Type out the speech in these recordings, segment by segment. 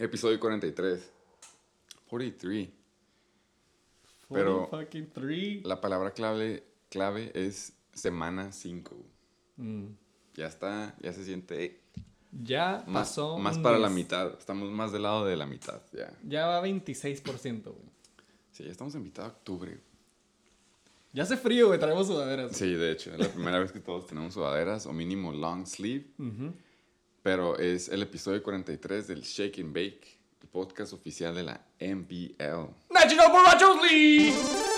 Episodio 43. 43. Pero fucking 3. la palabra clave es semana 5. Ya está, ya se siente Ya pasó más un para mes. la mitad. Estamos más del lado de la mitad, ya. Ya va 26%, güey. Sí, ya estamos en mitad de octubre. Ya hace frío, güey. Traemos sudaderas. Sí, de hecho, es la primera vez que todos tenemos sudaderas o mínimo long sleeve. Ujú. Pero es el episodio 43 del Shake and Bake, el podcast oficial de la NBL. National Borrachos League.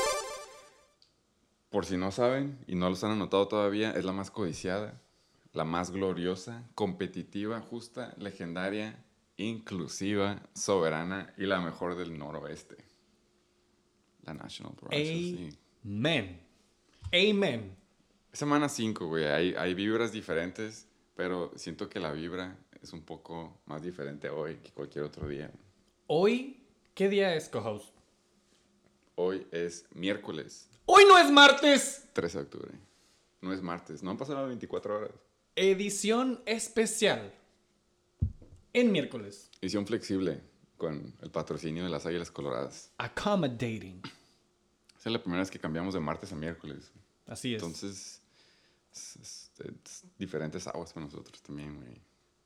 Por si no saben y no los han anotado todavía, es la más codiciada, la más gloriosa, competitiva, justa, legendaria, inclusiva, soberana y la mejor del noroeste. La National Borrachos League. Amen. Amen. Semana 5, güey. Hay vibras diferentes, pero siento que la vibra es un poco más diferente hoy que cualquier otro día. Hoy, ¿qué día es, co-host? Hoy es miércoles Hoy no es martes. 13 de octubre. No es martes. No han pasado 24 horas. Edición especial. En miércoles. Edición flexible con el patrocinio de las Águilas Coloradas. Accommodating. Esa es la primera vez que cambiamos de martes a miércoles. Así es. Entonces, es diferentes aguas para nosotros también, güey.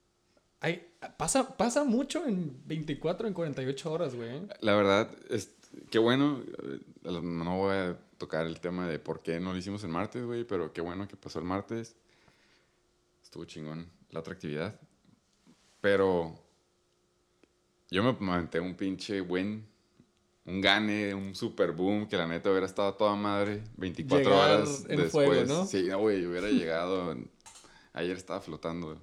Pasa mucho en 24, en 48 horas, güey. La verdad, qué bueno. No voy a tocar el tema de por qué no lo hicimos el martes, güey, pero qué bueno que pasó el martes. Estuvo chingón la otra actividad. Pero yo me aventé un pinche win, un gane, un super boom, que la neta hubiera estado toda madre 24 Llegar horas en después. fuego, ¿no? Sí, no, güey, hubiera llegado. Ayer estaba flotando.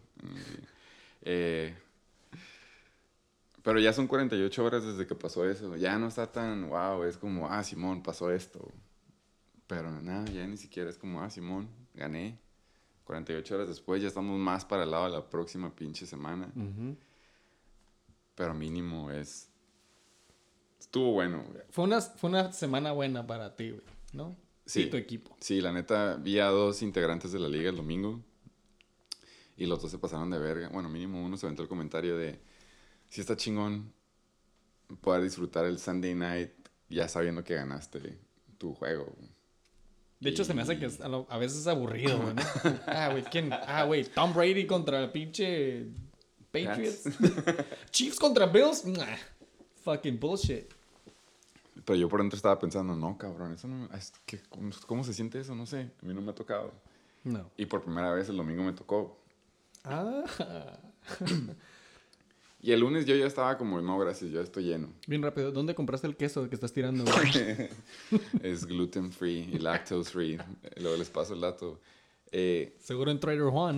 Pero ya son 48 horas desde que pasó eso. Ya no está tan, wow, es como, Simón, pasó esto. Pero nada, ya ni siquiera es como, Simón, gané. 48 horas después ya estamos más para el lado de la próxima pinche semana. Ujú. Pero mínimo estuvo bueno, güey. Fue una semana buena para ti, güey, ¿no? Sí. Y tu equipo. Sí, la neta, vi a 2 integrantes de la liga el domingo. Y los 2 se pasaron de verga. Bueno, mínimo uno se aventó el comentario de, sí está chingón poder disfrutar el Sunday night ya sabiendo que ganaste tu juego. De hecho, se me hace que a veces es aburrido, güey, ¿no? Güey, ¿quién? Güey, Tom Brady contra el pinche Patriots. Chiefs contra Bills. Fucking bullshit. Pero yo por dentro estaba pensando, no, cabrón, eso no... ¿Cómo se siente eso? No sé, a mí no me ha tocado. No. Y por primera vez el domingo me tocó. Ah. Y el lunes yo ya estaba como, no, gracias, yo estoy lleno. Bien rápido, ¿dónde compraste el queso que estás tirando, güey? Es gluten free y lactose free. Luego les paso el dato. Seguro en Trader Juan.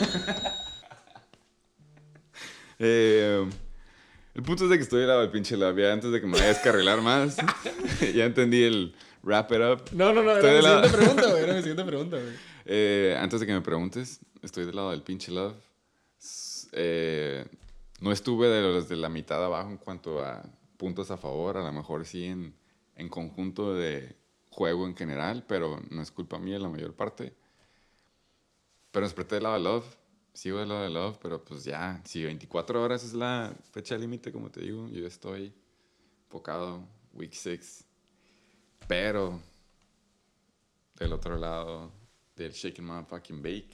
El punto es de que estoy helado del pinche lab. Ya antes de que me vaya a descarrilar más, ya entendí el wrap it up. No, Estoy era de mi siguiente pregunta, güey. Antes de que me preguntes, estoy del lado del pinche love. No estuve de la mitad abajo en cuanto a puntos a favor. A lo mejor sí en conjunto de juego en general, pero no es culpa mía la mayor parte. Pero desperté del lado de love. Sigo del lado de love, pero pues ya, si 24 horas es la fecha límite, como te digo, yo estoy enfocado, week 6. Pero del otro lado del Shake and Motherfucking Bake.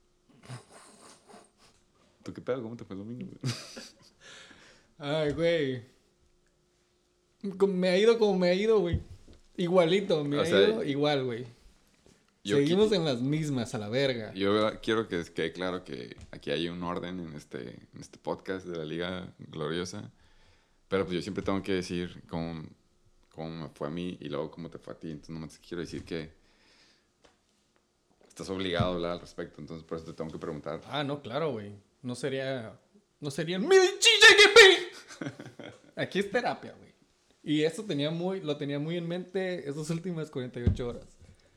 ¿Tú qué pedo? ¿Cómo te fue el domingo? Ay, güey. Me ha ido como me ha ido, güey. Igualito, me ha ido igual, güey. Seguimos en las mismas, a la verga. Yo quiero que quede claro que aquí hay un orden en este podcast de la Liga Gloriosa. Pero pues yo siempre tengo que decir cómo me fue a mí y luego cómo te fue a ti. Entonces nomás quiero decir que estás obligado a hablar al respecto. Entonces por eso te tengo que preguntar. No, claro, güey. No sería el Medici. Aquí es terapia, güey. Y eso lo tenía muy en mente esas últimas 48 horas.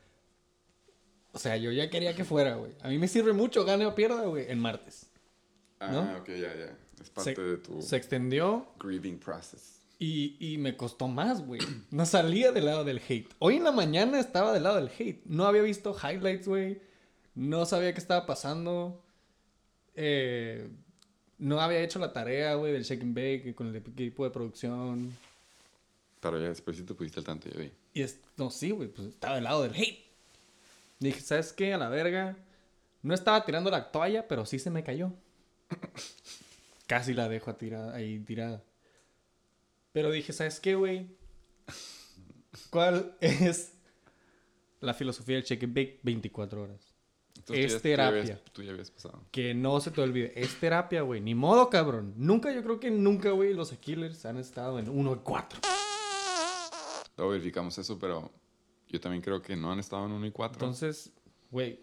O sea, yo ya quería que fuera, güey. A mí me sirve mucho, gane o pierda, güey, en martes. ¿No? Ok, ya. Es parte de tu Se extendió grieving process. y me costó más, güey. No salía del lado del hate. Hoy en la mañana estaba del lado del hate. No había visto highlights, güey. No sabía qué estaba pasando. no había hecho la tarea, güey, del shake and bake con el equipo de producción. Pero ya después sí te pusiste al tanto, yo vi. Y no, sí, güey, pues estaba del lado del hate. Dije, ¿sabes qué? A la verga. No estaba tirando la toalla, pero sí se me cayó. Casi la dejo ahí tirada. Pero dije, ¿sabes qué, güey? ¿Cuál es la filosofía del shake and bake? 24 horas. Entonces, Es terapia. Tú ya habías pasado. Que no se te olvide. Es terapia, güey. Ni modo, cabrón. Nunca, yo creo que nunca, güey, los Killers han estado en 1 y 4. Luego verificamos eso, pero yo también creo que no han estado en 1 y 4. Entonces, güey,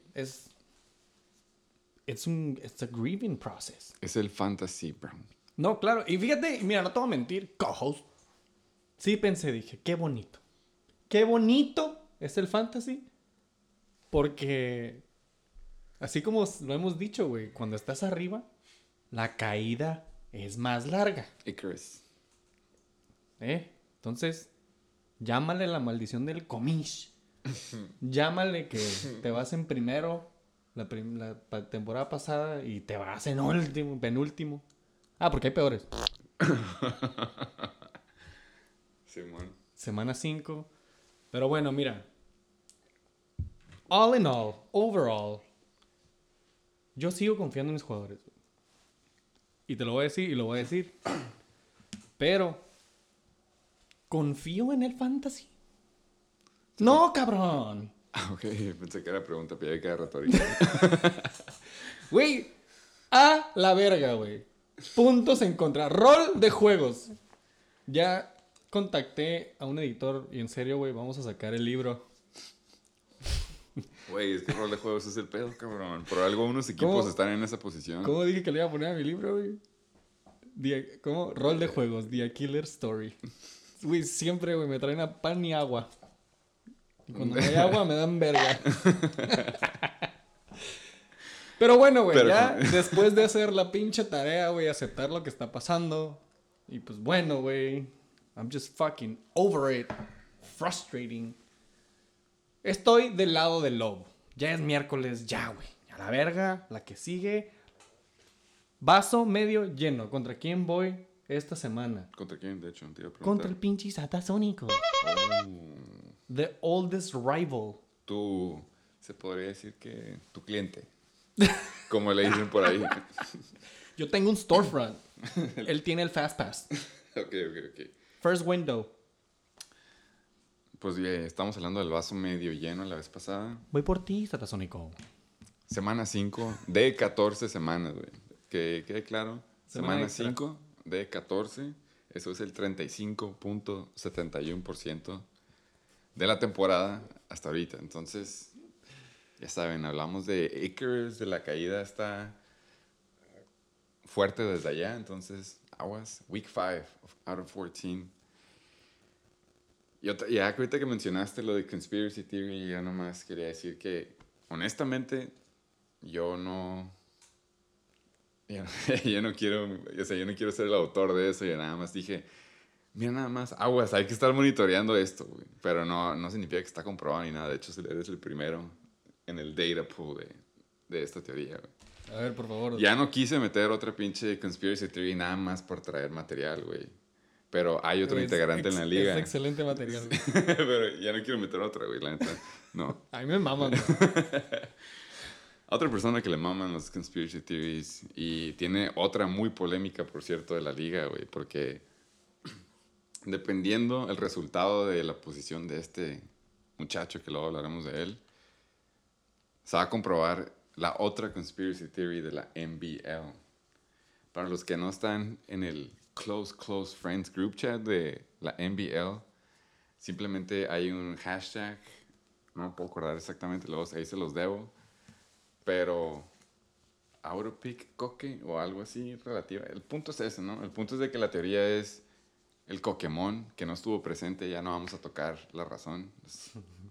it's a grieving process. Es el fantasy, bro. No, claro. Y fíjate, mira, no te voy a mentir, co-host. Sí pensé, dije, qué bonito. Qué bonito es el fantasy. Porque, así como lo hemos dicho, güey, cuando estás arriba, la caída es más larga. Icarus. Entonces, llámale la maldición del comish. Llámale que te vas en primero la temporada pasada y te vas en último, penúltimo. Ah, porque hay peores. Simón. Semana 5. Pero bueno, mira. All in all, overall, yo sigo confiando en mis jugadores. Y te lo voy a decir y lo voy a decir. Pero, ¿confío en el fantasy? No, cabrón. Ok, pensé que era pregunta pero ya queda retórica. Güey, a la verga, güey. Puntos en contra. Rol de juegos. Ya contacté a un editor y en serio, güey, vamos a sacar el libro. Güey, es que el rol de juegos es el pedo, cabrón. Por algo unos equipos están en esa posición. ¿Cómo dije que le iba a poner a mi libro, güey? ¿Cómo? Rol de juegos, The Killer Story. Güey, siempre, güey, me traen a pan y agua. Y cuando no hay agua me dan verga. Pero bueno, güey, ya después de hacer la pinche tarea, güey, aceptar lo que está pasando. Y pues bueno, güey, I'm just fucking over it. Frustrating. Estoy del lado del lobo. Ya es miércoles, ya, güey. A la verga, la que sigue. Vaso medio lleno. ¿Contra quién voy esta semana? ¿Contra quién, de hecho? Te iba a preguntar. Contra el pinche Satasónico. The oldest rival. Se podría decir que tu cliente. Como le dicen por ahí. Yo tengo un storefront. Él tiene el Fast Pass. Ok. First window. Pues bien, estamos hablando del vaso medio lleno la vez pasada. Voy por ti, Satasónico. Semana 5 de 14 semanas, güey. Que quede claro. Semana extra. 5 de 14. Eso es el 35.71% de la temporada hasta ahorita. Entonces, ya saben, hablamos de Icarus, de la caída está fuerte desde allá. Entonces, aguas. Week 5 out of 14. Ya ahorita que mencionaste lo de Conspiracy Theory, yo nomás quería decir que, honestamente, yo no quiero, o sea, yo no quiero ser el autor de eso. Yo nada más dije, mira, nada más, aguas, hay que estar monitoreando esto, güey. Pero no significa que está comprobado ni nada. De hecho, eres el primero en el data pool de esta teoría, güey. A ver, por favor. Ya no quise meter otra pinche Conspiracy Theory nada más por traer material, güey. Pero hay otro integrante en la liga. Es excelente material. Pero ya no quiero meter otra, güey, la neta. No. A mí me maman. Otra persona que le maman los conspiracy theories y tiene otra muy polémica, por cierto, de la liga, güey, porque dependiendo el resultado de la posición de este muchacho, que luego hablaremos de él, se va a comprobar la otra conspiracy theory de la NBL. Para los que no están en el Close Friends Group Chat de la NBL, simplemente hay un hashtag, no me puedo acordar exactamente, luego ahí se los debo, pero Autopic Coque o algo así relativa. El punto es ese, ¿no? El punto es de que la teoría es el Coquemón, que no estuvo presente, ya no vamos a tocar la razón. Es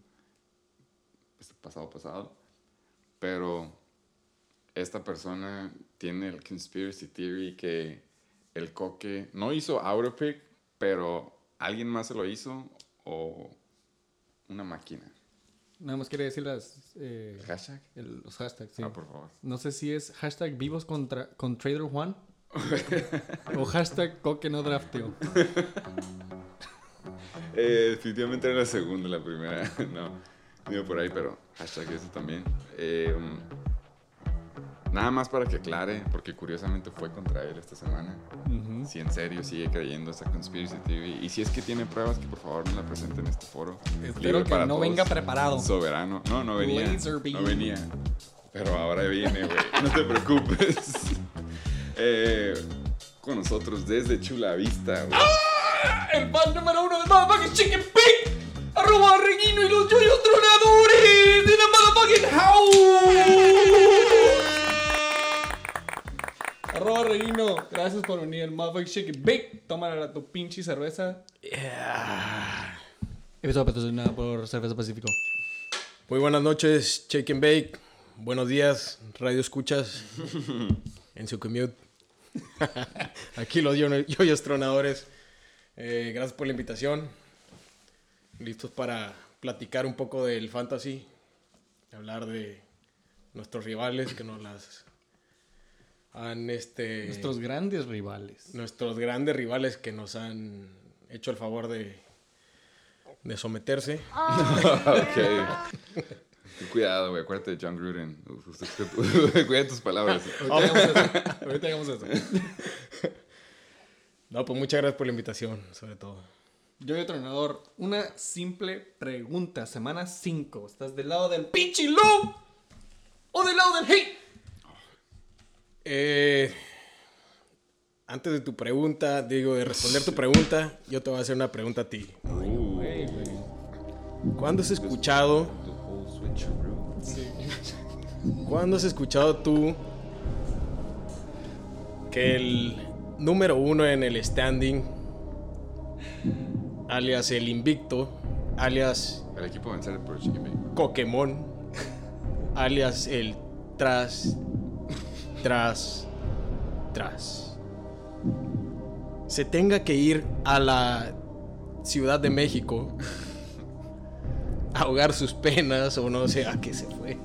pasado. Pero esta persona tiene el conspiracy theory que el Coque no hizo Autopic, pero alguien más se lo hizo o una máquina. Nada más quiere decir ¿Hashtag? los hashtags, sí. Ah, por favor. No sé si es hashtag vivos con Trader Juan. O hashtag Coque no drafteo. Definitivamente era la segunda, la primera. No, digo por ahí, pero hashtag eso también. Nada más para que aclare, porque curiosamente fue contra él esta semana. Si en serio sigue creyendo esta Conspiracy TV. Y si es que tiene pruebas, que por favor me la presente en este foro. Espero que no venga preparado. Soberano. No venía. Laser beam. No venía. Pero ahora viene, güey. No te preocupes. Con nosotros desde Chula Vista, güey. ¡Ah! El fan número 1 de Motherfucking Chicken Pig. Arroba Reguino y los yoyos tronadores de la Motherfucking House. Arroba Reguino, gracias por venir al Motherfucking Chicken Pig. Tómala tu pinche cerveza. Episodio patrocinado por Cerveza Pacífico. Muy buenas noches, Shake and Bake. Buenos días, radio escuchas en su commute. Aquí los yoyos tronadores. Gracias por la invitación. Listos para platicar un poco del fantasy. Hablar de nuestros rivales que nos las han... Nuestros grandes rivales. Nuestros grandes rivales que nos han hecho el favor de someterse. Ok. Cuidado, güey. Acuérdate de John Gruden. Cuida tus palabras. Ahorita hagamos eso. No, pues muchas gracias por la invitación, sobre todo. Yo Tronador, una simple pregunta. Semana 5. ¿Estás del lado del pinche love o del lado del hate? Antes de tu pregunta, de responder tu pregunta, yo te voy a hacer una pregunta a ti. ¿Cuándo has escuchado? ¿Cuándo has escuchado tú que el número 1 en el standing, alias el invicto, alias El equipo va a vencer por Chicken Bake. Pokémon, alias el tras, se tenga que ir a la Ciudad de México a ahogar sus penas o no sé a qué se fue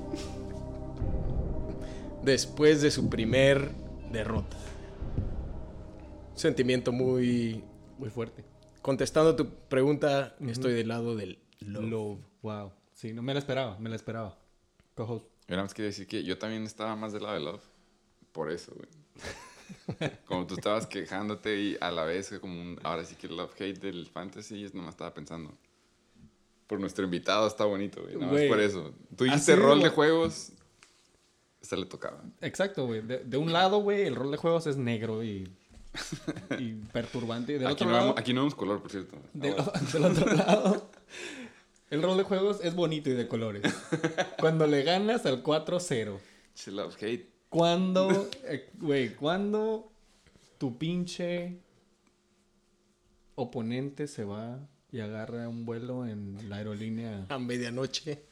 después de su primer derrota? Sentimiento muy fuerte. Contestando tu pregunta, estoy del lado del Love. Wow. Sí, no me la esperaba. Co-host. Yo nada más quería decir que yo también estaba más del lado de Love. Por eso, güey. Como tú estabas quejándote y a la vez como ahora sí que el love-hate del fantasy, es nomás estaba pensando. Por nuestro invitado está bonito, güey. Nada más por eso. Tú dijiste rol de juegos, esta le tocaba. Exacto, güey. De un lado, güey, el rol de juegos es negro y perturbante. Del Aquí, otro lado, aquí no vemos color, por cierto. del otro lado, el rol de juegos es bonito y de colores. Cuando le ganas al 4-0. Love-hate. Cuando tu pinche oponente se va y agarra un vuelo en la aerolínea a medianoche.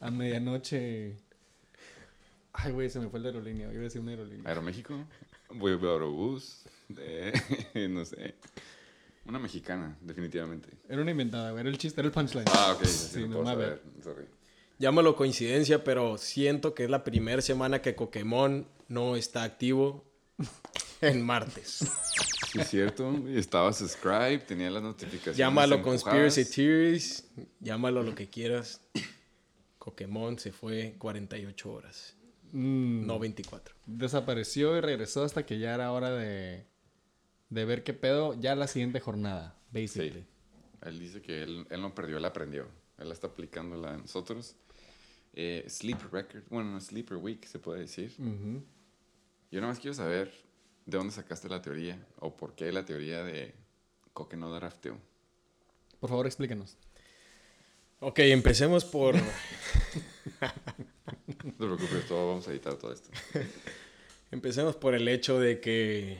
Ay, güey, se me fue la aerolínea. Iba a decir una aerolínea. ¿Aeroméxico? Voy a Aerobús. No sé. Una mexicana, definitivamente. Era una inventada, güey. Era el chiste, era el punchline. Ah, ok. Sí, no puedo me saber. Sorry. Llámalo coincidencia, pero siento que es la primera semana que Pokémon no está activo en martes. Sí, es cierto. Estaba subscribe, tenía las notificaciones. Llámalo empujadas. Conspiracy Theories, llámalo lo que quieras. Pokémon se fue 48 horas, no 24. Desapareció y regresó hasta que ya era hora de ver qué pedo ya la siguiente jornada, basically. Sí. Él dice que él no perdió, él aprendió. Él está aplicándola a nosotros. Sleeper Record, bueno, no, Sleeper Week se puede decir. Uh-huh. Yo nada más quiero saber de dónde sacaste la teoría o por qué la teoría de Coque no drafteo. Por favor, explícanos. Ok, empecemos por... No te preocupes, vamos a editar todo esto. Empecemos por el hecho de que...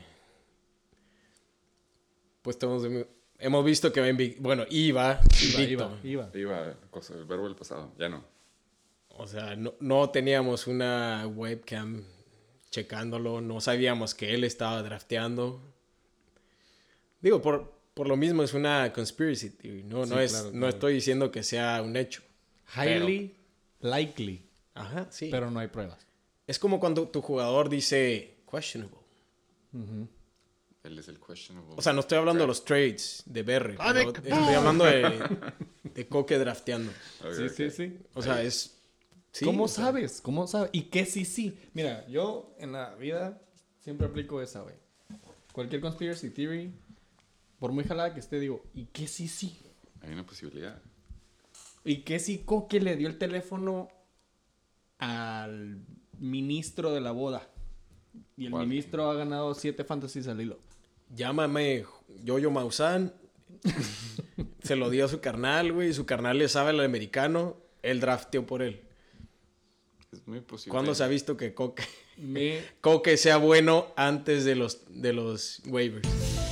Pues hemos visto que iba invicto. Iba, el verbo del pasado, ya no. O sea, no teníamos una webcam checándolo, no sabíamos que él estaba drafteando. Digo, por lo mismo es una conspiracy theory, ¿no? Sí, No claro. estoy diciendo que sea un hecho. Highly likely. Ajá, sí. Pero no hay pruebas. Es como cuando tu jugador dice questionable. Uh-huh. Él es el questionable. O sea, no estoy hablando de los trades de Berry. Estoy hablando de Coque drafteando. Okay, Sí, sí. O sea, es... Sí, ¿Cómo o sea, sabes? ¿Cómo sabes? ¿Y qué sí? Mira, yo en la vida siempre aplico esa, güey. Cualquier conspiracy theory, por muy jalada que esté, digo, ¿y qué sí? Hay una posibilidad. ¿Y qué si Coque le dio el teléfono al ministro de la boda? Y el ¿Cuál? ministro ha ganado 7 fantasies al hilo. llámame Yoyo Maussan. Se lo dio a su carnal, güey. Su carnal le sabe al americano. Él drafteó por él. Es muy posible. ¿Cuándo se ha visto que Me... Coque sea bueno antes de los waivers?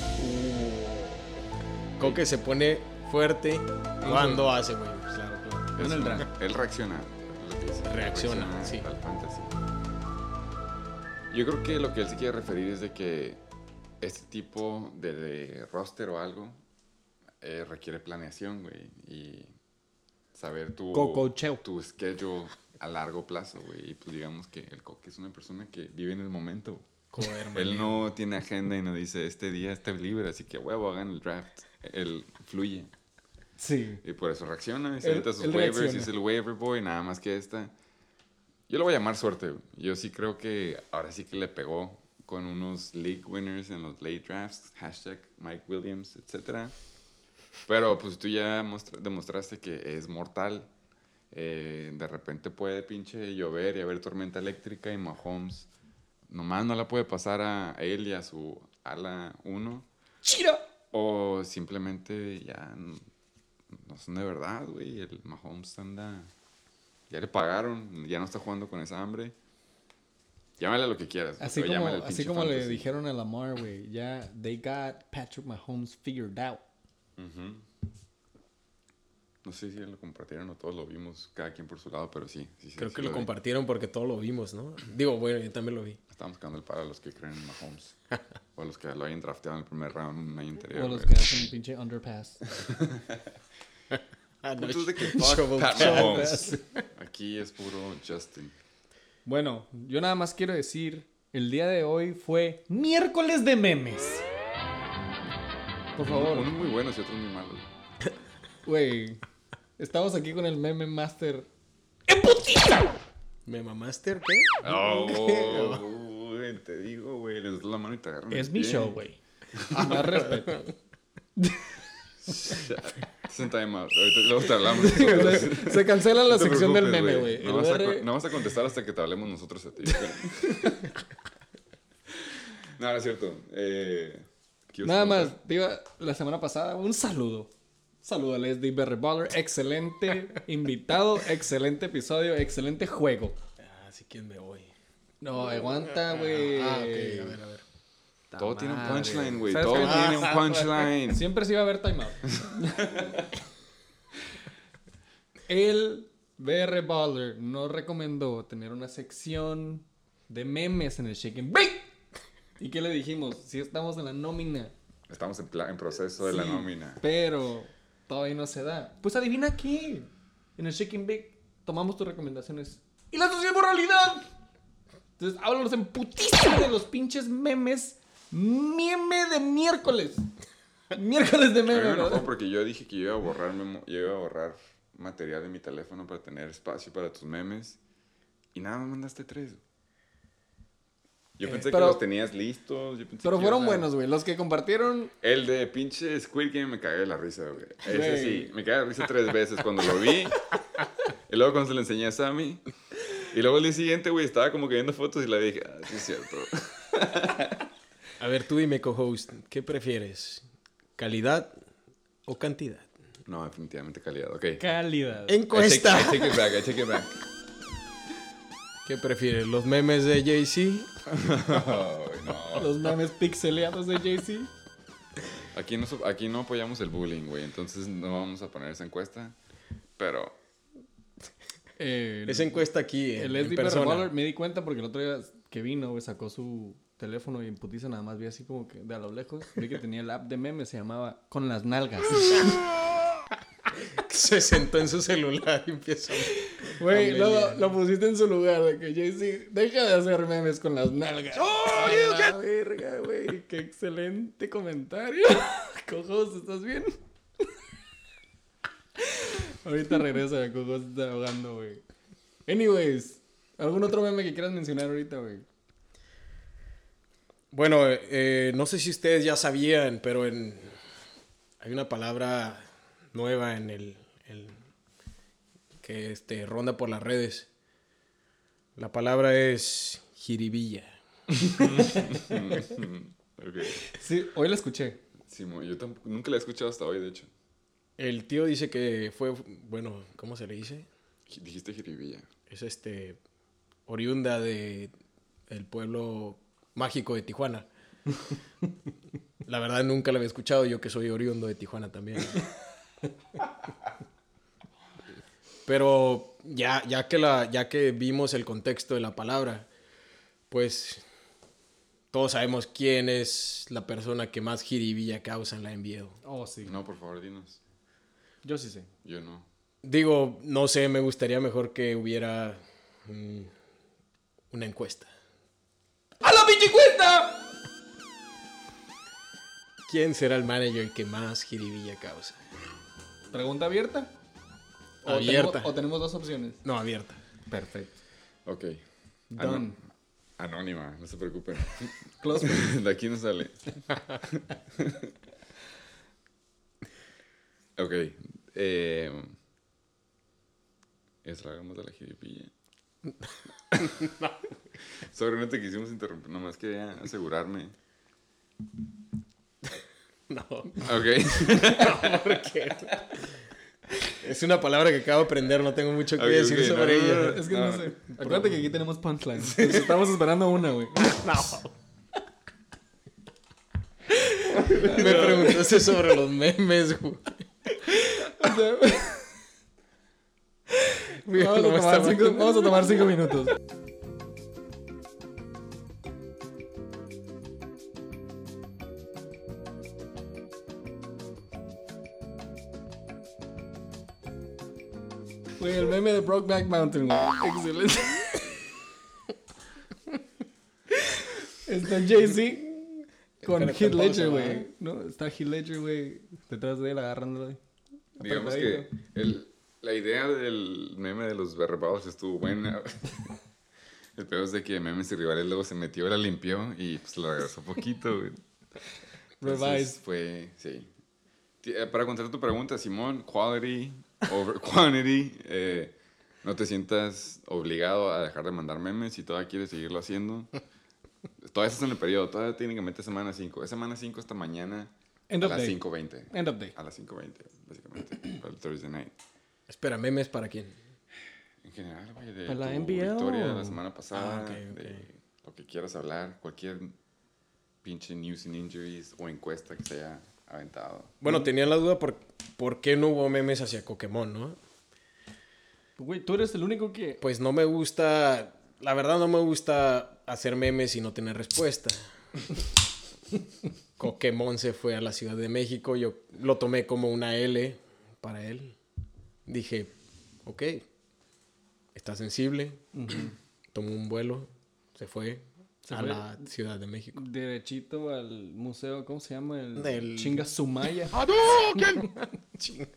Coque se pone fuerte cuando hace waivers. Claro. en el draft. Él reacciona. Es lo que dice. Reacciona, sí. Al fantasy. Yo creo que lo que él se quiere referir es de que este tipo de roster o algo requiere planeación, güey. Y saber Cococheo. tu schedule a largo plazo, güey. Y pues digamos que el Coque es una persona que vive en el momento. Él no tiene agenda y no dice, este día está libre, así que huevo, hagan el draft. Él fluye. Sí. Y por eso reacciona y se Él- mete a sus él waivers y reacciona. es el waiver boy, nada más que esta. Yo lo voy a llamar suerte, güey. Yo sí creo que ahora sí que le pegó con unos league winners en los late drafts. Hashtag Mike Williams, etc. Pero pues tú ya demostraste que es mortal. De repente puede pinche llover y haber tormenta eléctrica y Mahomes nomás no la puede pasar a él y a su ala 1. ¡Chira! O simplemente ya no son de verdad, güey. El Mahomes anda... Ya le pagaron, ya no está jugando con esa hambre. Llámale a lo que quieras. Así pero llámale al como, así pinche como le fantasy. dijeron a Lamar, güey. Ya, they got Patrick Mahomes figured out. Ujú. No sé si lo compartieron o todos lo vimos, cada quien por su lado, pero sí. Creo sí que lo vi. compartieron porque todos lo vimos, ¿no? Digo, bueno, yo también lo vi. Estamos buscando el paro a los que creen en Mahomes. O a los que lo hayan drafteado en el primer round un año anterior. O los güey. que hacen pinche underpass. Ah, no, Punto es de que Shovel fuck Pat Pass. Mahomes. Aquí es puro Justin. Bueno, yo nada más quiero decir, el día de hoy fue miércoles de memes. Por favor, Unos muy buenos y otros muy malos. güey. Estamos aquí con el meme master. ¿Me mamaste? ¿Qué? Oh, güey, te digo, güey, les das la mano y te agarran. Es el mi pie. show, güey. Más respeto. Es un time out. Ahorita luego te hablamos. Se cancela la No te sección del preocupes, meme, güey. güey. No, El BR no vas a contestar hasta que te hablemos nosotros a ti. güey. No, no es cierto. ¿Qué ibas a Nada comentar? más, digo, la semana pasada, un saludo. Saludo a Leslie Berry Baller. Excelente invitado, excelente episodio, excelente juego. Ah, sí que me voy. No, aguanta, güey. Ah, ok, a ver. Todo tiene un punchline, güey. ¿Sabes Todo qué? tiene un punchline. Siempre se iba a haber timeout. El BR Baller nos recomendó tener una sección de memes en el Shake and Bake. ¿Y qué le dijimos? Si estamos en la nómina. Estamos en proceso de la Sí, nómina. Pero todavía no se da. Pues adivina qué. En el Shake and Bake tomamos tus recomendaciones y las hacemos realidad. Entonces háblanos en putísimo de los pinches memes. Meme de miércoles. Miércoles de A mí meme, me enojó ¿verdad? porque yo dije que yo iba a borrar material de mi teléfono para tener espacio para tus memes. Y nada, me mandaste 3. Yo pensé pero- que los tenías listos. Yo pensé Pero que fueron ibas a- buenos, güey. Los que compartieron. El de pinche Squid Game me cagué de la risa, güey. Ese Güey. sí, me cagué de la risa 3 veces cuando lo vi. Y luego cuando se lo enseñé a Sammy. Y luego el día siguiente, güey, estaba como que viendo fotos y le dije, ah, sí es cierto. A ver, tú dime, co-host, ¿qué prefieres? ¿Calidad o cantidad? No, definitivamente calidad, ok. Calidad. Encuesta. I take it back, I take it back. ¿Qué prefieres? ¿Los memes de Jay-Z? Ay, no. Los memes pixeleados de Jay-Z. Aquí no apoyamos el bullying, güey. Entonces no vamos a poner esa encuesta. Pero Esa encuesta aquí El en Leslie persona. Baller me di cuenta porque el otro día que vino, güey, sacó su teléfono y en putiza nada más vi así como que de a lo lejos. Vi que tenía el app de memes, se llamaba Con las Nalgas. Se sentó en su celular y empieza Güey, Amelia. lo pusiste en su lugar de que Jay-Z deja de hacer memes con las nalgas. ¡Oh, la verga, güey! ¡Qué excelente comentario! Cojos, ¿estás bien? Ahorita regresa, Cojos está ahogando, güey. Anyways, ¿algún otro meme que quieras mencionar ahorita, güey? Bueno, no sé si ustedes ya sabían, pero hay una palabra nueva en que ronda por las redes. La palabra es jiribilla. Ok. Sí, hoy la escuché. Simón, yo nunca la he escuchado hasta hoy, de hecho. El tío dice que fue, bueno, ¿cómo se le dice? Dijiste jiribilla. Es oriunda de el pueblo mágico de Tijuana. La verdad nunca la había escuchado, yo que soy oriundo de Tijuana también. Pero ya que vimos el contexto de la palabra, pues todos sabemos quién es la persona que más jiribilla causa en la NBA. Oh, sí. No, por favor, dinos. Yo sí sé. Yo no. Digo, no sé, me gustaría mejor que hubiera una encuesta. ¡A la pinche cuesta! ¿Quién será el manager que más jiribilla causa? ¿Pregunta abierta? Abierta. ¿O tenemos dos opciones? No, abierta. Perfecto. Ok. Done. Anónima, no se preocupen. Close friends. De aquí no sale. Ok. Hagamos de la jiribilla. Sobre no te quisimos interrumpir, nomás quería asegurarme. No, Ok. porque es una palabra que acabo de aprender, no tengo mucho que Ok, decir ok, sobre no, ella. Es que no sé. Acuérdate que aquí tenemos punchlines. Estamos esperando una, güey. Me preguntaste sobre los memes, güey. Vamos a tomar 5 minutos. Güey, el meme de Brokeback Mountain, güey. Excelente. Está Jay-Z con Espérate, Heath Ledger, pausa, güey. No, está Heath Ledger, güey, detrás de él agarrándolo. Digamos que la idea del meme de los berrepados estuvo buena. El peor es de que Memes y Rivales luego se metió, la limpió y pues la regresó poquito, güey. Revise. Fue, sí. Para contestar tu pregunta, Simón, quality over quantity. No te sientas obligado a dejar de mandar memes si todavía quieres seguirlo haciendo. Todavía estás en el periodo, todavía técnicamente es semana 5. Es semana 5 hasta mañana End a of las day. 5:20. End of day. A las 5:20, básicamente, para el Thursday night. Espera, ¿memes para quién? En general, güey, de Para la tu NBL. victoria de la semana pasada, Ok. de lo que quieras hablar, cualquier pinche news and injuries o encuesta que se haya aventado. Bueno, tenía la duda por qué no hubo memes hacia Pokémon, ¿no? Güey, tú eres el único que... Pues no me gusta, la verdad no me gusta hacer memes y no tener respuesta. Pokémon se fue a la Ciudad de México, yo lo tomé como una L para él. Dije, ok, está sensible, tomó un vuelo, se fue a la Ciudad de México. Derechito al museo, ¿cómo se llama? El Del- Chinga Sumaya. Chingas.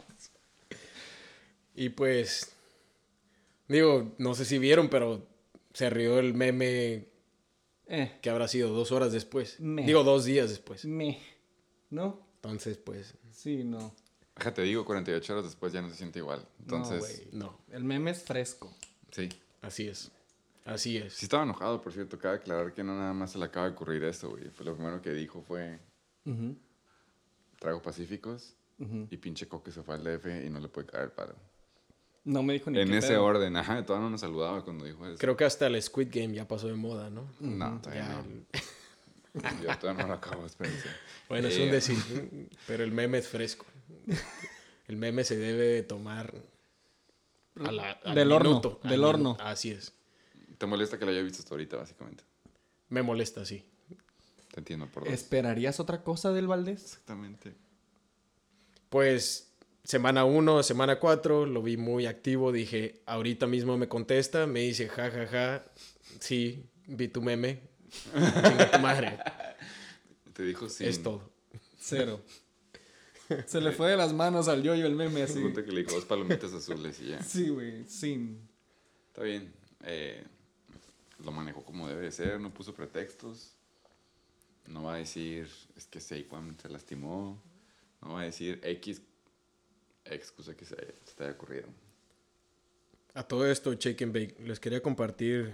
Y pues, digo, no sé si vieron, pero se rió el meme que habrá sido 2 horas después. Me. Digo, 2 días después. ¿No? Entonces, pues, Sí, no. Déjate digo, 48 horas después ya no se siente igual. Entonces, güey. no, El meme es fresco. sí. así es. Así es. Sí estaba enojado, por cierto. Cabe aclarar que no nada más se le acaba de ocurrir esto, güey. Fue lo primero que dijo fue Ujú, trago pacíficos ujú. y pinche Coque se fue al DF y no le puede caer el palo. No me dijo ni En qué ese pedo. orden, ajá, todavía no nos saludaba cuando dijo eso. Creo que hasta el Squid Game ya pasó de moda, ¿no? No, todavía Ya, no. Yo todavía no lo acabo, espérense. Bueno, es un decir, pero el meme es fresco. El meme se debe de tomar al Del horno, minuto, al del minuto. horno. Así es. ¿Te molesta que lo haya visto hasta ahorita, básicamente? Me molesta, sí. Te entiendo por dos. ¿Esperarías otra cosa del Valdés? Exactamente. Pues semana 1, semana 4, lo vi muy activo. Dije, ahorita mismo me contesta. Me dice, ja. Sí, vi tu meme. Chinga tu madre. Te dijo sí. Es todo. 0. Se le fue de las manos al yoyo el meme así. Pregunta que le dijo 2 palomitas azules y ya. Sí, güey, sin. Está bien. Lo manejó como debe de ser, no puso pretextos. No va a decir, es que Saquon se lastimó. No va a decir X excusa que se te haya ocurrido. A todo esto, Shake and Bake, les quería compartir,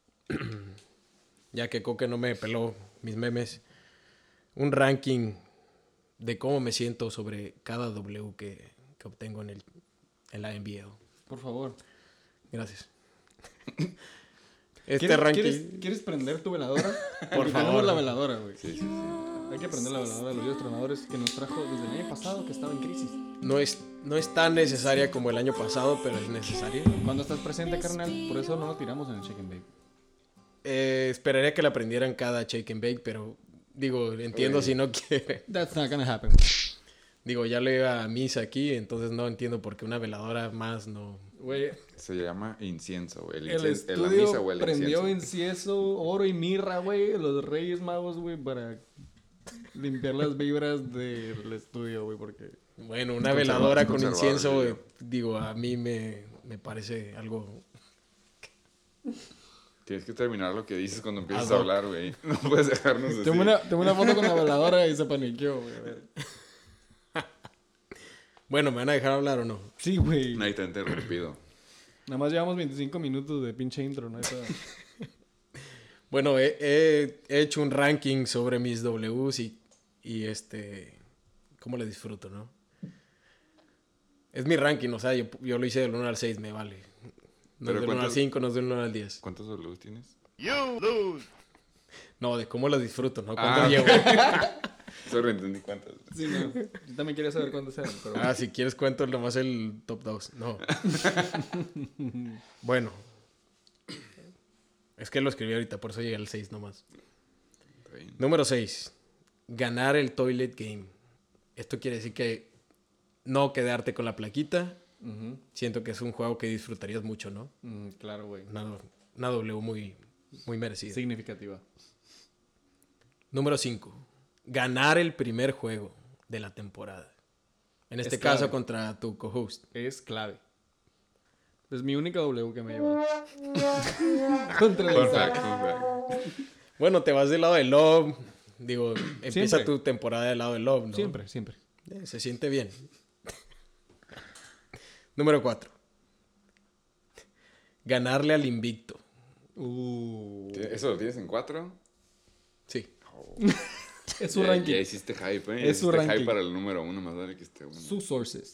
ya que Coque no me peló mis memes, un ranking de cómo me siento sobre cada W que obtengo en la NBL. Por favor. Gracias. ¿Quieres prender tu veladora? Por Porque favor. tenemos la veladora, güey. Sí. Hay que prender la veladora de los Yoyos Tronadores que nos trajo desde el año pasado que estaba en crisis. No es tan necesaria como el año pasado, pero es necesaria. Cuando estás presente, carnal, por eso no lo tiramos en el Shake and Bake. Esperaría que la aprendieran cada Shake and Bake, pero digo, entiendo Oye. si no quiere. That's not gonna happen. Digo, ya le iba a misa aquí, entonces no entiendo por qué una veladora más no. Güey, Se llama incienso, güey. el La estudio misa huele a prendió incienso. incienso, oro y mirra, güey, los Reyes Magos, güey, para limpiar las vibras del estudio, güey, porque... Bueno, una veladora con conservador, incienso, yo. digo, a mí me parece algo. Tienes que terminar lo que dices cuando empiezas Ad a hoc. hablar, güey. No puedes dejarnos así. Tengo una foto con la veladora y se paniqueó, güey. A ver. Bueno, ¿me van a dejar hablar o no? Sí, güey. Nadie te ha interrumpido. Nada más llevamos 25 minutos de pinche intro, ¿no? Bueno, he hecho un ranking sobre mis Ws y cómo le disfruto, ¿no? Es mi ranking, o sea, yo lo hice del 1 al 6, me vale. No Pero es del 1 al ¿cuántos- 5, no es del 1 al 10. ¿Cuántos Ws tienes? No, de cómo lo disfruto, ¿no? ¿Cuánto Ah. llevo? Solo entendí cuántas. Sí, no. Yo también quería saber cuántos eran, pero... Ah, si quieres cuento nomás el top 2. No. Bueno. Es que lo escribí ahorita, por eso llegué al 6 nomás. Está bien. Número 6. Ganar el Toilet Game. Esto quiere decir que no quedarte con la plaquita. Ujú. Siento que es un juego que disfrutarías mucho, ¿no? Claro, güey. Una W muy, muy merecida. Significativa. Número 5. Ganar el primer juego de la temporada. En este Es caso clave. contra tu co-host. Es clave. Es mi única W que me lleva. Contra el Fun Isaac. fact, fun fact. Bueno, te vas del lado del Love. Digo, empieza Siempre. tu temporada del lado del Love, ¿no? Siempre, siempre. Se siente bien. Número 4. Ganarle al invicto. ¿Eso lo tienes en 4? Sí. Es su ranking. Ya hiciste hype, ¿eh? Es su hiciste ranking. hype para el número 1, más vale que esté uno. Sus sources.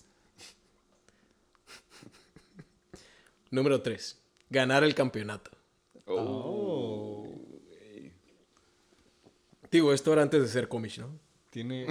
Número 3. Ganar el campeonato. Oh. Güey. Digo, esto era antes de ser Comish, ¿no? Tiene...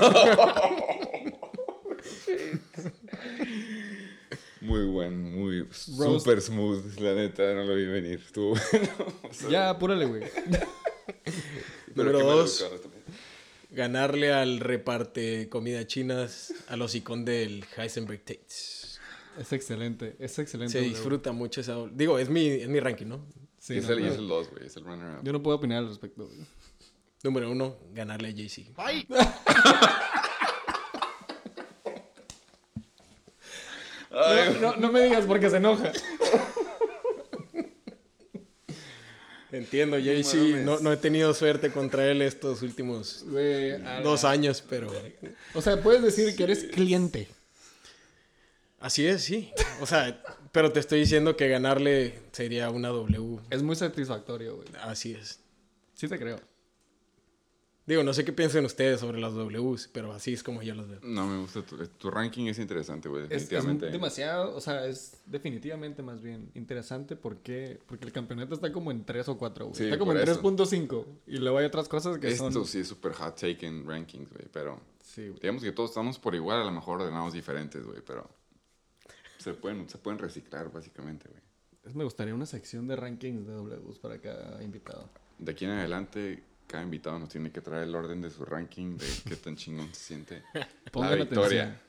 Muy buen, muy Roast. super smooth, la neta, no lo vi venir. Estuvo bueno. O sea, Ya, apúrale, güey. pero Número qué mal 2. educado también. Ganarle al reparte comida chinas al hocicón del Heisenberg Tates. Es excelente. Es excelente. Se W. disfruta mucho esa... Digo, es mi ranking, ¿no? Sí, es no, el, y no. es el 2, güey, es el runner-up. Yo no puedo opinar al respecto, güey. Número 1. Ganarle a JC. No me digas porque se enoja. Entiendo, JC. mames. No he tenido suerte contra él estos últimos Güey, 2 años, pero... O sea, puedes decir que eres cliente. Así es, sí. O sea, pero te estoy diciendo que ganarle sería una W. Es muy satisfactorio, güey. Así es. Sí te creo. Digo, no sé qué piensen ustedes sobre las Ws, pero así es como yo las veo. No, me gusta tu ranking, es interesante, güey, Es definitivamente. demasiado, o sea, es definitivamente más bien interesante porque el campeonato está como en 3 o 4, güey. Sí, Está como en por eso. 3.5 y luego hay otras cosas que Esto son... sí es super hot take en rankings, güey, pero Sí, güey. digamos que todos estamos por igual, a lo mejor ordenados diferentes, güey, pero se pueden reciclar, básicamente, güey. Me gustaría una sección de rankings de Ws para cada invitado. De aquí en adelante, cada invitado nos tiene que traer el orden de su ranking, de qué tan chingón se siente. Pongan la victoria. atención.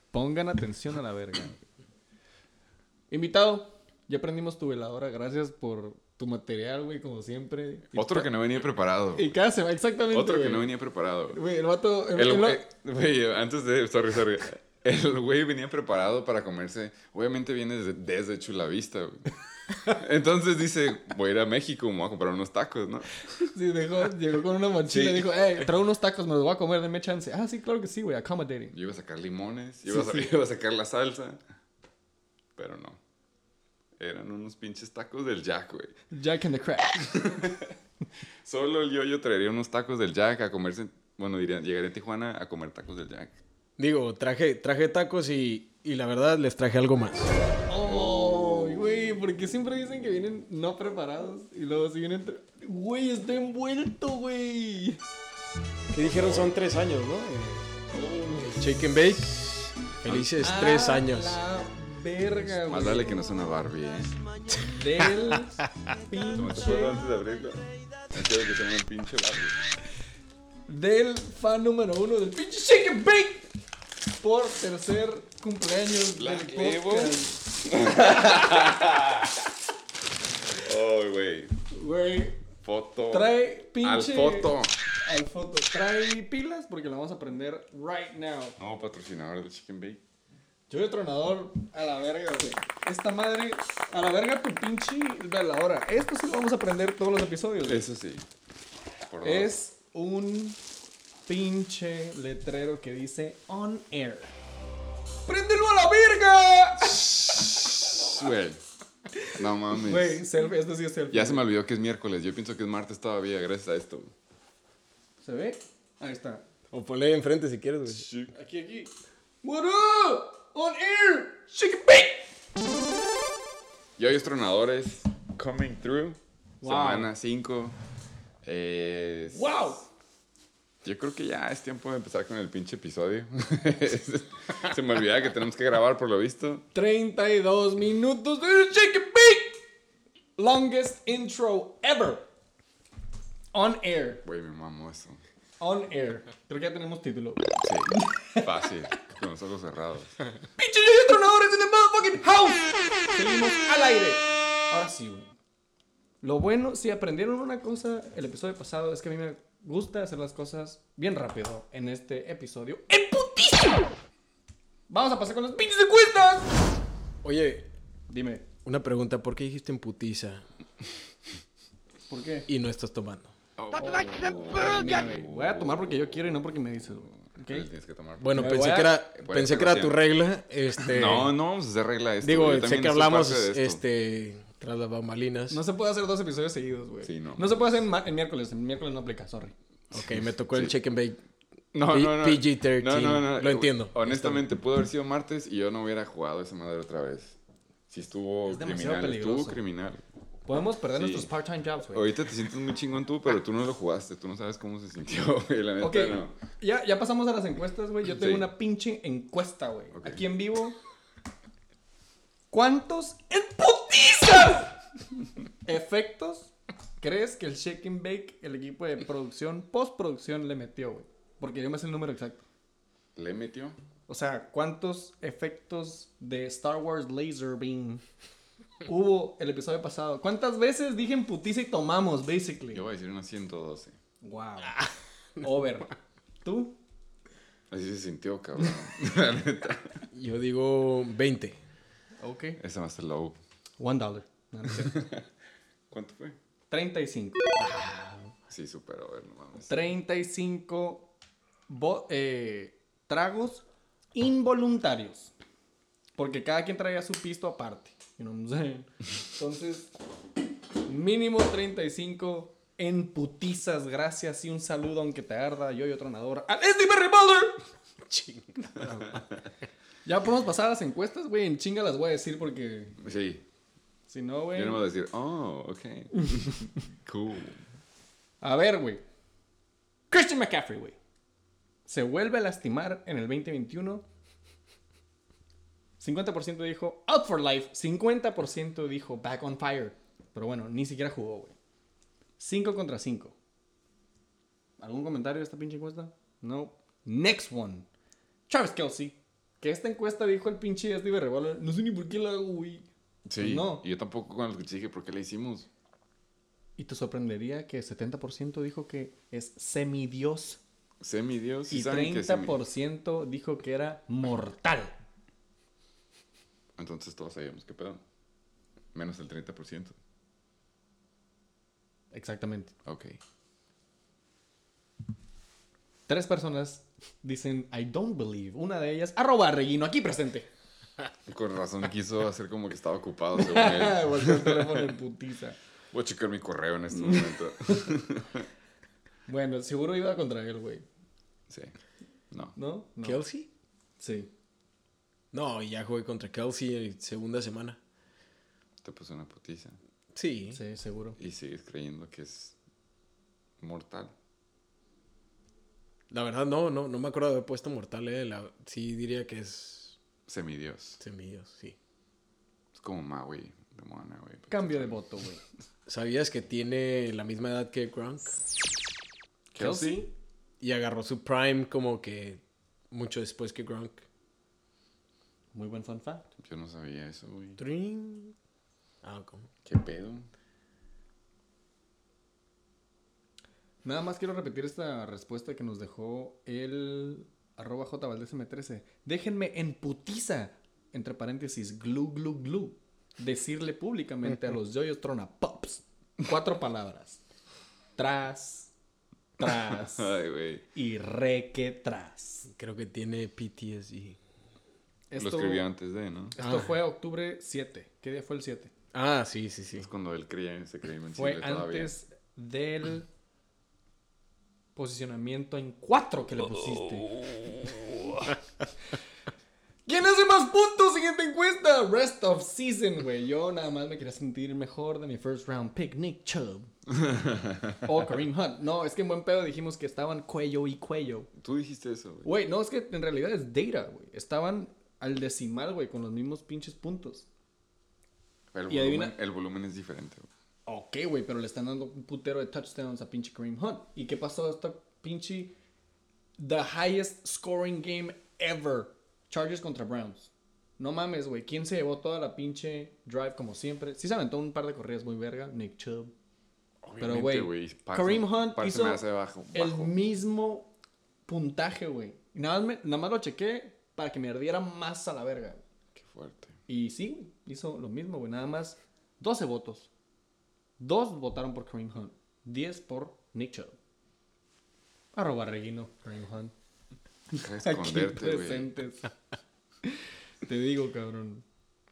Pongan atención a la verga. Invitado, ya aprendimos tu veladora. Gracias por tu material, güey, como siempre. Otro que no venía preparado. Y cada semana, exactamente. Otro que güey. no venía preparado. Güey, el vato. Güey, antes de... Sorry. El güey venía preparado para comerse... Obviamente viene desde Chulavista, güey. Entonces dice, voy a ir a México, me voy a comprar unos tacos, ¿no? Sí, llegó con una mochila Sí. y dijo, trae unos tacos, me los voy a comer, denme chance. Ah, sí, claro que sí, güey, accommodating. Yo iba a sacar limones, Sí, iba a sacar la salsa. Pero no. Eran unos pinches tacos del Jack, güey. Jack and the Crack. Solo el yo traería unos tacos del Jack a comerse... Bueno, llegaría a Tijuana a comer tacos del Jack. Digo, traje tacos y la verdad les traje algo más. Oh, güey, porque siempre dicen que vienen no preparados y luego si vienen... Güey, está envuelto, güey. ¿Qué dijeron? Son 3 años, ¿no? Shake and Bake. Felices 3 años. La verga, güey. Más vale que no sea una Barbie, Del ¿Cómo te pinche... acuerdas antes de abrirlo? No quiero que sea una pinche Barbie. Del fan número 1 del pinche Shake and Bake. Por tercer cumpleaños Black del Label. podcast. Oh, güey. Güey, Foto. trae pinche... Al foto. Trae pilas porque la vamos a prender right now. No, patrocinador de Chicken Bake. Yo de tronador a la verga, güey. Esta madre, a la verga tu pinche veladora. Esto sí lo vamos a prender todos los episodios, güey. Eso sí. Por dos. Es un pinche letrero que dice on air. ¡Préndelo a la verga! Güey. No mames. Güey, selfie, esto sí es selfie. Ya se me olvidó que es miércoles. Yo pienso que es martes todavía, gracias a esto. ¿Se ve? Ahí está. O ponle ahí enfrente si quieres, güey. Aquí. What up? On air. Shake it bake. Y hoy tronadores coming through. Wow. Semana 5. Wow. Yo creo que ya es tiempo de empezar con el pinche episodio. Se me olvidaba que tenemos que grabar por lo visto. 32 minutos de Shake it bake. Longest intro ever. On air. Güey, me mamo eso. On air. Creo que ya tenemos título. Sí, fácil, con los ojos cerrados. ¡Pinche yo tronadores in the motherfucking house! Seguimos al aire. Ahora sí, güey. Lo bueno, si aprendieron una cosa el episodio pasado, es que a mí me gusta hacer las cosas bien rápido en este episodio. ¡En putiza! Vamos a pasar con las pinches encuestas. Oye, Dime, una pregunta. ¿Por qué dijiste en putiza ¿por qué? y no estás tomando? Mira, güey, voy a tomar porque yo quiero y no porque me dices, güey. Pero ¿Ok? tienes que tomar. Bueno, Me pensé voy a- que era, Por pensé eso que era lo tu siento. regla. No, no vamos a hacer regla de esto. Digo, yo sé también que soy hablamos parte de esto. tras las bambalinas. No se puede hacer 2 episodios seguidos, güey. Sí, no. No se puede hacer en miércoles. En miércoles no aplica, sorry. Ok, me tocó el Sí. Shake and Bake. No, no, no. PG-13. No. Lo entiendo. Honestamente, pudo haber sido martes y yo no hubiera jugado esa madre otra vez. Si estuvo Es demasiado criminal, peligroso. estuvo criminal. Podemos perder Sí. nuestros part-time jobs, güey. Ahorita te sientes muy chingón tú, pero tú no lo jugaste. Tú no sabes cómo se sintió, güey. La neta, Ok, no. ya pasamos a las encuestas, güey. Yo tengo Sí. una pinche encuesta, güey. Ok. Aquí en vivo. ¿Cuántos en putizas efectos crees que el Shake and Bake, el equipo de producción, postproducción, le metió, güey? Porque yo me sé el número exacto. ¿Le metió? O sea, ¿cuántos efectos de Star Wars Laser Beam hubo el episodio pasado? ¿Cuántas veces dije en putiza y tomamos, basically? Yo voy a decir unas 112. Wow. Over. ¿Tú? Así se sintió, cabrón. La neta. Yo digo 20. Ok. Ese va a ser low. $1. No, no es cierto. ¿Cuánto fue? 35. Sí, superó, a ver, no mames. 35 tragos involuntarios. Porque cada quien traía su pisto aparte. You know what I'm saying? Entonces, mínimo 35 en putizas. Gracias y un saludo, aunque te arda. Yo y otro nadador. ¡Al Steve Barry Butler! Ya podemos pasar a las encuestas, güey. En chinga las voy a decir porque Sí. si no, güey. Yo no voy a decir, oh, ok. Cool. A ver, güey. Christian McCaffrey, güey. Se vuelve a lastimar en el 2021. 50% dijo out for life. 50% dijo back on fire. Pero bueno, ni siquiera jugó, güey. 5 contra 5. ¿Algún comentario de esta pinche encuesta? No. Next one. Travis Kelce. Que esta encuesta dijo el pinche Steve Revolver. No sé ni por qué la hago, güey. Sí, No. y yo tampoco cuando lo escuché dije, ¿por qué la hicimos? Y te sorprendería que 70% dijo que es semidios. Semidios. Y ¿saben qué es 30% dijo que era mortal. Entonces todos sabíamos qué pedo. Menos el 30%. Exactamente. Ok. 3 personas dicen I don't believe. Una de ellas, @Reguino, aquí presente. Con razón quiso hacer como que estaba ocupado, según él. Volvió el teléfono en putiza. Voy a checar mi correo en este momento. Bueno, seguro iba contra él, güey. Sí. No. ¿No? No. ¿Kelsey? Sí. No, ya jugué contra Kelsey en segunda semana. Te puso una putiza. Sí. Sí, seguro. Y sigues creyendo que es mortal. La verdad, no me acuerdo de haber puesto mortal, sí diría que es Semidios. semidios, sí. Es como Maui de Moana, güey. Cambio de voto, güey. ¿Sabías que tiene la misma edad que Gronk? ¿Kelsey? Y agarró su prime como que mucho después que Gronk. Muy buen fun fact. Yo no sabía eso, güey. Trin. Ah, ¿cómo? ¿Qué pedo? Nada más quiero repetir esta respuesta que nos dejó el @JValdezM13. Déjenme en putiza, entre paréntesis, glu, decirle públicamente a los Yoyos Trona Pops 4 palabras. Tras, Ay, güey. y reque tras. Creo que tiene PTSD. Lo escribió antes de, ¿no? Esto fue octubre 7. ¿Qué día fue el 7? Ah, sí. Es cuando él se creía invencible Fue todavía. antes del posicionamiento en 4 que le pusiste. ¿Quién hace más puntos? Siguiente encuesta. Rest of season, güey. Yo nada más me quería sentir mejor de mi first round pick, Nick Chubb. O Kareem Hunt. No, es que en buen pedo dijimos que estaban cuello y cuello. Tú dijiste eso, güey. Güey, no, es que en realidad es data, güey. Estaban al decimal, güey, con los mismos pinches puntos. Pero Y adivina- el volumen es diferente, güey. Ok, güey, pero le están dando un putero de touchdowns a pinche Kareem Hunt. ¿Y qué pasó esta pinche... The highest scoring game ever. Chargers contra Browns. No mames, güey. ¿Quién se llevó toda la pinche drive como siempre? Sí se aventó un par de corridas muy verga. Nick Chubb. Pero, Obviamente, güey, Parsons- Kareem Hunt Parsons hizo me hace bajo. el mismo puntaje, güey. Nada más lo chequé para que me ardiera más a la verga. Qué fuerte. Y sí, hizo lo mismo, güey. Nada más 12 votos. 2 votaron por Kareem Hunt. 10 por Nick Chubb. @Reguino, Kareem Hunt. Deja de Aquí esconderte, güey. presentes. Te digo, cabrón.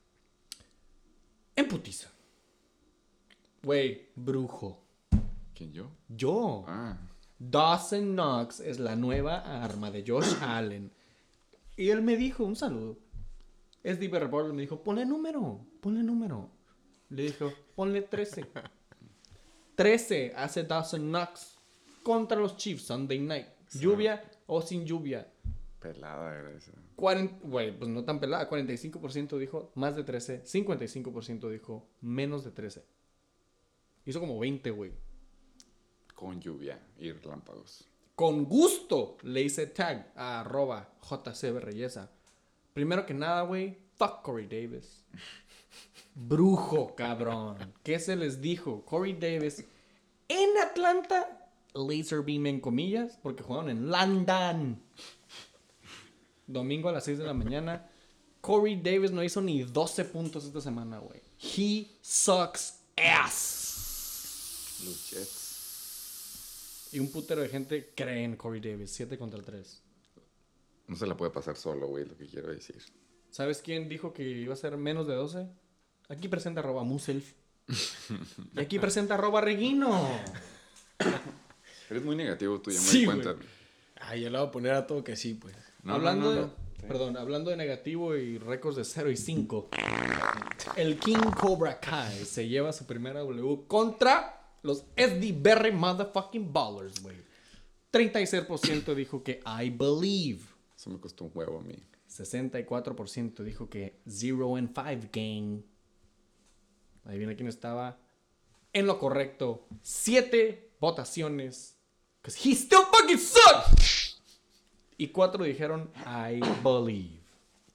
En putiza. Güey, brujo. ¿Quién, yo? Yo. Ah. Dawson Knox es la nueva arma de Josh Allen. Y él me dijo, un saludo. Steve Reporter me dijo, ponle número. Le dijo, ponle 13. 13 hace Dawson Knox contra los Chiefs Sunday night. Lluvia o sin lluvia. Pelada era esa. Güey, pues no tan pelada. 45% dijo más de 13. 55% dijo menos de 13. Hizo como 20, güey. Con lluvia y relámpagos. Con gusto le hice tag a @JCBRelleza. Primero que nada, güey, fuck Corey Davis. Brujo, cabrón. ¿Qué se les dijo? Corey Davis en Atlanta, laser beam en comillas, porque jugaron en London. Domingo a las 6 de la mañana. Corey Davis no hizo ni 12 puntos esta semana, güey. He sucks ass. Los Jets. Y un putero de gente cree en Corey Davis. 7-3. No se la puede pasar solo, güey, lo que quiero decir. ¿Sabes quién dijo que iba a ser menos de 12? Aquí presenta @Muself. Y aquí presenta @Reguino. Eres muy negativo tú, ya me Sí, di cuenta. güey. Ay, yo le voy a poner a todo que sí, pues. No, hablando no. de... Perdón, hablando de negativo y récords de 0 y 5. El King Cobra Kai se lleva su primera W contra los SD Berry Motherfucking Ballers, güey. 36% dijo que I believe. Eso me costó un huevo a mí. 64% dijo que 0-5 gang. Adivina quién estaba en lo correcto. 7 votaciones. Because he still fucking sucks. Y 4 dijeron I believe.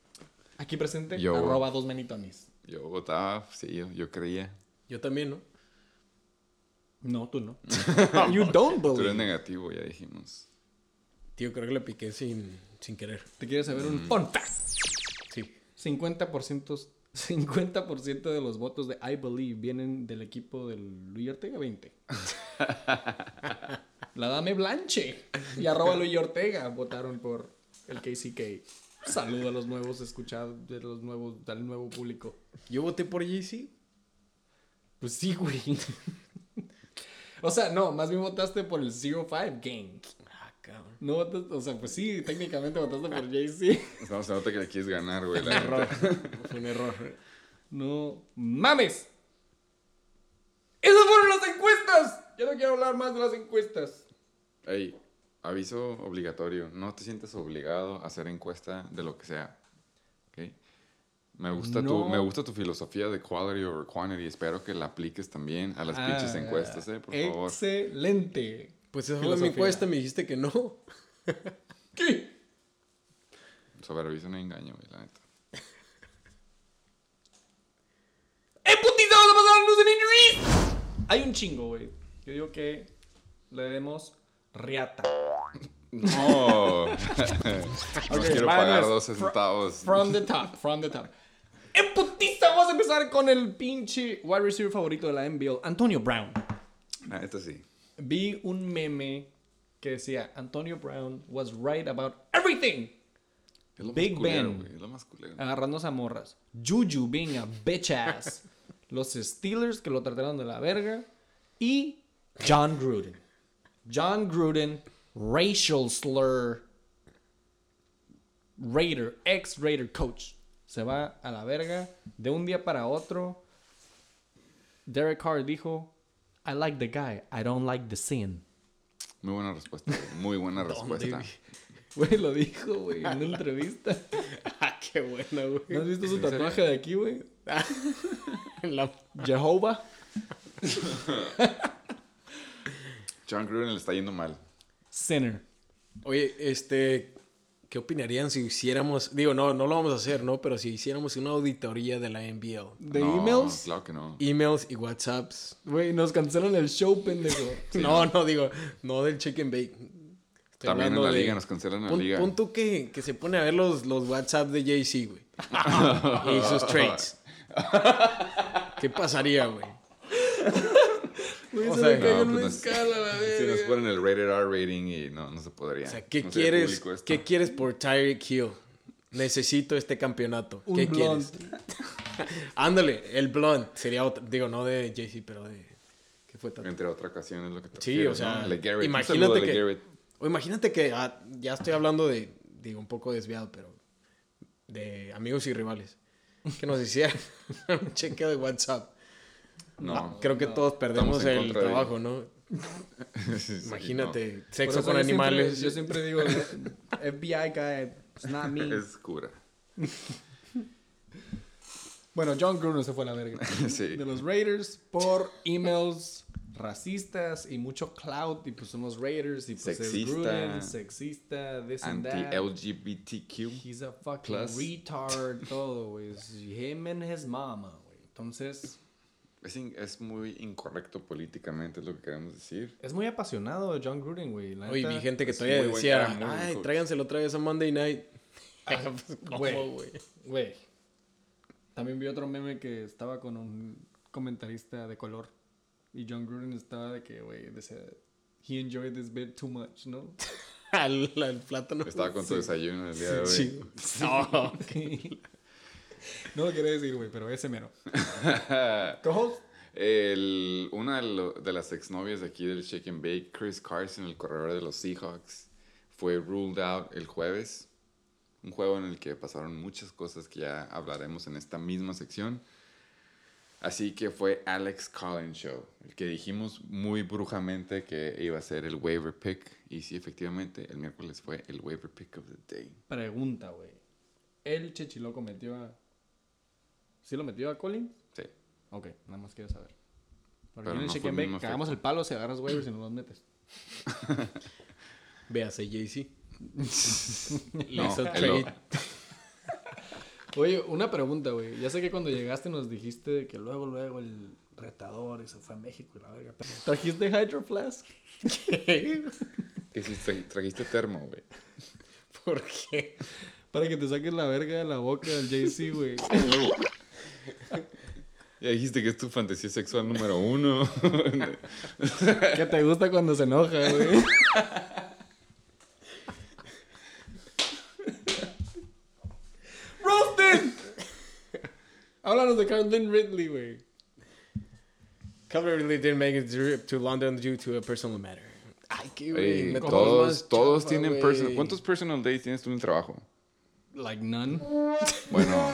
Aquí presente, Yo- @2menitonis. Yo votaba, sí, yo creía. Yo también, ¿no? No, tú no. You don't Tú eres believe. negativo, ya dijimos. Tío, creo que le piqué sin querer. ¿Te quieres saber un fun fact? Sí. 50% de los votos de I Believe vienen del equipo del Luis Ortega 20. La Dame Blanche y @Luis Ortega votaron por el KCK. Saludo a los nuevos escuchados, al nuevo público. Yo voté por Jay-Z. Pues sí, güey. O sea, no, más bien votaste por el 05 Gang. Ah, cabrón. No votaste, o sea, pues sí, técnicamente votaste por Jay-Z. No, se nota que le quieres ganar, güey. La Error. neta. Fue un error. No mames. ¡Esas fueron las encuestas! Ya no quiero hablar más de las encuestas. Ey, aviso obligatorio. No te sientas obligado a hacer encuesta de lo que sea. ¿Ok? Me gusta tu filosofía de quality over quantity. Espero que la apliques también a las pinches encuestas, por favor. Excelente. Pues esa fue mi Filosofía. encuesta, me dijiste que no. ¿Qué? Sobreaviso no engaño, güey, la neta. ¡En putiza vamos a pasar a los injuries! Hay un chingo, güey. Yo digo que le demos riata. No. No Ok, quiero va, pagar no es 12 centavos. From the top. ¡En putiza vamos a empezar con el pinche wide receiver favorito de la NBL, Antonio Brown! La neta sí. Vi un meme que decía Antonio Brown was right about everything. Es lo Big más culero, Ben. güey, es lo más culero. Agarrándose a morras. Juju being a bitch ass. Los Steelers que lo trataron de la verga. Y John Gruden. John Gruden, racial slur. Raider, ex-Raider coach. Se va a la verga de un día para otro. Derek Carr dijo, I like the guy, I don't like the sin. Muy buena respuesta, güey, muy buena respuesta. Güey, lo dijo, güey, en una entrevista. Ah, qué buena, güey. ¿No has visto su tatuaje de aquí, güey? La- Jehová. John Gruden le está yendo mal. Sinner. Oye, ¿qué opinarían si hiciéramos, digo, no lo vamos a hacer, ¿no? Pero si hiciéramos una auditoría de la NBL. ¿De No, emails? Claro que no. Emails y WhatsApps. Güey, nos cancelan el show, pendejo. No, digo, no del chicken bake. Estoy También en hablando la de- liga, nos cancelan en la Pon, liga. pon tú que se pone a ver los WhatsApp de Jay-Z, güey. Y sus trades. ¿Qué pasaría, güey? Güey, O se sea, me cayó no, en una pues, escala, la Si nos verga. ponen el rated R rating y no se podría. O sea, ¿qué No sería quieres, público esto. ¿qué quieres por Tyreek Hill? Necesito este campeonato. Un ¿Qué blunt. quieres? Ándale, el blunt. Sería otro, digo, no de Jay-Z, pero de... ¿Qué fue tanto? Entre otras ocasiones lo que te Sí, refieres, o sea, ¿no? LeGarrette. imagínate Un saludo a que- LeGarrette. O imagínate que, ya estoy hablando de, digo, un poco desviado, pero de amigos y rivales. Que nos hicieran un chequeo de WhatsApp. No. Creo que todos perdemos Estamos en el contra de trabajo, ¿no? Sí, Imagínate, Por sexo eso con yo animales. Siempre, yo siempre digo, FBI guy, it's not me. no. Es cura. Bueno, John Gruden se fue a la verga. Sí. De los Raiders por emails racistas y mucho clout. Y pues somos Raiders y pues Sexista. es Gruden, sexista, this and that. Anti-LGBTQ. He's a fucking Plus. retard, todo, güey. Es him and his mama, güey. Entonces, Es muy incorrecto políticamente, es lo que queremos decir. es muy apasionado John Gruden, güey. La Oye, neta, vi gente que es todavía muy buen decía, cara, muy buen ay, coach". tráiganselo otra vez a Monday Night. Pues, ¿cómo, Güey. güey? Güey. También vi otro meme que estaba con un comentarista de color. Y John Gruden estaba de que, güey, decía, he enjoyed this bit too much, ¿no? Al plátano. Estaba con tu desayuno el día de hoy. Sí. No. No lo quería decir, güey, pero ese mero. ¿Cojos? Una de las exnovias de aquí del Shake and Bake, Chris Carson, el corredor de los Seahawks, fue ruled out el jueves. Un juego en el que pasaron muchas cosas que ya hablaremos en esta misma sección. Así que fue Alex Collins Show, el que dijimos muy brujamente que iba a ser el waiver pick. Y sí, efectivamente, el miércoles fue el waiver pick of the day. Pregunta, güey. ¿El Chechiloco metió a... ¿Sí lo metió a Collins? Sí. Ok, nada más quiero saber. Porque Pero en el no Shake fue and el Bake mismo cagamos efecto. el palo si agarras waivers y no los metes. Véase, Jay-Z. Le No, hizo el- trade. Oye, una pregunta, güey. Ya sé que cuando llegaste nos dijiste que luego el retador y se fue a México y la verga. ¿Trajiste Hydro Flask? Que si trajiste termo, güey. ¿Por qué? Para que te saques la verga de la boca del JC, güey. Ya dijiste que es tu fantasía sexual número 1. Que te gusta cuando se enoja, güey. ¡Roasted! Háblanos de Calvin Ridley, güey. Calvin Ridley didn't make his trip to London due to a personal matter. Ay, qué güey. Ey, me todos tomas tienen güey. personal. ¿Cuántos personal days tienes tú en el trabajo? Like none. Bueno.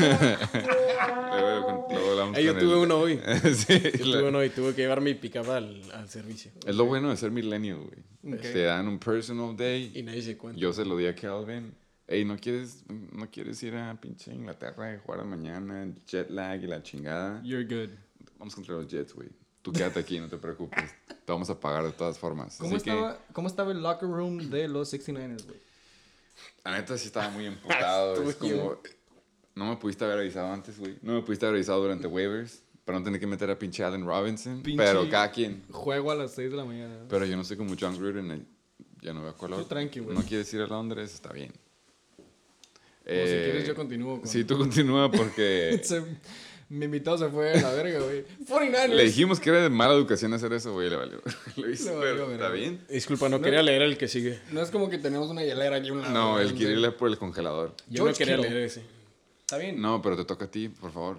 luego hablamos Yo con tuve el- uno hoy. Sí, Yo tuve uno y tuve que llevar mi pick-up al servicio. es lo bueno de ser millennial, güey. Ok. Te dan un personal day. Y nadie se cuenta. Yo se lo di a Calvin. Ey, ¿no quieres ir a pinche Inglaterra y jugar mañana? Jet lag y la chingada. You're good. Vamos contra los Jets, güey. Tú quédate aquí, no te preocupes. Te vamos a pagar de todas formas. ¿Cómo Así ¿Cómo estaba el locker room de los 69ers, güey? la neta sí estaba muy emputado. Es como... No me pudiste haber avisado antes, güey. No me pudiste haber avisado durante waivers. Para no tener que meter a pinche Allen Robinson. Pinche- Pero cada quien. Juego a las 6 de la mañana. Pero yo no sé cómo John Gruden. Ya no veo color. Tú tranqui, güey. No quieres ir a Londres, está bien. O si quieres yo continúo con... Sí, tú continúa porque... Mi invitado se fue a la verga, güey. 49ers. Le dijimos que era de mala educación hacer eso, güey. Le valió. Lo hizo, Le valió pero verga. ¿está bien? Disculpa, no quería leer el que sigue. No es como que tenemos una hielera aquí a un lado. No, güey. él quiere irle por el congelador. Yo no George quería Kittle. leer ese. Está bien. No, pero te toca a ti, por favor.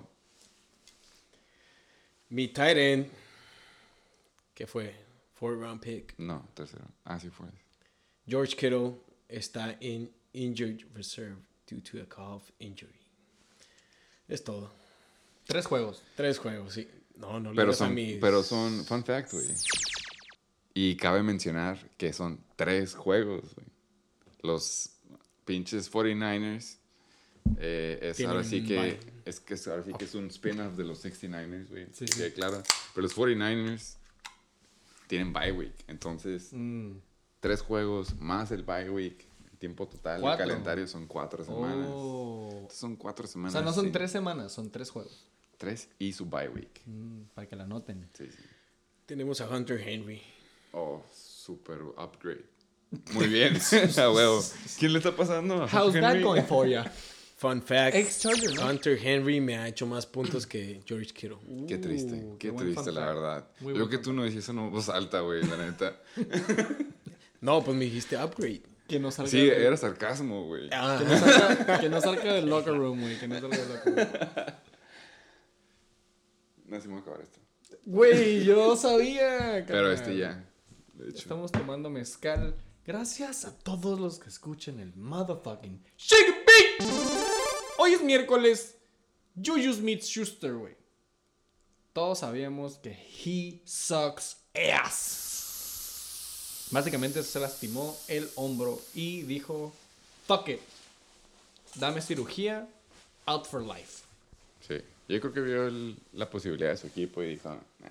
Mi tight end, ¿qué fue? 4th round pick. No, tercero. Ah, sí fue. George Kittle está en injured reserve due to a calf injury. Es todo. 3 juegos. 3 juegos, sí. No Pero leas a son, mis- pero son fun fact, güey. Y cabe mencionar que son 3 juegos, güey. Los pinches 49ers Tienen ahora sí un que bye. ahora sí que es un spin-off de los 69ers, güey. Sí, Sí, sí. claro. Pero los 49ers tienen bye week, entonces 3 juegos más el bye week, el tiempo total, 4. el calendario son 4 semanas. Oh. Entonces son 4 O semanas. sea, no son sí. 3 semanas, son 3 juegos. 3 y su bye week. Para que la noten. Sí, sí. Tenemos a Hunter Henry. Oh, super upgrade. Muy bien. A huevo. ¿Quién le está pasando? How's that Henry? going for ya? Fun fact, Ex-Charger, ¿no? Hunter Henry me ha hecho más puntos que George Kittle. Qué triste, qué qué buen triste, fun la fact. verdad. Muy Yo buen que fun tú no decías eso en voz alta, güey, la neta. No, pues me dijiste upgrade. Que no salga, Sí, era sarcasmo, güey. Ah, que no salga del locker room, güey. Que no salga del locker room. No sé cómo acabar esto. Güey, yo sabía. Pero carnal. este ya, de hecho. Estamos tomando mezcal. Gracias a todos los que escuchan el motherfucking Shake and Bake. Hoy es miércoles. Juju Smith-Schuster, güey. Todos sabíamos que he sucks ass. Básicamente se lastimó el hombro y dijo, fuck it. Dame cirugía, out for life. Sí. Yo creo que vio la posibilidad de su equipo y dijo, nah,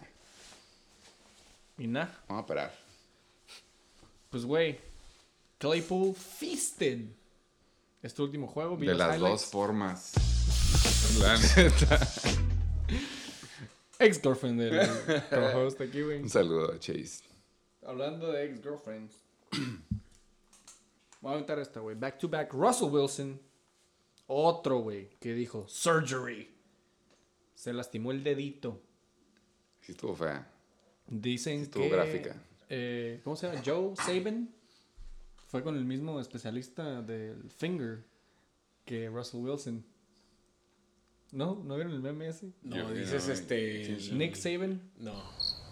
Y nada. vamos a parar. Pues, güey, Claypool feasted. Este último juego. vi De los las highlights. dos formas. La neta. Ex-girlfriend del co-host aquí, güey. Un saludo a Chase. Hablando de ex-girlfriends. Voy a aventar esta, güey. Back to back. Russell Wilson. Otro, güey, que dijo surgery. Se lastimó el dedito. Sí estuvo fea. Dicen Estuvo que... gráfica. ¿Cómo se llama? Joe Saban. Fue con el mismo especialista del finger que Russell Wilson. ¿No? ¿No vieron el meme ese? no, Yo- dices no, este... sí. Nick Saban. No.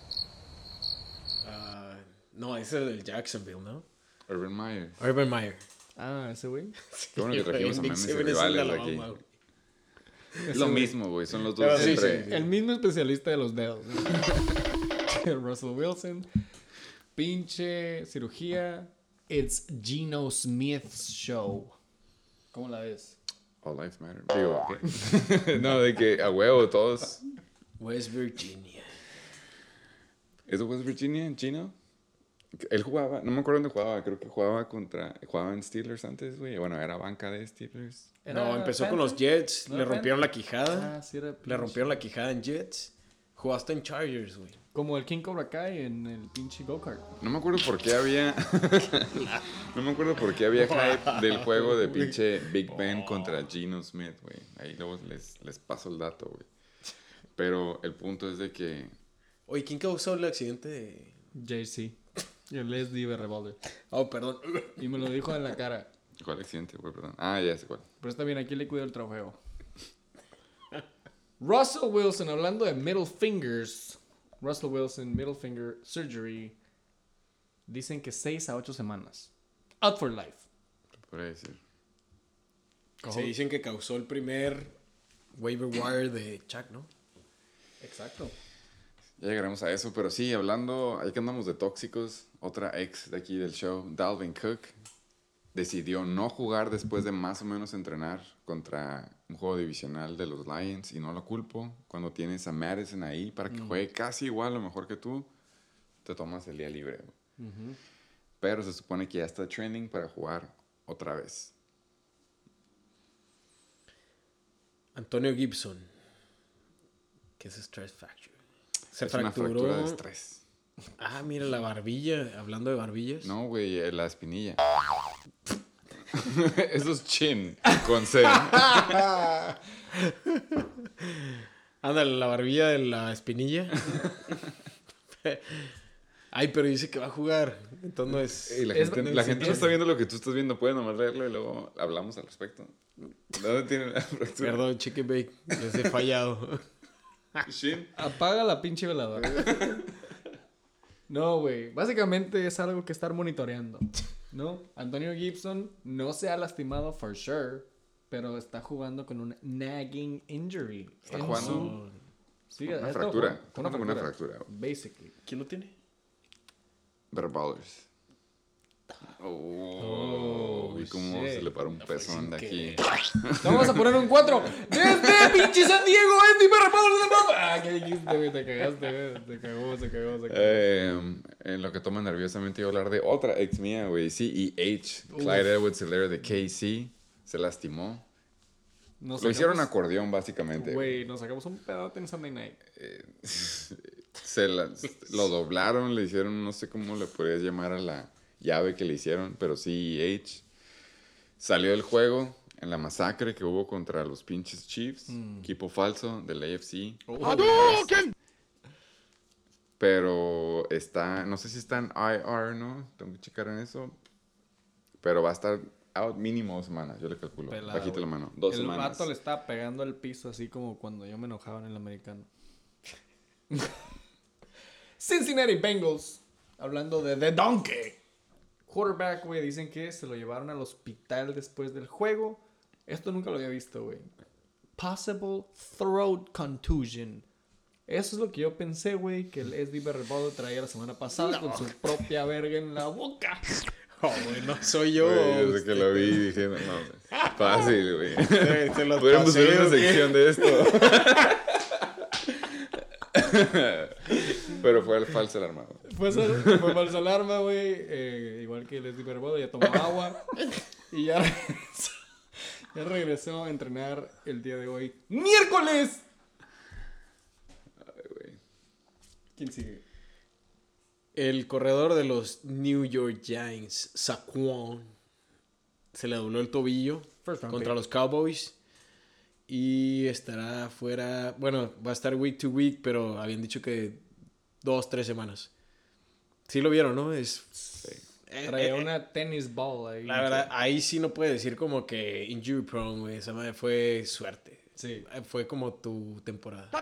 No, ese es el Jacksonville, ¿no? Urban Meyer. Urban Meyer. Ah, ese güey. Qué bueno que trajimos a Nick memes y Saban es el de rivales Alabama, aquí. güey. Es lo mismo, güey. Son los dos Pero sí, siempre. sí. El mismo especialista de los dedos. Russell Wilson. Pinche cirugía. It's Geno Smith's show. ¿Cómo la ves? All lives matter. Digo, ¿qué? No, de que a huevo todos. West Virginia. ¿Es de West Virginia, Gino? Él jugaba, no me acuerdo dónde jugaba, creo que jugaba en Steelers antes, güey. Bueno, era banca de Steelers. No, empezó con los Jets, le rompieron la quijada. Sí era Le rompieron la quijada en Jets. Jugó hasta en Chargers, güey. como el King Cobra Kai en el pinche go-kart. No me acuerdo por qué había. No me acuerdo por qué había hype del juego de pinche Big Ben contra Geno Smith, güey. Ahí luego les paso el dato, güey. Pero el punto es de que. Oye, ¿quién causó el accidente de...? JC. Y el Leslie Revolver. Oh, perdón. Y me lo dijo en la cara. ¿Cuál accidente, güey? Perdón. Ah, ya sé cuál. Pero está bien, aquí le cuido el trofeo. Russell Wilson, hablando de middle fingers. Russell Wilson, middle finger surgery. Dicen que 6 a 8 semanas. Out for life. Podría decir. Se dicen que causó el primer waiver wire de Chuck, ¿no? Exacto. Ya llegaremos a eso, pero sí, hablando, ahí que andamos de tóxicos, otra ex de aquí del show, Dalvin Cook, decidió no jugar después de más o menos entrenar contra un juego divisional de los Lions, y no lo culpo. Cuando tienes a Madison ahí para que juegue casi igual o mejor que tú, te tomas el día libre. Pero se supone que ya está training para jugar otra vez. Antonio Gibson. ¿Qué es stress fracture? Se Es una fracturó. fractura de estrés. Ah, mira, la barbilla. Hablando de barbillas. No, güey, la espinilla. Eso es chin con C. Ándale, la barbilla de la espinilla. Ay, pero dice que va a jugar. Entonces no es... Y la gente no está viendo lo que tú estás viendo. Pueden nomás leerlo y luego hablamos al respecto. ¿Dónde tiene la fractura? Perdón, Chicken Bake. Les he fallado. Shin. Apaga la pinche veladora. No, güey. Básicamente es algo que estar monitoreando. ¿No? Antonio Gibson no se ha lastimado for sure, pero está jugando con un nagging injury. Está jugando. Sí, Una fractura. Una fractura. Basically. ¿Quién lo tiene? Verballers. Y cómo shit. se le para un pezón de aquí. Vamos a poner un 4. ¡Desde pinche San Diego! ¡Es mi perro! ¡Ah, qué dijiste, güey! Te cagaste, güey. Se cagó. En lo que toma nerviosamente iba a hablar de otra ex mía, güey. CEH. Clyde Edwards-Helaire de KC. Se lastimó. Lo hicieron acordeón, básicamente. Güey, nos sacamos un pedote en Sunday Night. Lo doblaron, le hicieron, no sé cómo le podrías llamar a la llave que le hicieron, pero CEH salió del juego en la masacre que hubo contra los pinches Chiefs, equipo falso del AFC. Pero está, no sé si está en IR, ¿no? Tengo que checar en eso. Pero va a estar out mínimo 2 semanas, yo le calculo. Pelado, Bajita la mano, 2 el semanas. vato le estaba pegando al piso así como cuando yo me enojaba en el americano. Cincinnati Bengals. Hablando de The Donkey. Quarterback, güey, dicen que se lo llevaron al hospital después del juego. Esto nunca lo había visto, güey. Possible throat contusion. Eso es lo que yo pensé, güey, que el SD Berrebado traía la semana pasada con su propia verga en la boca. Oh, güey, no soy yo. Güey, desde que lo vi dije, no, fácil, güey. Te los Podríamos pasé, hacer una ¿o qué? sección de esto. Pero fue el falso alarma. Fue falsa alarma, güey. Igual que el SD Berrebado, ya tomó agua. Y ya regresó a entrenar el día de hoy. ¡Miércoles! Ay, güey. ¿Quién sigue? El corredor de los New York Giants, Saquon, se le dobló el tobillo First round contra pick. los Cowboys y estará fuera, bueno, va a estar week to week, pero habían dicho que 2-3 semanas. Sí lo vieron, ¿no? Traía una tennis ball ahí. La verdad, ahí sí no puede decir como que injury prone, güey. Esa madre fue suerte. Sí. Fue como tu temporada.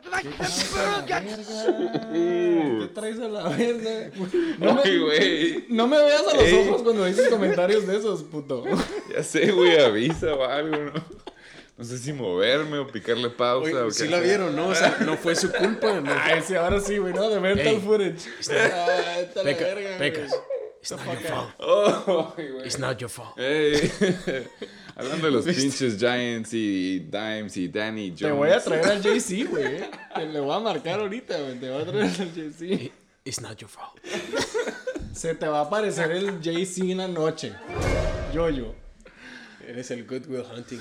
¿Qué traes a la verga? Ay, güey. No me veas a los Ey. ojos cuando dices comentarios de esos, puto. Ya sé, güey, avisa o algo, ¿no? No sé si moverme o picarle pausa Oye, o qué sí la hacer. vieron, ¿no? O sea, no fue su culpa. No Ay, sí, ahora sí, güey, ¿no? De ver Ey. tal footage. Ay, está la verga, güey. Pecas. It's not your fault. Oh, güey. It's not your fault. Ey. Hablando de los pinches Giants y Dimes y Danny Jones. Te voy a traer al JC, güey. Te lo voy a marcar ahorita, güey. Te voy a traer al JC. It's not your fault. Se te va a aparecer el Jay-Z en la noche. Yo. Eres el Good Will Hunting.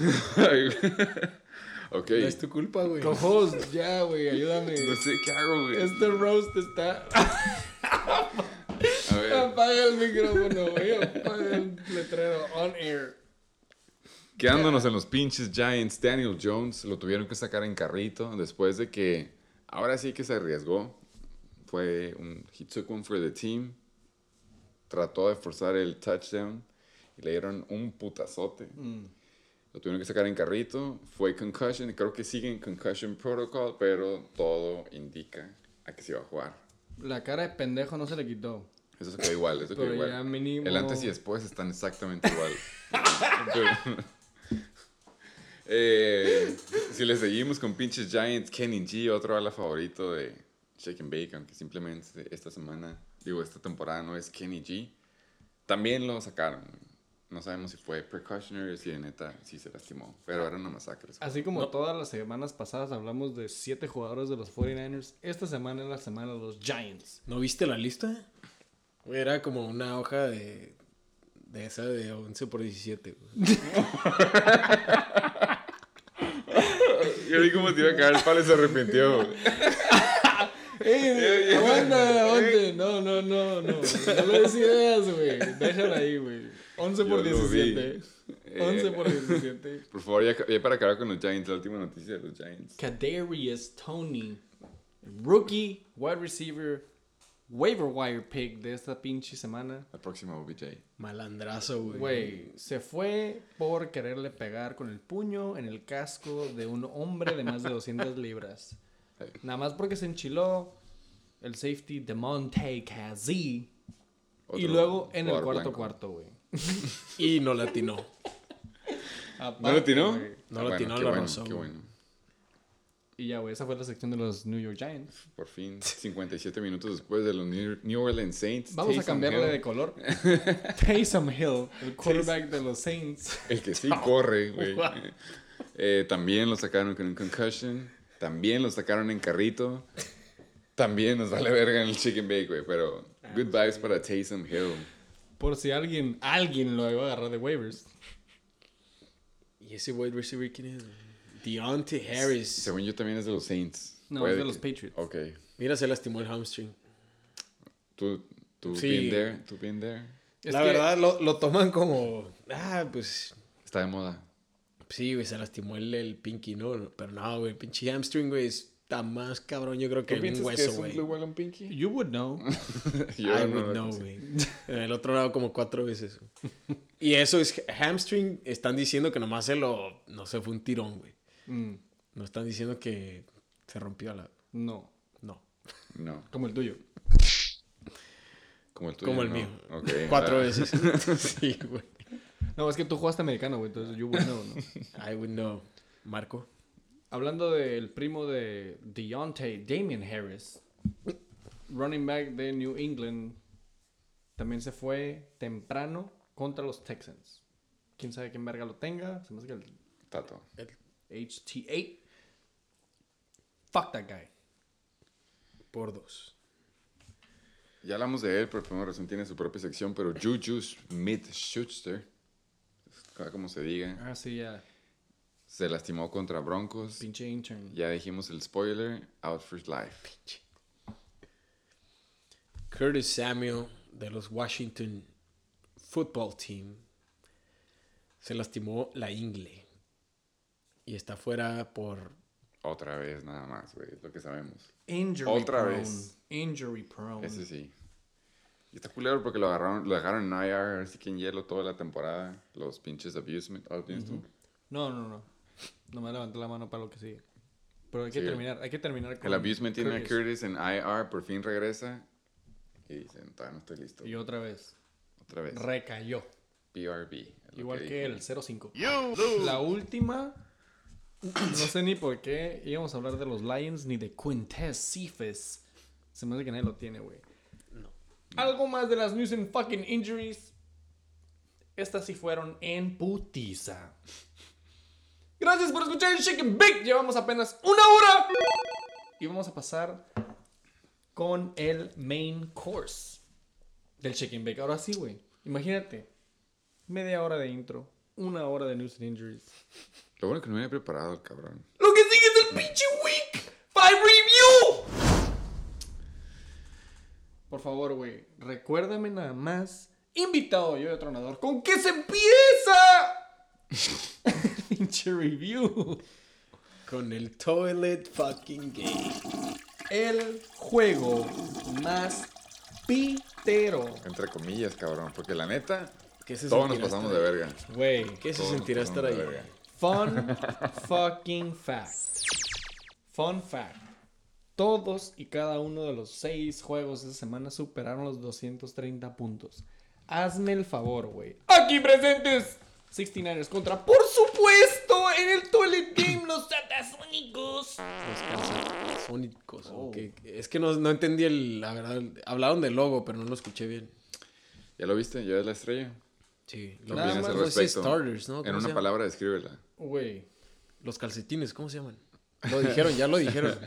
Ok. No es tu culpa, güey. Cojos, ya, güey, ayúdame. No sé qué hago, güey. Este roast está... A ver. Apaga el micrófono, güey. Apaga el letrero. On air. Quedándonos en los pinches Giants, Daniel Jones lo tuvieron que sacar en carrito después de que ahora sí que se arriesgó. Fue he took one for the team. Trató de forzar el touchdown y le dieron un putazote. Lo tuvieron que sacar en carrito. Fue concussion. Creo que sigue en concussion protocol, pero todo indica a que se iba a jugar. La cara de pendejo no se le quitó. Eso se quedó igual. Eso quedó Pero igual. ya mínimo... El antes y después están exactamente igual. Si le seguimos con pinches Giants, Kenny G, otro ala favorito de Shake and Bake, aunque simplemente esta temporada no es Kenny G. También lo sacaron. No sabemos si fue precautionary o si de neta sí se lastimó. Pero era una masacre. Así como todas las semanas pasadas hablamos de 7 jugadores de los 49ers, esta semana es la semana de los Giants. ¿No viste la lista? Güey, era como una hoja de esa de 11x17. Yo vi cómo te iba a caer el palo y se arrepintió. Aguante. No. No le des ideas, güey. Déjala ahí, güey. 11 por Yo lo 17. 11 por 17. Por favor, ya para acabar con los Giants, la última noticia de los Giants. Kadarius Toney, rookie, wide receiver, waiver wire pick de esta pinche semana. La próxima OBJ. Malandrazo, güey. Güey, se fue por quererle pegar con el puño en el casco de un hombre de más de 200 libras. Hey. Nada más porque se enchiló el safety de Monte Kazee. Otro Y luego en el jugador cuarto, blanco. güey. Y no latinó. ¿No lo atinó? güey. No lo atinó, qué lo bueno, rozó, qué güey. bueno. Y ya, güey, esa fue la sección de los New York Giants. Por fin, 57 minutos después de los New Orleans Saints. Vamos a Taysom cambiarle Hill, de color. Taysom Hill, el quarterback de los Saints. el que sí corre, güey. También lo sacaron con un concussion. También lo sacaron en carrito. También nos vale verga en el chicken bake, güey. Pero good vibes para Taysom Hill. Por si alguien lo iba a agarrar de waivers. ¿Y ese wide receiver quién es? Deontay Harris. Según yo también es de los Saints. No, Puede es de que- los Patriots. Ok. Mira, se lastimó el hamstring. ¿Tú Sí. been there? ¿Tú been there? Es La que- verdad lo toman como... pues... Está de moda. Sí, güey, se lastimó el pinky, ¿no? Pero no, güey, el pinche hamstring, güey, está más cabrón, yo creo que ¿Tú un piensas que hueso, es un güey. Blue Whale Pinky? You would know. Yo I no would lo know, consigo. güey. En el otro lado como 4 veces. Y eso es hamstring, están diciendo que nomás no se fue un tirón, güey. No están diciendo que se rompió No, No. No. como el tuyo. Como el tuyo. Como el no. mío. Ok. 4 ah. veces. Sí, güey. No, es que tú jugaste americano, güey, entonces you would know, ¿no? I would know. Marco. Hablando del primo de Deontay, Damian Harris, running back de New England, también se fue temprano contra los Texans. Quién sabe quién verga lo tenga. Se me hace que el Tato. HT8. Fuck that guy. Por 2. Ya hablamos de él, pero por primera razón tiene su propia sección, pero Juju Smith-Schuster, como se diga, Ah, sí, ya. se lastimó contra Broncos. Pinche intern. Ya dijimos el spoiler, out for life. Curtis Samuel de los Washington Football Team se lastimó la ingle y está fuera por... Otra vez nada más, güey, es lo que sabemos. Injury Otra prone. vez. Injury prone. Ese sí. Y está culero porque lo dejaron en IR, así que en hielo toda la temporada. Los pinches abusement. No. Nomás levanté la mano para lo que sigue. Pero hay que Sí. terminar con El abusement tiene a Curtis. Curtis en IR, por fin regresa. Y dicen, todavía no estoy listo. Y otra vez. Otra vez. Recayó. BRB. es lo Igual que dijo. el 05. La última, no sé ni por qué íbamos a hablar de los Lions ni de Quintez Cephas. Se me hace que nadie lo tiene, güey. No. Algo más de las news and fucking injuries. Estas sí fueron en putiza. Gracias por escuchar el Shake and Bake. Llevamos apenas 1 hora. Y vamos a pasar con el main course. del Shake and Bake. Ahora sí, güey. Imagínate. Media hora de intro. 1 hora de News and Injuries. Lo bueno que no me había preparado el cabrón. Lo que sigue es el pinche Week 5 Review. Por favor, güey. Recuérdame nada más. Invitado yo de Tronador. ¿Con qué se empieza? Pinche review. Con el Toilet Fucking Game. El juego más pitero. Entre comillas, cabrón. Porque la neta, ¿Qué se todos nos sentirá pasamos estar de ahí? verga. Güey. ¿Qué se Todos nos sentirá estar pasamos ahí? de verga. Fun fucking fact. Fun fact. Todos y cada uno de los 6 juegos de esta semana superaron los 230 puntos. Hazme el favor, güey. Aquí presentes 69ers contra, por supuesto, en el Toilet Game, los Satasónicos. Los calzasónicos. Oh. Ok. Es que no entendí la verdad. Hablaron del logo, pero no lo escuché bien. ¿Ya lo viste? ¿Ya es la estrella? Sí. ¿Qué Nada opinas más al lo decía respecto? starters, ¿no? En ¿Cómo se una llama? palabra, descríbela. Güey. Los calcetines, ¿cómo se llaman? Lo dijeron, ya lo dijeron.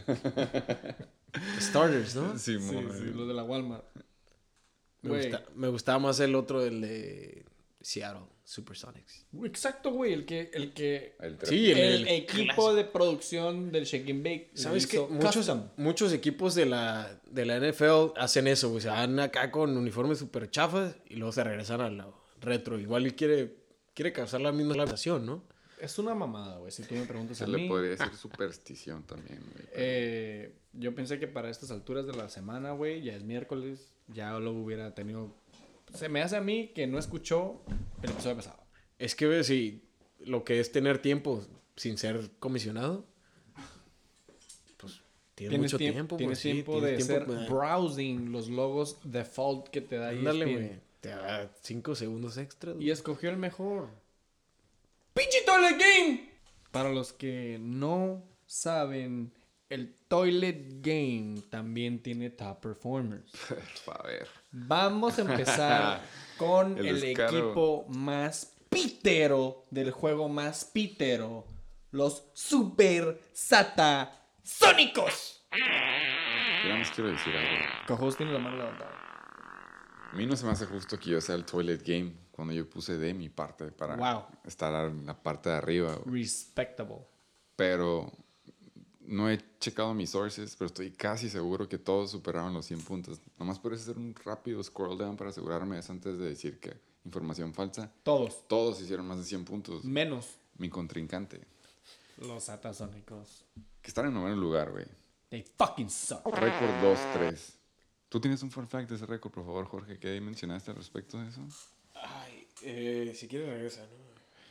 Starters, ¿no? Sí, Sí, los de la Walmart. Güey. Me gustaba más el otro, el de Seattle, Supersonics. Exacto, güey. El que Sí, el equipo de producción del Shake and Bake. ¿Sabes qué? qué? Muchos equipos de la NFL hacen eso, güey. Se van acá con uniformes súper chafas y luego se regresan al retro. Igual y quiere causar la misma sensación, ¿no? Es una mamada, güey. Si tú me preguntas Se a le mí. podría decir superstición también, güey. Yo pensé que para estas alturas de la semana, güey, ya es miércoles, ya lo hubiera tenido. Se me hace a mí que no escuchó el episodio pasado. Es que, güey, si lo que es tener tiempo sin ser comisionado, pues tienes mucho tiempo. Tienes pues, sí, tiempo tienes de tiempo, hacer browsing los logos default que te da Ándale, ESPN. güey. Te da 5 segundos extra. Y escogió el mejor. ¡Pinche Toilet Game! Para los que no saben, el Toilet Game también tiene top performers. A ver. Vamos a empezar con El el descaro. equipo más pitero del juego más pitero. Los Super Satasónicos. Yo nada más quiero decir algo. Cojos tiene la mano levantada. A mí no se me hace justo que yo sea el Toilet Game cuando yo puse de mi parte para Wow. estar en la parte de arriba, güey. Respectable. Pero no he checado mis sources, pero estoy casi seguro que todos superaron los 100 puntos. Nomás puedes hacer un rápido scroll down para asegurarme eso antes de decir que información falsa. Todos. Todos hicieron más de 100 puntos. Menos Mi contrincante. los Satasónicos. Que están en noveno lugar, güey. They fucking suck. Récord 2-3. ¿Tú tienes un fun fact de ese récord, por favor, Jorge? ¿Qué mencionaste al respecto de eso? Ay, si quieres regresa, ¿no?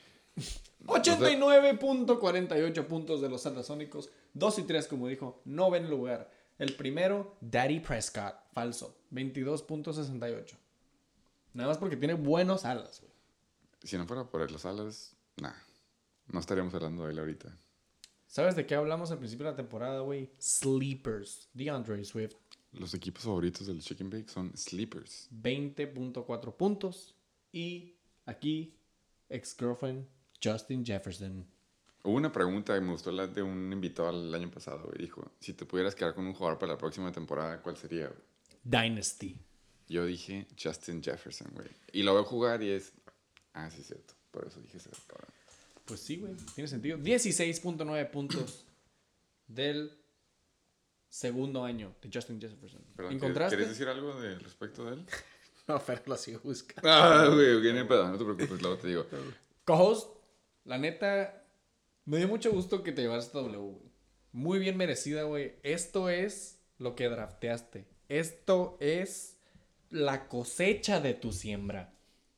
89.48 puntos de los Satasónicos. 2 y 3, como dijo. Noveno lugar. El primero, Daddy Prescott. Falso. 22.68. Nada más porque tiene buenos alas, güey. Si no fuera por los alas, nah. No estaríamos hablando de él ahorita. ¿Sabes de qué hablamos al principio de la temporada, güey? Sleepers. DeAndre Swift. Los equipos favoritos del Chicken Bake son Sleepers. 20.4 puntos. Y aquí, ex-girlfriend, Justin Jefferson. Hubo una pregunta que me gustó la de un invitado el año pasado, güey. Dijo, si te pudieras quedar con un jugador para la próxima temporada, ¿cuál sería, güey? Dynasty. Yo dije Justin Jefferson, güey. Y lo veo jugar y es... Ah, sí, es cierto. Por eso dije eso, cabrón. Pues sí, güey. Tiene sentido. 16.9 puntos del segundo año de Justin Jefferson. Perdón, ¿Encontraste? ¿Quieres decir algo respecto de él? No, pero lo sigo buscando. Ah, güey, ok, no hay pedo. No te preocupes, luego te digo. Co-host, la neta, me dio mucho gusto que te llevaras esta W, güey. Muy bien merecida, güey. Esto es lo que drafteaste. Esto es la cosecha de tu siembra.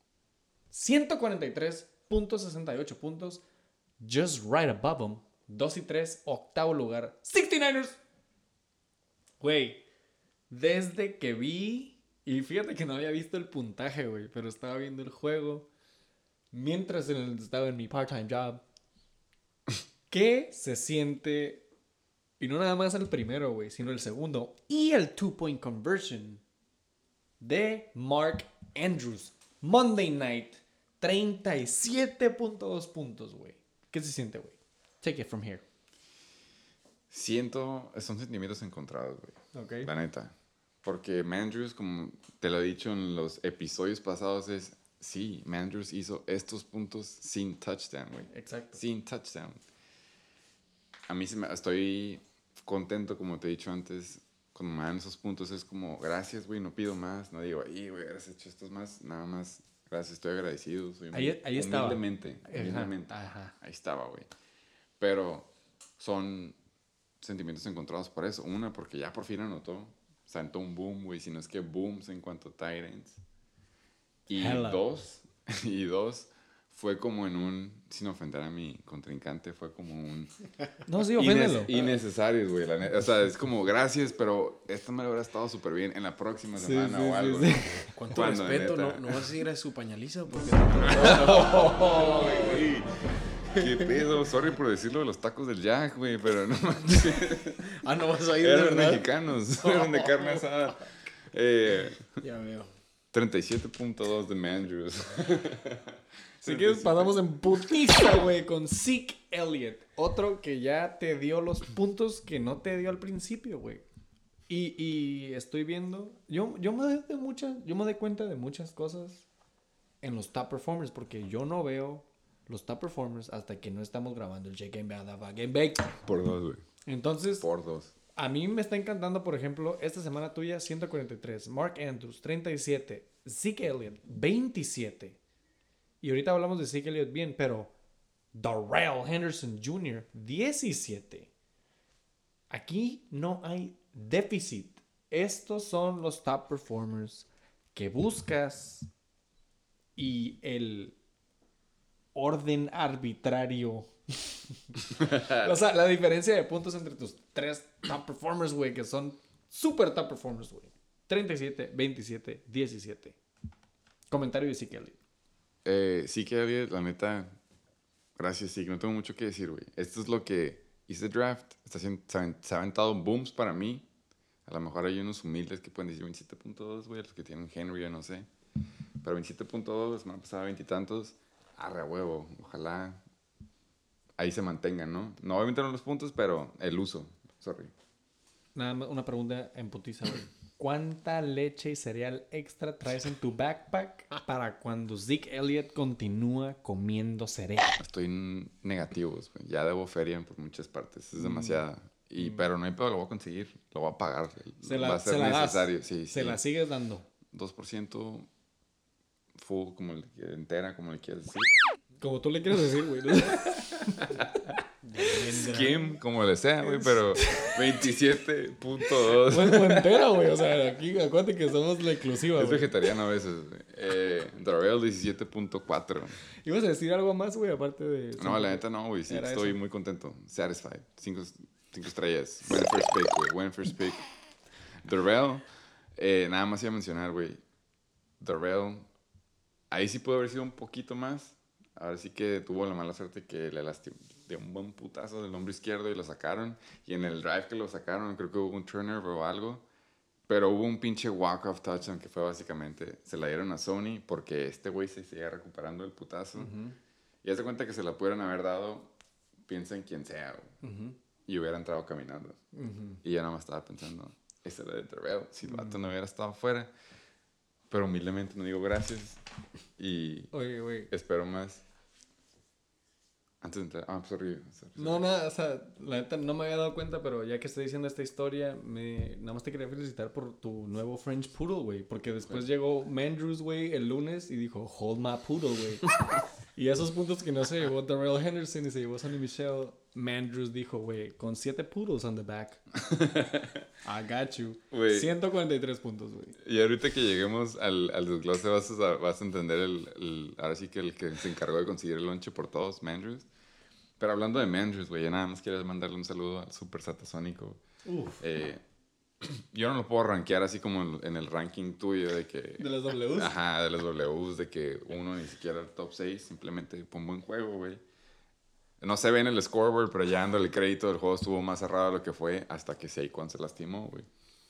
143.68 puntos. Just right above them. 2 y 3, octavo lugar. 69ers. Güey, desde que vi... Y fíjate que no había visto el puntaje, güey. Pero estaba viendo el juego. Mientras estaba en mi part-time job. ¿Qué se siente? Y no nada más el primero, güey. Sino el segundo. Y el 2-point conversion. De Mark Andrews. Monday Night. 37.2 puntos, güey. ¿Qué se siente, güey? Take it from here. Son sentimientos encontrados, güey. Ok. La neta. Porque Mandrews, como te lo he dicho en los episodios pasados, sí, Mandrews hizo estos puntos sin touchdown, güey. Exacto. Sin touchdown. A mí estoy contento, como te he dicho antes, cuando me dan esos puntos es como, gracias, güey, no pido más. No digo, güey, has hecho estos más, nada más, gracias, estoy agradecido. Soy ahí estaba. Humildemente. Ajá. Ahí estaba, güey. Pero son sentimientos encontrados por eso. Una, porque ya por fin anotó. Sentó un boom, güey. Si no es que booms en cuanto a tight ends. Y dos, fue como en un, sin ofender a mi contrincante, fue como un... No, sí, oféndelo. Innecesarios, güey. O sea, es como, gracias, pero esta me hubiera estado súper bien en la próxima semana o algo. Sí. Cuánto respeto, no vas a ir a su pañaliza porque... ¿Qué pedo? Sorry por decirlo de los tacos del Jack, güey, pero no manches. No vas a ir, de Eran verdad. mexicanos, eran de carne asada. Ya veo. 37.2 de Mandrews. Si quieres, pasamos en putiza, güey, con Zeke Elliott. Otro que ya te dio los puntos que no te dio al principio, güey. Y estoy viendo... Yo me doy cuenta de muchas cosas en los top performers, porque yo no veo los top performers hasta que no estamos grabando el Game Bake. Por 2, güey. Entonces, Por 2. a mí me está encantando, por ejemplo, esta semana tuya, 143. Mark Andrews, 37. Zeke Elliott, 27. Y ahorita hablamos de Zeke Elliott bien, pero Darrell Henderson Jr., 17. Aquí no hay déficit. Estos son los top performers que buscas y el orden arbitrario. O sea, la diferencia de puntos entre tus 3 top performers, güey, que son super top performers, güey. 37, 27, 17. Comentario de Zeke Elliott. Zeke Elliott, la neta, gracias, Zeke. No tengo mucho que decir, güey. Esto es lo que hice draft. Se ha aventado booms para mí. A lo mejor hay unos humildes que pueden decir 27.2, güey. Los que tienen Henry, yo no sé. Pero 27.2, la semana pasada 20 y tantos. Arre, huevo. Ojalá ahí se mantengan, ¿no? No voy a meter los puntos, pero el uso. Sorry. Nada más una pregunta en putiza, güey. ¿Cuánta leche y cereal extra traes en tu backpack para cuando Zeke Elliott continúa comiendo cereal? Estoy en negativos, güey. Ya debo feria por muchas partes. Es demasiada. Pero no hay pedo, lo voy a conseguir. Lo voy a pagar. Va a ser necesario. Das. Sí, Se la sigues dando. 2% full, como entera, como le quieras decir. Como tú le quieres decir, güey. Skim, como le sea, güey, pero 27.2. O entera, güey. O sea, aquí acuérdate que somos la inclusiva, Es güey. vegetariano a veces, güey. Darrell 17.4. ¿Ibas a decir algo más, güey, aparte de...? No, la neta no, güey. Sí, Era estoy eso. muy contento. Satisfied. 5 estrellas. Buen first pick, güey. Buen first pick. Darrell, nada más iba a mencionar, güey. Darrell, ahí sí pudo haber sido un poquito más. Ahora sí que tuvo la mala suerte que le lastimó de un buen putazo del hombro izquierdo y lo sacaron. Y en el drive que lo sacaron, creo que hubo un turnover o algo. Pero hubo un pinche walk-off touchdown que fue básicamente, se la dieron a Sony porque este güey se seguía recuperando del putazo. Y hace cuenta que se la pudieron haber dado, piensa en quien sea, güey. Y hubiera entrado caminando. Y yo nada más estaba pensando, ese era de Darrell, si el vato no hubiera estado afuera. Pero humildemente no digo gracias. Y Oye, güey. espero más. Antes de entrar, sorry. No, nada, o sea, la neta no me había dado cuenta, pero ya que estoy diciendo esta historia, nada más te quería felicitar por tu nuevo French Poodle, güey. Porque después llegó Mandrews, güey, el lunes y dijo, hold my poodle, güey. Y esos puntos que no se llevó Darrell Henderson y se llevó Sonny Michel, Mandrews dijo, güey, con 7 poodles on the back. I got you. Wey. 143 puntos, güey. Y ahorita que lleguemos al desglose vas a entender ahora sí que el que se encargó de conseguir el lonche por todos, Mandrews. Pero hablando de Mandrews, güey, yo nada más quiero mandarle un saludo al Super Satasónico. Yo no lo puedo rankear así como en el ranking tuyo de que... ¿De las Ws? Ajá, de las Ws, de que uno ni siquiera el top 6, simplemente fue un buen juego, güey. No se ve en el scoreboard, pero ya dándole crédito, el juego estuvo más cerrado de lo que fue hasta que Saquon se lastimó, güey.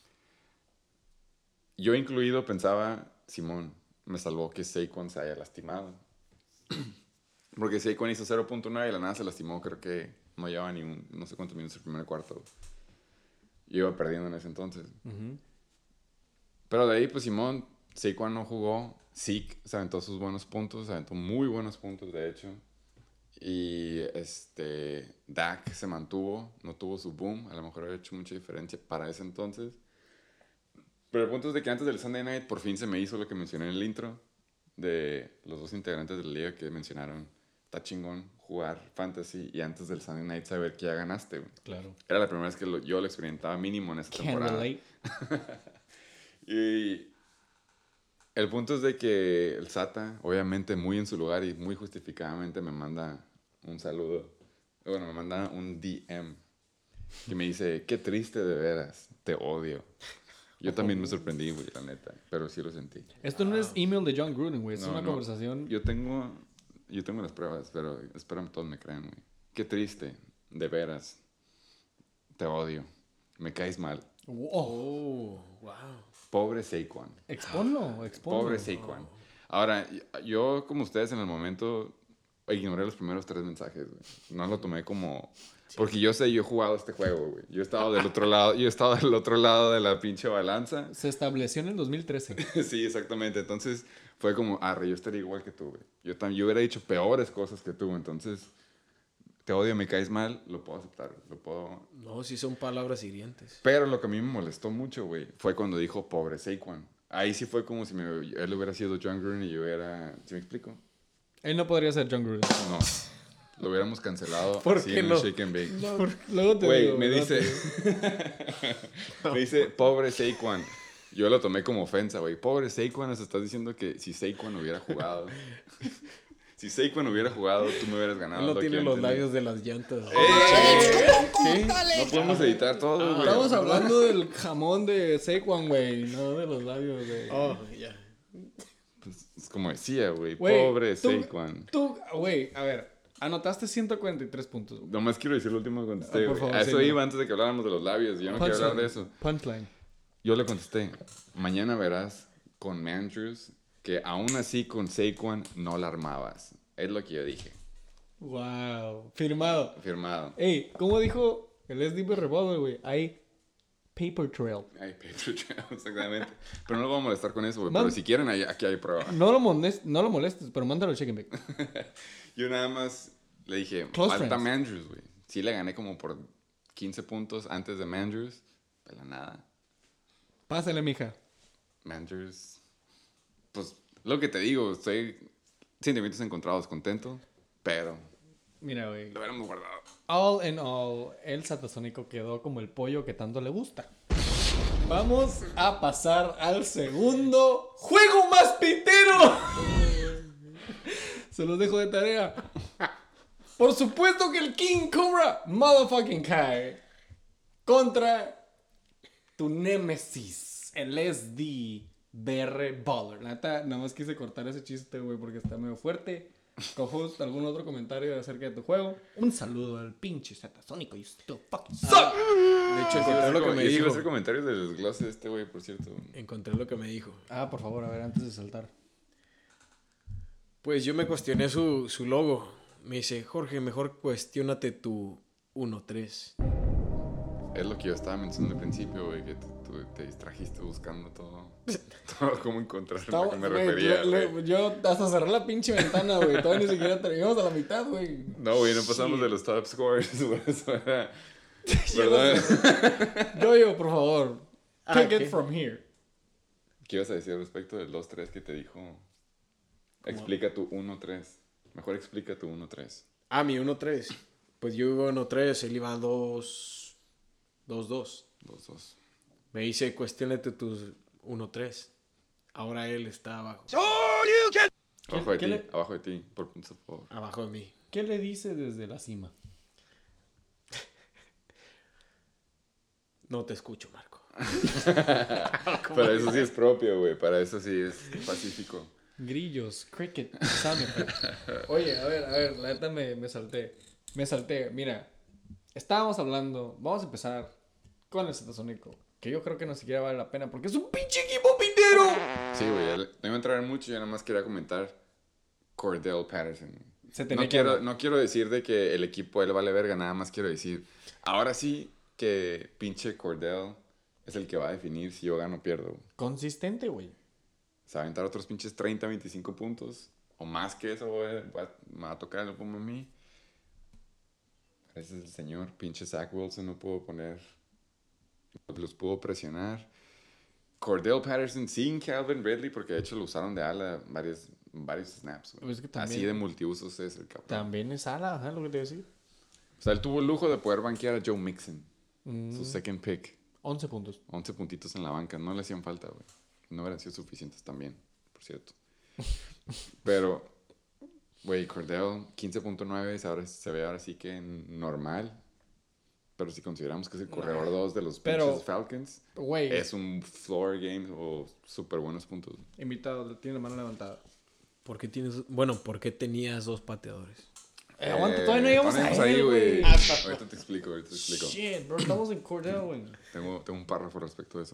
Yo incluido pensaba, Simón, me salvó que Saquon se haya lastimado. Porque Saquon hizo 0.9 y la nada se lastimó, creo que no llevaba ni no sé cuántos minutos el primer cuarto. Yo iba perdiendo en ese entonces. Pero de ahí, pues Simón, Saquon no jugó. Zeke se aventó sus buenos puntos, se aventó muy buenos puntos, de hecho. Y Dak se mantuvo, no tuvo su boom. A lo mejor había hecho mucha diferencia para ese entonces. Pero el punto es de que antes del Sunday Night por fin se me hizo lo que mencioné en el intro de los dos integrantes de la liga que mencionaron. Está chingón jugar fantasy y antes del Sunday Night saber que ya ganaste, güey. Claro. Era la primera vez que yo lo experimentaba mínimo en esa Can't temporada. relate. Y el punto es de que el SATA, obviamente muy en su lugar y muy justificadamente, me manda un saludo. Bueno, me manda un DM que me dice, qué triste de veras, te odio. Yo también me sorprendí, güey, la neta, pero sí lo sentí. Esto no es email de John Gruden, güey. Es No, una no. conversación. Yo tengo las pruebas, pero espero que todos me crean, güey. Qué triste, de veras, te odio, me caes mal. Wow. Oh, wow. Pobre Saquon. Exponlo. Pobre Saquon. Ahora, yo como ustedes en el momento ignoré los primeros 3 mensajes, güey. No lo tomé como... Porque yo sé, yo he jugado este juego, güey. Yo he estado del otro lado de la pinche balanza. Se estableció en el 2013. Sí, exactamente. Entonces fue como, yo estaría igual que tú, güey. Yo hubiera dicho peores cosas que tú, entonces... Te odio, me caes mal, lo puedo aceptar, lo puedo... No, sí son palabras hirientes. Pero lo que a mí me molestó mucho, güey, fue cuando dijo pobre Saquon. Ahí sí fue como si él hubiera sido John Gruden y yo era... ¿Sí me explico? Él no podría ser John Gruden. No. Lo hubiéramos cancelado. ¿Por así qué en no? el Shake and Bake. Luego te Güey, digo. me luego te dice... digo. me dice, pobre Saquon. Yo lo tomé como ofensa, güey. Pobre Saquon, nos estás diciendo que si Saquon hubiera jugado... Si Saquon hubiera jugado, tú me hubieras ganado. Él no lo tiene que los entendí. labios de las llantas. ¿Qué? No podemos editar todo, güey. Estamos hablando del jamón de Saquon, güey. No de los labios de... Oh, ya. Pues, es como decía, güey. Güey, Pobre tú- Saquon. Tú, güey, a ver. Anotaste 143 puntos. güey. Nomás quiero decir lo último que contesté, por güey. favor, A eso sí, iba antes de que habláramos de los labios. Yo no quiero hablar de eso. Punchline. Yo le contesté, mañana verás con Andrews que aún así con Saquon no la armabas. Es lo que yo dije. Wow. Firmado. Firmado. Ey, ¿cómo dijo el SDP Revolver, güey? Hay paper trail. Ay, Pedro, exactamente. Pero no lo vamos a molestar con eso, güey. Man- Pero si quieren, aquí hay prueba. No lo molestes, pero mándalo al Chicken Bake. Yo nada más le dije, Close falta friends. Mandrews, güey. Sí le gané como por 15 puntos antes de Mandrews. Pero nada. Pásale, mija. Mandrews. Pues lo que te digo, estoy sentimientos encontrados, contento. Pero Mira, güey. lo hubiéramos guardado. All in all, el satasónico quedó como el pollo que tanto le gusta. Vamos a pasar al segundo juego más pitero. Se los dejo de tarea. Por supuesto que el King Cobra Motherfucking Kai contra tu némesis, el SD BR Baller. La neta, nada más quise cortar ese chiste, güey, porque está medio fuerte. Co-host, ¿algún otro comentario acerca de tu juego? Un saludo al pinche satasónico. You still fucking suck. De hecho, encontré lo que me Yo sí iba a dijo. hacer comentarios del desglose de este güey, por cierto. Encontré lo que me dijo. Ah, por favor, a ver, antes de saltar. Pues yo me cuestioné su logo. Me dice, Jorge, mejor cuestiónate tu 1-3. Es lo que yo estaba mencionando al principio, güey, que tú te distrajiste buscando todo cómo encontrar a lo que me Güey, refería, güey. yo hasta cerré la pinche ventana, güey. Todavía ni siquiera terminamos a la mitad, güey. No, güey, no pasamos de los top scores, güey, eso era... ¿Verdad? Yo, por favor. Take ¿qué? it from here. ¿Qué ibas a decir respecto del 2-3 que te dijo? Explica tu 1-3. Mejor explica tu 1-3. Ah, mi 1-3. Pues yo iba 1-3, él iba 2-2. 2-2. Me dice, cuestiónate tus 1-3. Ahora él está abajo. Abajo de qué ti, le- abajo de ti, por puntos a favor. Abajo de mí. ¿Qué le dice desde la cima? No te escucho, Marco. Para eso sí es propio, güey, para eso sí es pacífico. Grillos, cricket, sound effect. Oye, a ver, la neta me salté. Me salté, mira. Estábamos hablando, vamos a empezar con el satasónico. Que yo creo que no siquiera vale la pena porque es un pinche equipo pintero. Sí, güey, no iba a entrar en mucho, yo nada más quería comentar Cordell Patterson. Se tenía No que hablar. no quiero decir de que el equipo él vale verga, nada más quiero decir, ahora sí que pinche Cordell es el que va a definir si yo gano o pierdo. Consistente, güey. Se va a aventar otros pinches 30, 25 puntos. O más que eso, güey. Me va a tocar el pomo a mí. Gracias al señor. Pinche Zach Wilson no pudo poner. Los pudo presionar. Cordell Patterson sin Calvin Ridley, porque de hecho lo usaron de ala varios snaps. Pues es que también, así de multiusos es el cabrón. También es ala, ajá, lo que te iba a decir. O sea, él tuvo el lujo de poder banquear a Joe Mixon. Su second pick. 11 puntos. 11 puntitos en la banca. No le hacían falta, güey. No hubieran sido suficientes también, por cierto. Pero, güey, Cordell, 15.9, ahora se ve ahora sí que normal. Pero si consideramos que es el corredor 2 de los pinches Falcons, güey, es un floor game o súper buenos puntos. invitado, tiene la mano levantada. ¿Por qué tenías 2 pateadores? Aguanta, todavía no llegamos a ahí, él, güey. güey. Ahorita te explico. Shit, bro, estamos en Cordell, güey. Tengo un párrafo respecto a eso.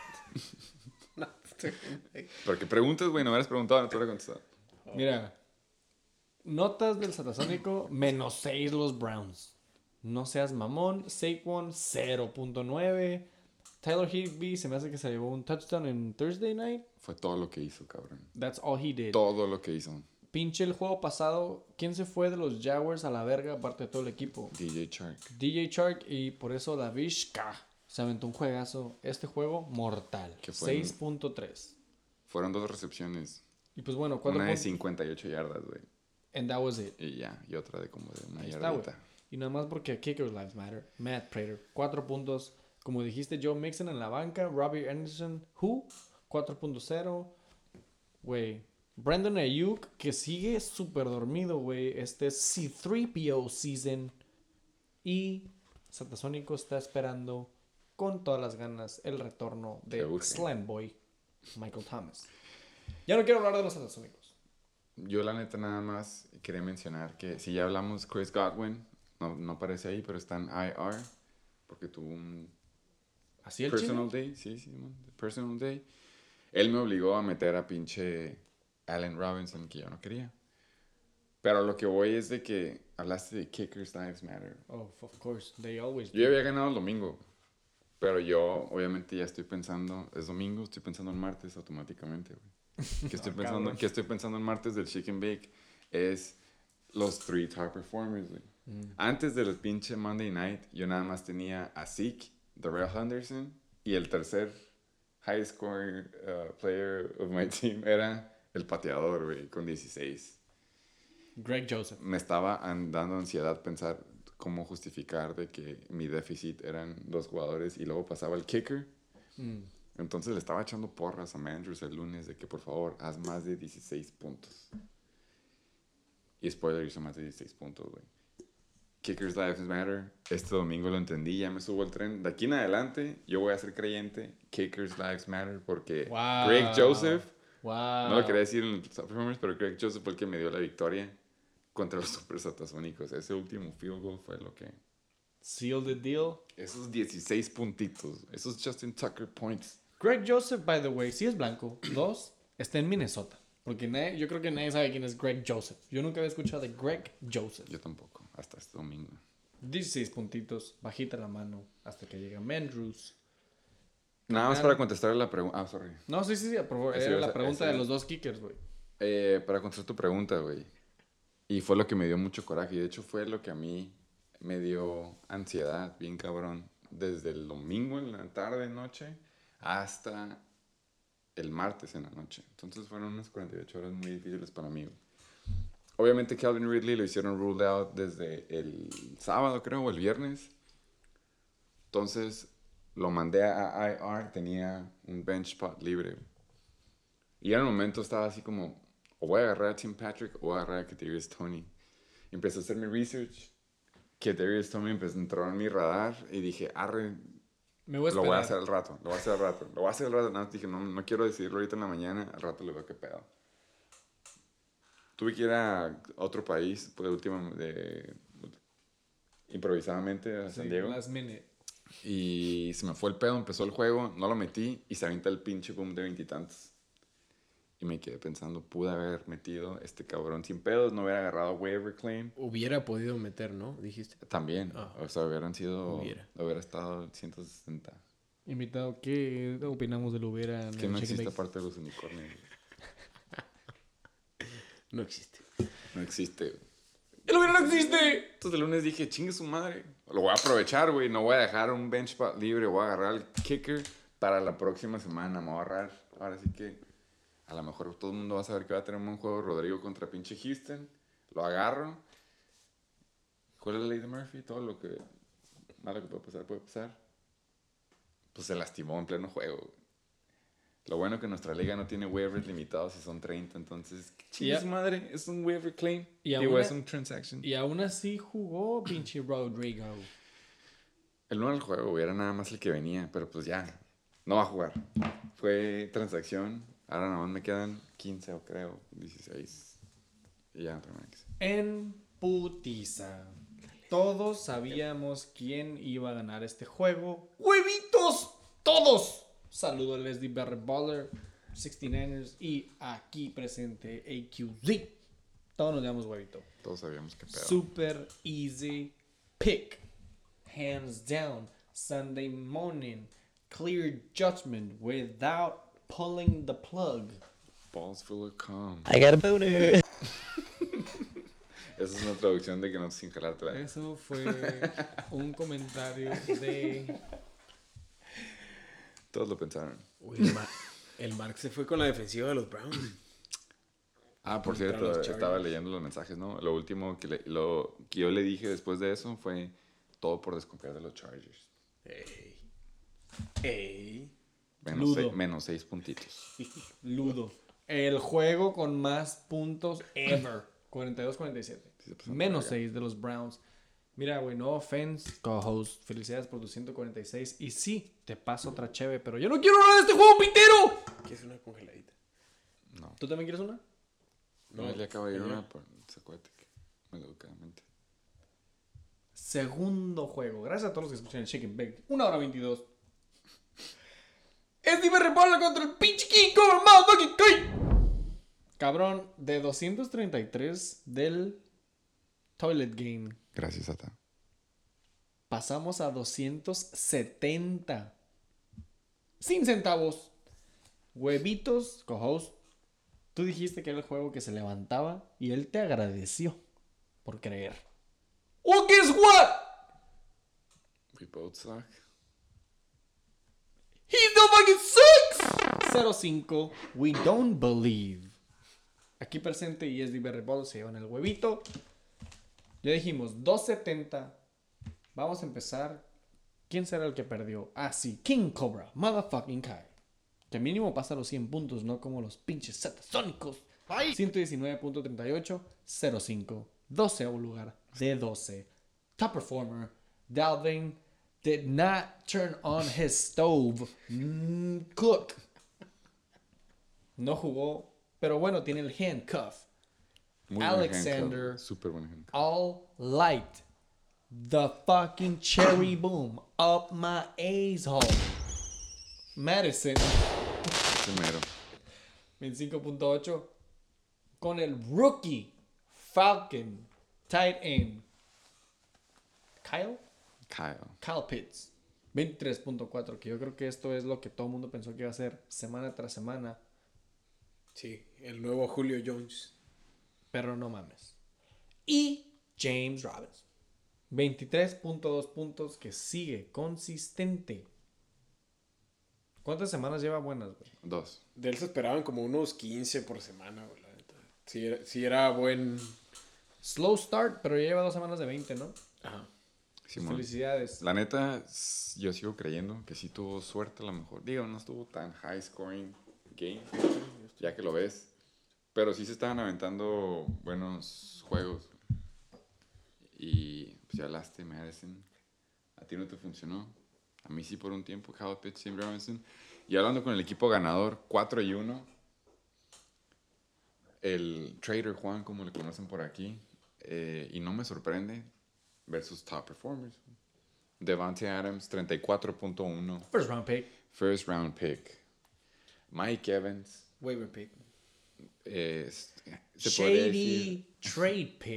Porque preguntas, güey, no me hubieras preguntado, no te hubiera contestado. Mira, notas del Satasónico, -6 los Browns. No seas mamón. Saquon, 0.9. Tyler Higbee se me hace que se llevó un touchdown en Thursday night. Fue todo lo que hizo, cabrón. That's all he did. Todo lo que hizo. Pinche el juego pasado. ¿Quién se fue de los Jaguars a la verga aparte de todo el equipo? DJ Chark. DJ Chark, y por eso la Vizca se aventó un juegazo. Este juego, mortal. ¿Qué fue? 6.3. Fueron 2 recepciones. Y pues bueno, 4 Una de puntos. 58 yardas, güey. And that was it. Y ya, y otra de como de una Ahí está, güey. yardita. Y nada más porque Kickers Lives Matter. Matt Prater, 4 puntos. Como dijiste, Joe Mixon en la banca. Robbie Anderson, 4.0. Güey. Brandon Ayuk, que sigue súper dormido, güey. Este es C3PO season. Y Satasónico está esperando con todas las ganas el retorno Se de urge. Slam Boy, Michael Thomas. Ya no quiero hablar de los Satasónicos. Yo la neta nada más quería mencionar que si ya hablamos Chris Godwin, no aparece ahí, pero está en IR, porque tuvo un ¿Así el personal chino? day, sí, personal day. Él me obligó a meter a pinche Allen Robinson, que yo no quería. Pero lo que voy es de que hablaste de Kickers Lives Matter. Oh, of course. They always do. Yo ya había ganado el domingo, pero yo obviamente ya estoy pensando, es domingo, estoy pensando en martes automáticamente, güey. ¿Qué estoy pensando? cabrón. ¿Qué estoy pensando en martes del Chicken Bake? Es los 3 top performers, güey. Antes del pinche Monday Night, yo nada más tenía a Zeke, Darrell Henderson, y el tercer high scoring player of my team era el pateador, güey, con 16. Greg Joseph. Me estaba dando ansiedad pensar cómo justificar de que mi déficit eran 2 jugadores y luego pasaba el kicker. Entonces le estaba echando porras a Mandrews el lunes de que por favor haz más de 16 puntos. Y spoiler, hizo más de 16 puntos, güey. Kickers Lives Matter. Este domingo lo entendí, ya me subo al tren. De aquí en adelante yo voy a ser creyente. Kickers Lives Matter porque Wow. Greg Joseph, Wow. no lo quería decir en el top performance, pero Greg Joseph fue el que me dio la victoria contra los Super Satasónicos. Ese último field goal fue lo que... Seal the deal. Esos 16 puntitos, esos Justin Tucker points. Greg Joseph, by the way, sí es blanco. 2, está en Minnesota. Porque yo creo que nadie sabe quién es Greg Joseph. Yo nunca había escuchado de Greg Joseph. Yo tampoco, hasta este domingo. 16 puntitos, bajita la mano hasta que llega Mandrews. Nada más para contestar la pregunta. Ah, sorry. No, sí, por favor. Ese Era iba a la ser- pregunta ese- de los 2 kickers, güey. Para contestar tu pregunta, güey. Y fue lo que me dio mucho coraje. Y de hecho fue lo que a mí me dio ansiedad, bien cabrón. Desde el domingo en la tarde, noche, hasta el martes en la noche. Entonces fueron unas 48 horas muy difíciles para mí, güey. Obviamente Calvin Ridley lo hicieron ruled out desde el sábado, creo, o el viernes. Entonces lo mandé a IR, tenía un bench spot libre, güey. Y en el momento estaba así como, o voy a agarrar a Tim Patrick o voy a agarrar a Kadarius Toney. Empecé a hacer mi research. Kadarius Toney empezó a entrar en mi radar y dije, arre, Me voy a lo esperar. voy a hacer al rato, lo voy a hacer al rato, lo voy a hacer al rato. Nada más dije, no quiero decidirlo ahorita en la mañana, al rato le veo qué pedo. Tuve que ir a otro país, por último, improvisadamente a San Sí, Diego. last minute. Y se me fue el pedo, empezó el juego, no lo metí y se avienta el pinche boom de 20 y tantos. Y me quedé pensando, pude haber metido este cabrón sin pedos, no hubiera agarrado waiver claim. Hubiera podido meter, ¿no? Dijiste. También, Ah. o sea, hubiera Hubiera. estado 160. Invitado, ¿qué opinamos del Ubera? en Que el no Chicken existe Bake? aparte de los unicornios. No existe. No existe. ¡El Ubera no existe! Entonces el lunes dije, chingue su madre. Lo voy a aprovechar, güey. No voy a dejar un bench spot libre. Voy a agarrar el kicker para la próxima semana. Me voy a agarrar. Ahora sí que a lo mejor todo el mundo va a saber que va a tener un buen juego Rodrigo contra pinche Houston. Lo agarro. ¿Cuál es la ley de Murphy? Todo lo que malo que puede pasar, puede pasar. Pues se lastimó en pleno juego, güey. Lo bueno que nuestra liga no tiene waivers limitados y son 30, entonces, chingue su madre, es un waiver claim. Digo, es un transaction. Y aún así jugó pinche Rodrigo. El no era el juego, güey, era nada más el que venía, pero pues ya, no va a jugar. Fue transacción, ahora nada más me quedan 15 o creo, 16. Y ya, Remax. En putiza. Todos sabíamos quién iba a ganar este juego. ¡Huevitos! ¡Todos! Saludo a Leslie Barrett Baller, 69ers y aquí presente AQZ. Todos nos llamamos huevito. Todos sabíamos que pedo. Super easy pick. Hands down. Sunday morning. Clear judgment without pulling the plug. Balls full of cum. I got a boner. Esa es una traducción de que no sin jalártela. Eso fue un comentario de... Todos lo pensaron. Uy, el Mark se fue con la defensiva de los Browns. Ah, por Contra cierto, los Chargers. estaba leyendo los mensajes, ¿no? Lo último lo que yo le dije después de eso fue todo por desconfiar de los Chargers. Ey. Ey. Ludo. Menos 6 puntitos. Ludo. El juego con más puntos ever. 42-47. Sí se pasaron Menos de 6 de los Browns. Mira, güey, no offense, co-host. Felicidades por tu 146. Y sí, te paso otra cheve, pero yo no quiero nada de este juego, pintero. ¿Qué es una congeladita? No. ¿Tú también quieres una? No, él le acaba de ir señor. una por acuérdate que maleducadamente. Segundo juego. Gracias a todos los que escuchan el Chicken Bake. 1:22. Es Diver Bola contra el pinche King Cobra Motherfucking King. Cabrón, de 233 del Toilet Game. Gracias, Ata. Pasamos a 270. Sin centavos. Huevitos, co-host. Tú dijiste que era el juego que se levantaba y él te agradeció por creer. ¡Oh, guess what! We both suck. He the fucking sucks. 0-5. We don't believe. Aquí presente y es Berry Ball se llevan el huevito. Ya dijimos 270. Vamos a empezar. ¿Quién será el que perdió? Ah, sí, King Cobra, motherfucking Kai. Que mínimo pasa los 100 puntos, no como los pinches satasónicos. 119.38, 0-5. 12 lugar de 12. Top performer, Dalvin did not turn on his stove. Cook. No jugó, pero bueno, tiene el handcuff. Muy Alexander. buen handcuff. Súper buen handcuff. All light. The fucking cherry boom up my asshole. Madison, Ese mero. 25.8. Con el rookie Falcon tight end Kyle Pitts, 23.4. Que yo creo que esto es lo que todo el mundo pensó que iba a hacer semana tras semana. Sí, el nuevo Julio Jones. Pero no mames. Y James Robinson, 23.2 puntos, que sigue consistente. ¿Cuántas semanas lleva buenas, güey? 2. De él se esperaban como unos 15 por semana, güey, la neta. Sí era buen... Slow start, pero ya lleva 2 semanas de 20, ¿no? Ajá. Simón. Felicidades. La neta, yo sigo creyendo que sí tuvo suerte a lo mejor. Digo, no estuvo tan high scoring game, ya que lo ves. Pero sí se estaban aventando buenos juegos. Y pues ya hablaste, Madison. A ti no te funcionó. A mí sí por un tiempo, Kyle Pitts, James Robinson. Y hablando con el equipo ganador, 4-1. El Trader Juan, como le conocen por aquí. Y no me sorprende versus top performers. Devante Adams, 34.1. First round pick. First round pick. Mike Evans. Waiver pick. Se podría decir Shady trade pick.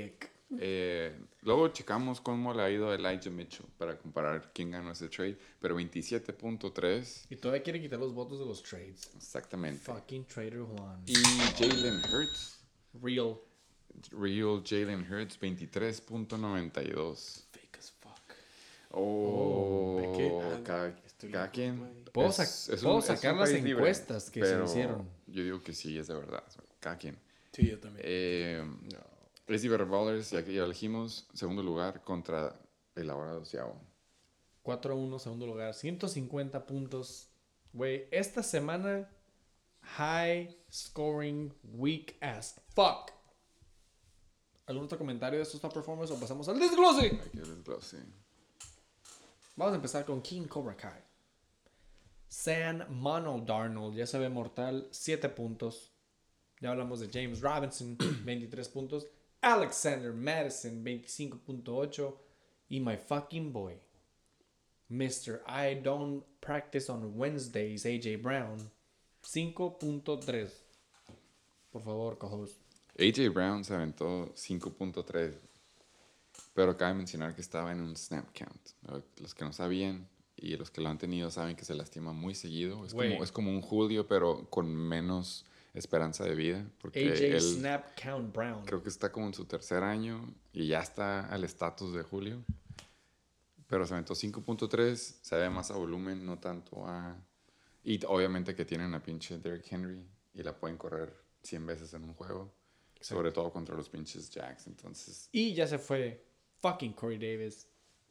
Luego checamos cómo le ha ido a Elijah Mitchell para comparar quién ganó ese trade. Pero 27.3. Y todavía quiere quitar los votos de los trades. Exactamente. Fucking Trader Juan. Y Jalen Hurts. Real. Real Jalen Hurts, 23.92. Fake as fuck. Oh, ¿de qué? cada quien. Puedo, Es puedo un sacar las país libre, encuestas que se pero hicieron. Yo digo que sí, es de verdad. Cada quien. Sí, yo también. Les Ballers, ya que ya elegimos, segundo lugar contra el ahora doceavo. 4-1, segundo lugar. 150 puntos. Güey, esta semana, high scoring, weak as fuck. ¿Algún otro comentario de estos top performers o pasamos al desglose? Hay que desglose. Vamos a empezar con King Cobra Kai. Sam Mono Darnold, ya se ve mortal, 7 puntos. Ya hablamos de James Robinson, 23 puntos. Alexander Madison, 25.8. Y my fucking boy, Mr. I don't practice on Wednesdays, AJ Brown, 5.3. Por favor, co-host. AJ Brown se aventó 5.3. Pero cabe mencionar que estaba en un snap count. Los que no sabían y los que lo han tenido saben que se lastima muy seguido. Es como un Julio, pero con menos esperanza de vida. Porque AJ él Snap Count Brown. creo que está como en su tercer año y ya está al estatus de Julio. Pero se aventó 5.3, se ve más a volumen, no tanto a... Y obviamente que tienen a pinche Derrick Henry y la pueden correr 100 veces en un juego. Exacto. Sobre todo contra los pinches Jacks, entonces... Y ya se fue fucking Corey Davis.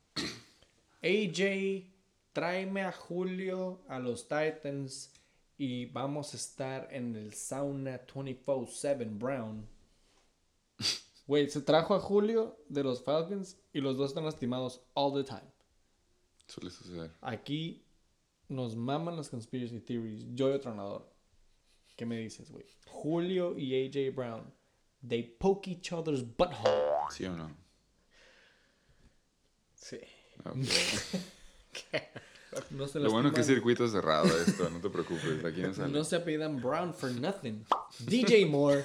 AJ, tráeme a Julio a los Titans y vamos a estar en el sauna 24/7 Brown. Güey, se trajo a Julio de los Falcons y los dos están lastimados all the time. Suele suceder. Aquí nos maman las conspiracy theories. Yo y tronador. ¿Qué me dices, güey? Julio y AJ Brown. They poke each other's butthole. ¿Sí o no? Sí. Okay. No se Lo bueno que es lastiman. circuito cerrado esto, no te preocupes. Aquí no sale. No se apellidan Brown for nothing. DJ Moore.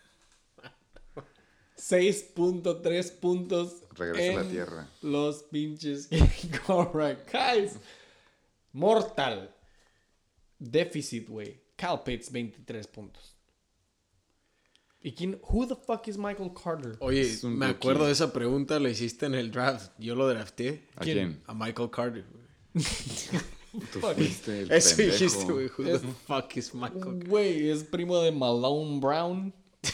6.3 puntos. Regresa a la en tierra. Los pinches Cobra Kais. Mortal. Déficit, güey. Cal Pitts, 23 puntos. ¿Y quién? Who the fuck is Michael Carter? Oye, Es un me rookie. acuerdo de esa pregunta, la hiciste en el draft. Yo lo drafté ¿A ¿Quién? quién? a Michael Carter. güey. Tú Fuck. fuiste el Eso pendejo. dijiste, güey. Who the fuck is Michael Carter? Güey, es primo de Malone Brown.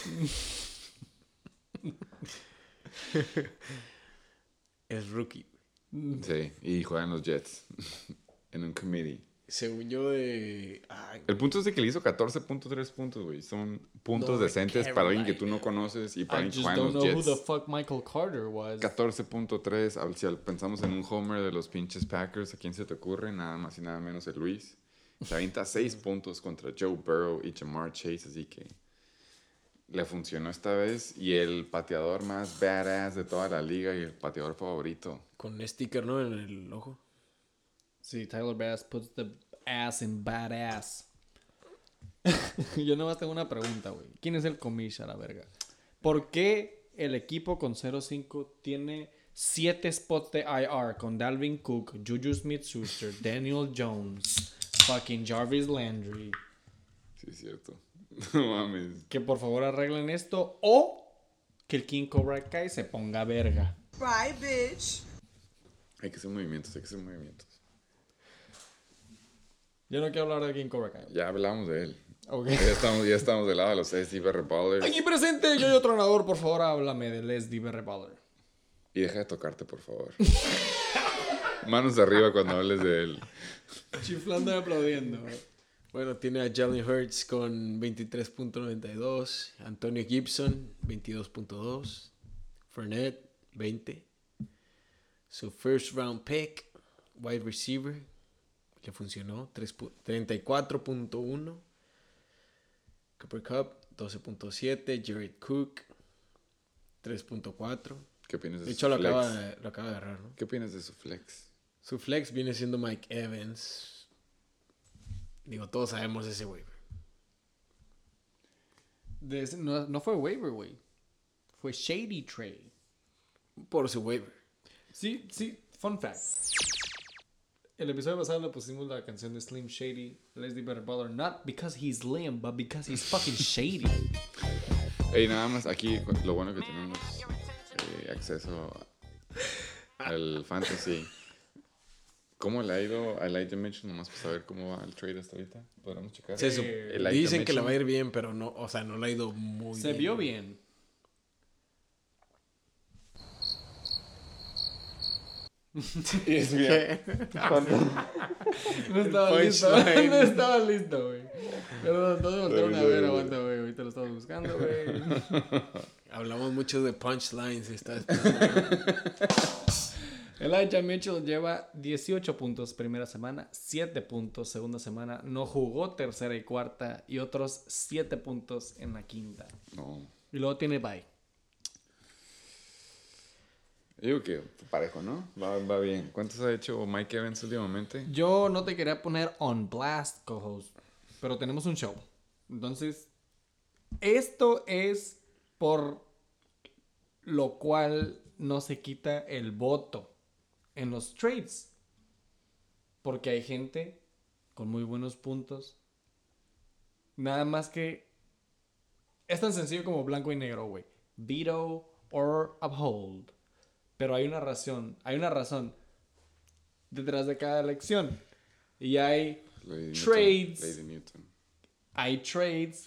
Es rookie. Sí, y juegan los Jets. En un committee. Según yo de... Ay, El punto es de que le hizo 14.3 puntos, güey. Son puntos No, decentes para alguien que tú Carolina. no conoces y I para alguien que just juega en don't los know who the Jets. fuck Michael Carter was. 14.3. Si pensamos en un homer de los pinches Packers, ¿a quién se te ocurre? Nada más y nada menos el Luis. Se avienta 6 puntos contra Joe Burrow y Jamar Chase, así que le funcionó esta vez. Y el pateador más badass de toda la liga y el pateador favorito. con sticker, ¿no? En el ojo. Sí, Tyler Bass puts the ass in badass. Yo nomás tengo una pregunta, güey. ¿Quién es el commish a la verga? ¿Por qué el equipo con 0-5 tiene 7 spots de IR con Dalvin Cook, Juju Smith-Schuster, Daniel Jones, fucking Jarvis Landry? Sí, es cierto. No mames. Que por favor arreglen esto o que el King Cobra Kai se ponga verga. Bye, bitch. Hay que hacer movimientos, hay que hacer movimientos. Yo no quiero hablar de King Cobra Kai. Ya hablamos de él. Ok. Ya estamos del lado de los SD Ballers. Aquí presente, yo tronador, por favor, háblame del SD Baller. Y deja de tocarte, por favor. Manos arriba cuando hables de él. Chiflando y aplaudiendo. Bueno, tiene a Jalen Hurts con 23.92, Antonio Gibson 22.2, Fournette 20, su first round pick, wide receiver, le funcionó 34.1, Cooper Kupp 12.7, Jared Cook 3.4. ¿Qué opinas de De su hecho lo flex? acaba de agarrar, ¿no? ¿Qué opinas de su flex? Su flex viene siendo Mike Evans. Digo, todos sabemos ese güey. No fue waiver, güey. Fue Shady Trade. por su waiver. Sí, fun fact. El episodio pasado le pusimos la canción de Slim Shady, Let's Be Better Brother, not because he's slim, but because he's fucking shady. Ey, nada más, aquí lo bueno que tenemos acceso al fantasy. ¿Cómo le ha ido a Elijah Mitchell? Nomás para saber cómo va el trade hasta ahorita. ¿Podríamos checar? Sí, Elijah dicen que le Mitchell. va a ir bien, pero no, o sea, no le ha ido muy bien. Se vio bien. Y es bien. No estaba listo. Punchline. No estaba listo, güey. Perdón, no me voltearon a ver, Sorry. aguanta, güey. Ahorita lo estamos buscando, güey. Hablamos mucho de punchlines. Elijah Mitchell lleva 18 puntos primera semana, 7 puntos segunda semana, no jugó tercera y cuarta y otros 7 puntos en la quinta. No. Y luego tiene bye. Digo que parejo, ¿no? Va bien. ¿Cuántos ha hecho Mike Evans últimamente? Yo no te quería poner on blast, co-host, pero tenemos un show. Entonces, esto es por lo cual no se quita el voto en los trades. Porque hay gente con muy buenos puntos. Nada más que es tan sencillo como blanco y negro, güey. Veto or uphold. Pero hay una razón detrás de cada elección. Y hay Lady trades. Newton. Lady Newton. Hay trades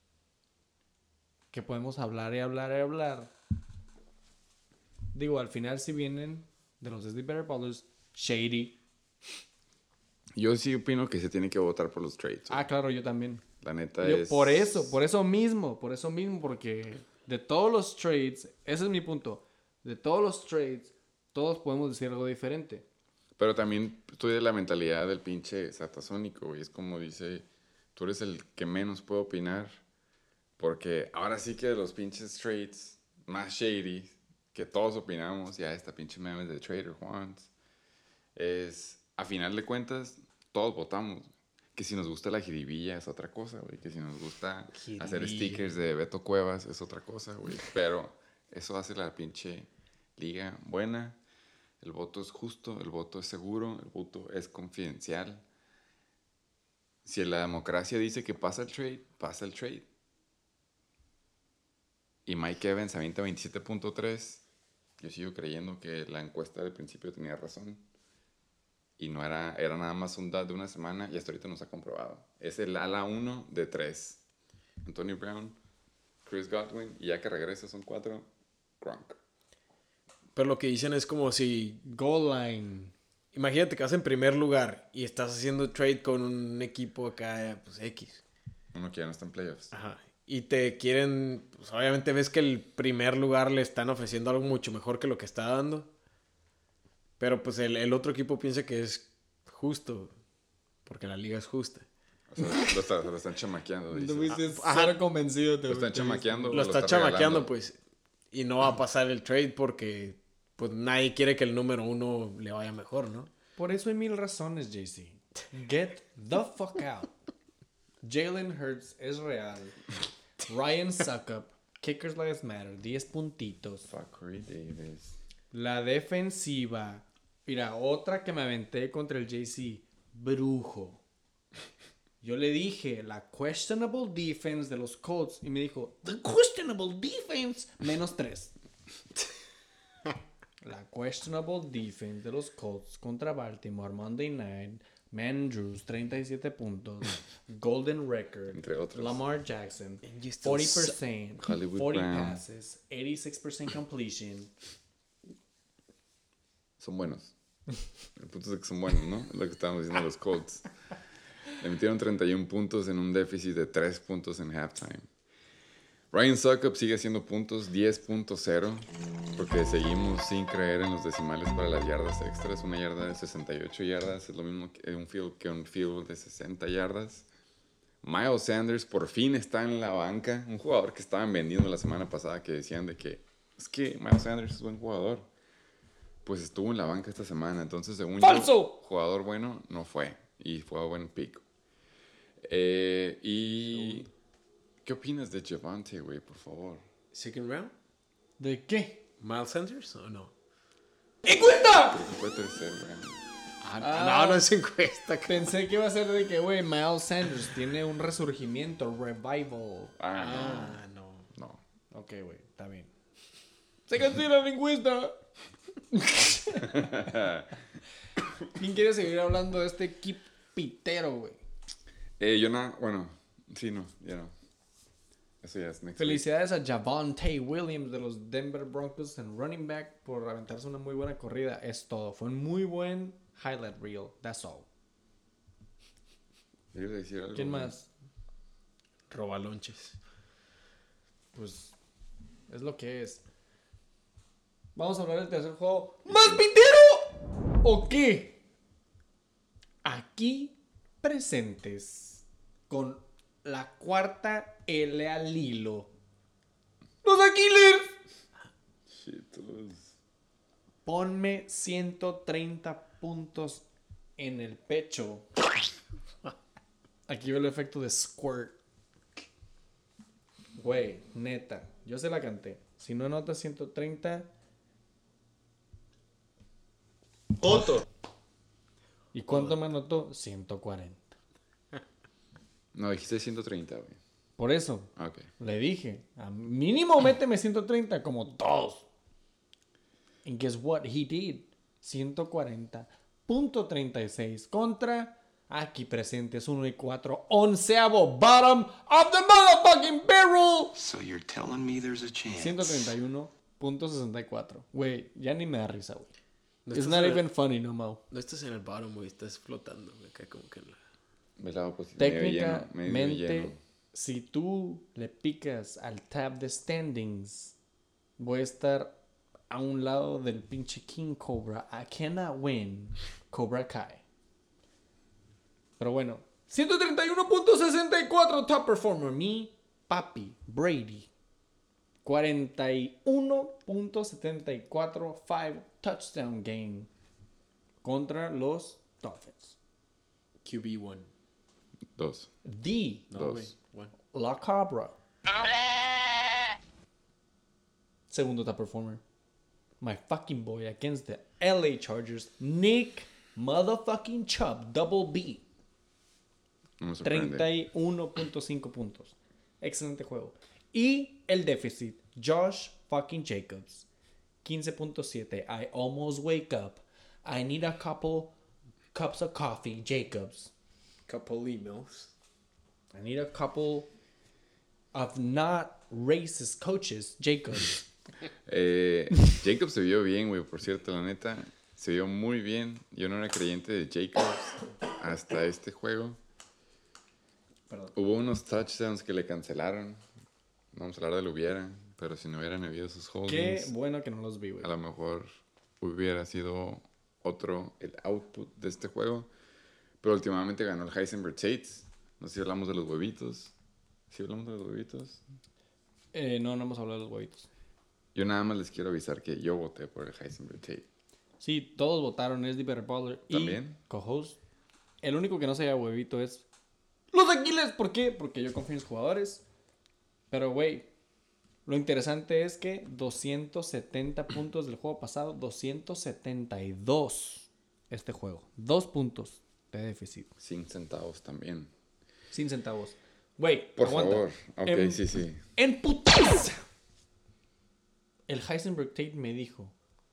que podemos hablar y hablar y hablar. Digo, al final si vienen de los Disney Better Brothers, shady. Yo sí opino que se tiene que votar por los trades. Ah, claro, yo también. La neta Yo, es... por eso mismo, porque de todos los trades, ese es mi punto. De todos los trades, todos podemos decir algo diferente. Pero también estoy de la mentalidad del pinche satasónico, güey. Es como dice, tú eres el que menos puede opinar. Porque ahora sí que de los pinches trades más shady, que todos opinamos, ya esta pinche meme de Trader Juans, es, a final de cuentas, todos votamos. Que si nos gusta la jiribilla es otra cosa, güey. Que si nos gusta hacer stickers de Beto Cuevas es otra cosa, güey. Pero eso hace la pinche liga buena. El voto es justo, el voto es seguro, el voto es confidencial. Si la democracia dice que pasa el trade, pasa el trade. Y Mike Evans avienta 27.3. Yo sigo creyendo que la encuesta del principio tenía razón. Y no era nada más un dad de una semana y hasta ahorita nos ha comprobado. Es el ala 1 de 3. Antonio Brown, Chris Godwin, y ya que regresa son 4, Gronk. Pero lo que dicen es como si... Goal line. Imagínate que vas en primer lugar y estás haciendo trade con un equipo acá, pues X. Uno que ya no está en playoffs. Ajá. Y te quieren... Pues obviamente ves que el primer lugar le están ofreciendo algo mucho mejor que lo que está dando. Pero pues el otro equipo piensa que es justo. Porque la liga es justa. O sea, lo están chamaqueando. Tú dices. fuiste Ajá. cero convencido. Lo están chamaqueando. Lo está chamaqueando, regalando. pues. Y no va a pasar el trade porque pues nadie quiere que el número 1 le vaya mejor, ¿no? Por eso hay 1000 razones, JC. Get the fuck out. Jalen Hurts es real. Ryan Suckup. Kickers Lives Matter. 10 puntitos. Fuck Corey Davis. La defensiva. Mira, otra que me aventé contra el JC. Brujo. Yo le dije la questionable defense de los Colts y me dijo, the questionable defense, -3. La questionable defense de los Colts contra Baltimore Monday Night, Mandrews 37 puntos, Golden Record, Entre otros. Lamar Jackson, And you still 40%, Hollywood 40 Brown. passes, 86% completion. Son buenos. El punto es de que son buenos, ¿no? Es lo que estábamos diciendo los Colts. Le metieron 31 puntos en un déficit de 3 puntos en halftime. Ryan Suckup sigue haciendo puntos 10.0 porque seguimos sin creer en los decimales para las yardas extras. Una yarda de 68 yardas es lo mismo que un field de 60 yardas. Miles Sanders por fin está en la banca. Un jugador que estaban vendiendo la semana pasada que decían de que es que Miles Sanders es buen jugador. Pues estuvo en la banca esta semana. Entonces, según ¡Falso! yo, jugador bueno no fue. Y fue a buen pico. ¿Qué opinas de Javonte, güey, por favor? Second round. ¿De qué? ¿Miles Sanders o no? ¡Encuesta! Fue tercero, güey. No es encuesta. Pensé que iba a ser de que, güey, Miles Sanders tiene un resurgimiento, revival. No. No. Ok, güey, está bien. Se cancela la encuesta. ¿Quién quiere seguir hablando de este equipo pitero, güey? Bueno, sí, no, ya no. Eso ya es next week. Felicidades a Javonte Williams de los Denver Broncos en running back por aventarse una muy buena corrida. Es todo. Fue un muy buen highlight reel. That's all. ¿Quieres decir algo? ¿Quién güey? más? Robalonches. Pues es lo que es. Vamos a hablar del tercer juego. ¿Más pitero? ¿O qué? Aquí presentes con la cuarta L al hilo. ¡Los Aquiles! Chitos. Ponme 130 puntos en el pecho. Aquí veo el efecto de squirt. Güey, neta. Yo se la canté. Si no anotas 130... Otto. ¿Y cuánto me anotó? 140. No, dijiste 130, güey. Por eso, Ok. le dije, a mínimo méteme 130 como todos. And guess what he did? 140.36 contra aquí presentes 1 y 4, 11avo bottom of the motherfucking barrel. So you're telling me there's a chance. 131.64. Güey, ya ni me da risa, güey. No It's estás not en even funny no more. No estás en el bottom, güey. Estás flotando, güey. Acá como que en la... Velado positivo. Medio Técnicamente, lleno. si tú le picas al tab de standings, voy a estar a un lado del pinche King Cobra. I cannot win Cobra Kai. Pero bueno, 131.64 top performer. Mi papi, Brady. 41.74 5 touchdown game contra los Dolphins. QB1. 2. The No, Dos. güey. One. La Cabra. Segundo top performer. My fucking boy against the LA Chargers. Nick motherfucking Chubb. Double B. No me sorprende. 31.5 puntos. Excelente juego. Y el déficit. Josh fucking Jacobs. 15.7. I almost wake up. I need a couple cups of coffee. Jacobs. Couple emails. I need a couple of not racist coaches. Jacobs. Jacobs se vio bien, güey, por cierto, la neta. Se vio muy bien. Yo no era creyente de Jacobs hasta este juego. Perdón. Hubo unos touchdowns que le cancelaron. Vamos a hablar de lo hubiera. Pero si no hubieran habido esos Qué holdings, bueno que no los vi, güey. a lo mejor hubiera sido otro el output de este juego. Pero últimamente ganó el Heisenberg Tates. No sé si hablamos de los huevitos. ¿Sí hablamos de los huevitos? No hemos hablado de los huevitos. Yo nada más les quiero avisar que yo voté por el Heisenberg Tate. Sí, todos votaron. Es Better Baller. ¿También? Y co-host. El único que no se llama huevito es los Aquiles. ¿Por qué? Porque yo confío en los jugadores. Pero, güey, lo interesante es que 270 puntos del juego pasado, 272 este juego. 2 puntos de déficit. Sin centavos también. Sin centavos. Güey, Por aguanta. favor. Ok, En- sí. En putiza. El Heisenberg Tate me dijo,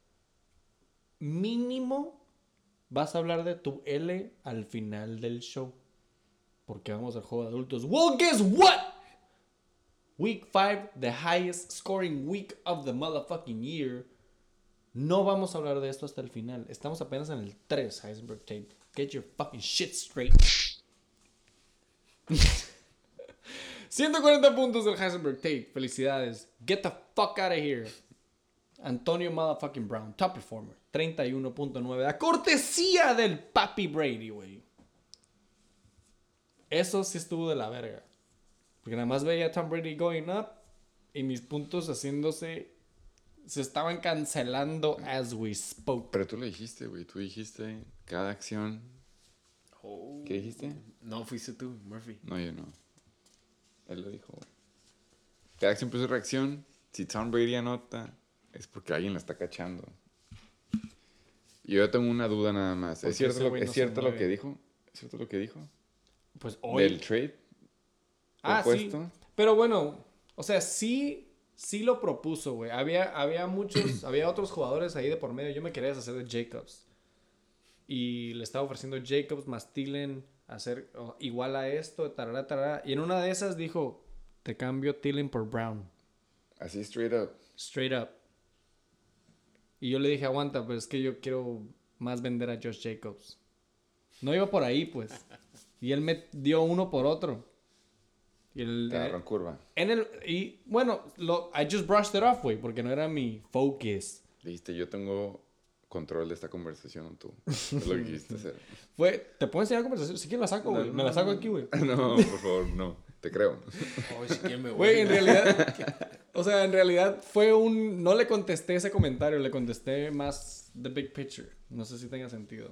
mínimo vas a hablar de tu L al final del show. Porque vamos al juego de adultos. Well, guess what? Week 5, the highest scoring week of the motherfucking year. No vamos a hablar de esto hasta el final. Estamos apenas en el 3, Heisenberg Tate. Get your fucking shit straight. 140 puntos del Heisenberg Tate. Felicidades. Get the fuck out of here. Antonio motherfucking Brown, top performer. 31.9. A cortesía del papi Brady, güey. Eso sí estuvo de la verga. Porque nada más veía a Tom Brady going up y mis puntos haciéndose... Se estaban cancelando as we spoke. Pero tú lo dijiste, güey. Tú dijiste cada acción. Oh. ¿Qué dijiste? No, fuiste tú, Murphy. No, yo no. Él lo dijo, güey. Cada acción por su reacción. Si Tom Brady anota, es porque alguien la está cachando. Y yo tengo una duda nada más. Porque ¿Es cierto, ese lo, güey ¿es no se cierto lo mueve. que dijo? ¿Es cierto lo que dijo? Pues hoy. ¿Del trade? Sí. ¿Propuesto? Pero bueno, o sea, sí lo propuso, güey. Había muchos, había otros jugadores ahí de por medio. Yo me quería deshacer de Jacobs. Y le estaba ofreciendo Jacobs más Thielen hacer igual a esto, tarara, tarara. Y en una de esas dijo, te cambio Thielen por Brown. Así straight up. Straight up. Y yo le dije, aguanta, pero es que yo quiero más vender a Josh Jacobs. No iba por ahí, pues. Y él me dio uno por otro. Y Te agarró en curva. y bueno, I just brushed it off, güey, porque no era mi focus. Dijiste, yo tengo control de esta conversación, tú. Es lo que quisiste hacer. ¿Te puedo enseñar la conversación? Si quieres la saco, güey. Me la saco aquí, güey. No, por favor, no. Te creo. Ay, si quieren me voy. Güey, en realidad, o sea, en realidad fue no le contesté ese comentario, le contesté más the big picture. No sé si tenga sentido.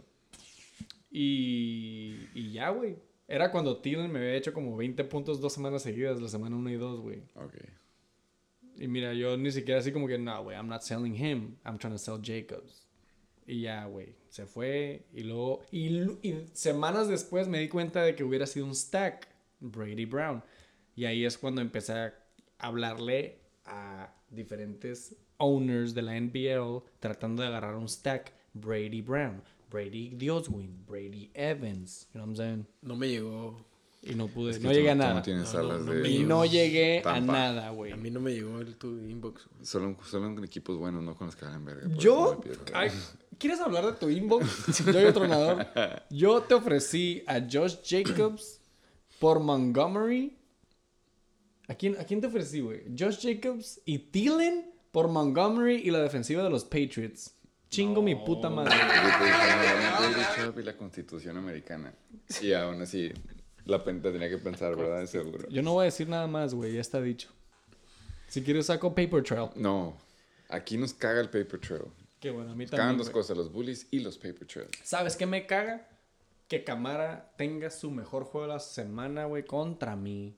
Y ya, güey. Era cuando Thielen me había hecho como 20 puntos 2 semanas seguidas, la semana 1 y 2, güey. Ok. Y mira, yo ni siquiera así como que, no, güey, I'm not selling him, I'm trying to sell Jacobs. Y ya, güey, se fue. Y luego, y semanas después me di cuenta de que hubiera sido un stack, Brady Brown. Y ahí es cuando empecé a hablarle a diferentes owners de la NBL tratando de agarrar un stack, Brady Brown, Brady Dioswin, Brady Evans, you know what I'm saying? No me llegó. Y no pude, Es que no tú llegué a tú nada. No tienes No, alas no de... me Y llegó. no llegué a Tampa. nada, güey. A mí no me llegó tu inbox. Güey. Solo con equipos buenos, no con los que hagan verga. Por eso Yo, me pides. ay, ¿quieres hablar de tu inbox? Yo y tronador. Yo te ofrecí a Josh Jacobs por Montgomery. ¿A quién te ofrecí, güey? Josh Jacobs y Thielen por Montgomery y la defensiva de los Patriots. Chingo mi puta madre. David Chubb y la Constitución Americana. Y aún así, la tenía que pensar, ¿verdad? De seguro. Yo no voy a decir nada más, güey. Ya está dicho. Si quieres saco Paper Trail. No, aquí nos caga el paper trail. Qué bueno, a mí Nos cagan también, dos güey. cosas, los bullies y los paper trails. ¿Sabes qué me caga? Que Camara tenga su mejor juego de la semana, güey, contra mí.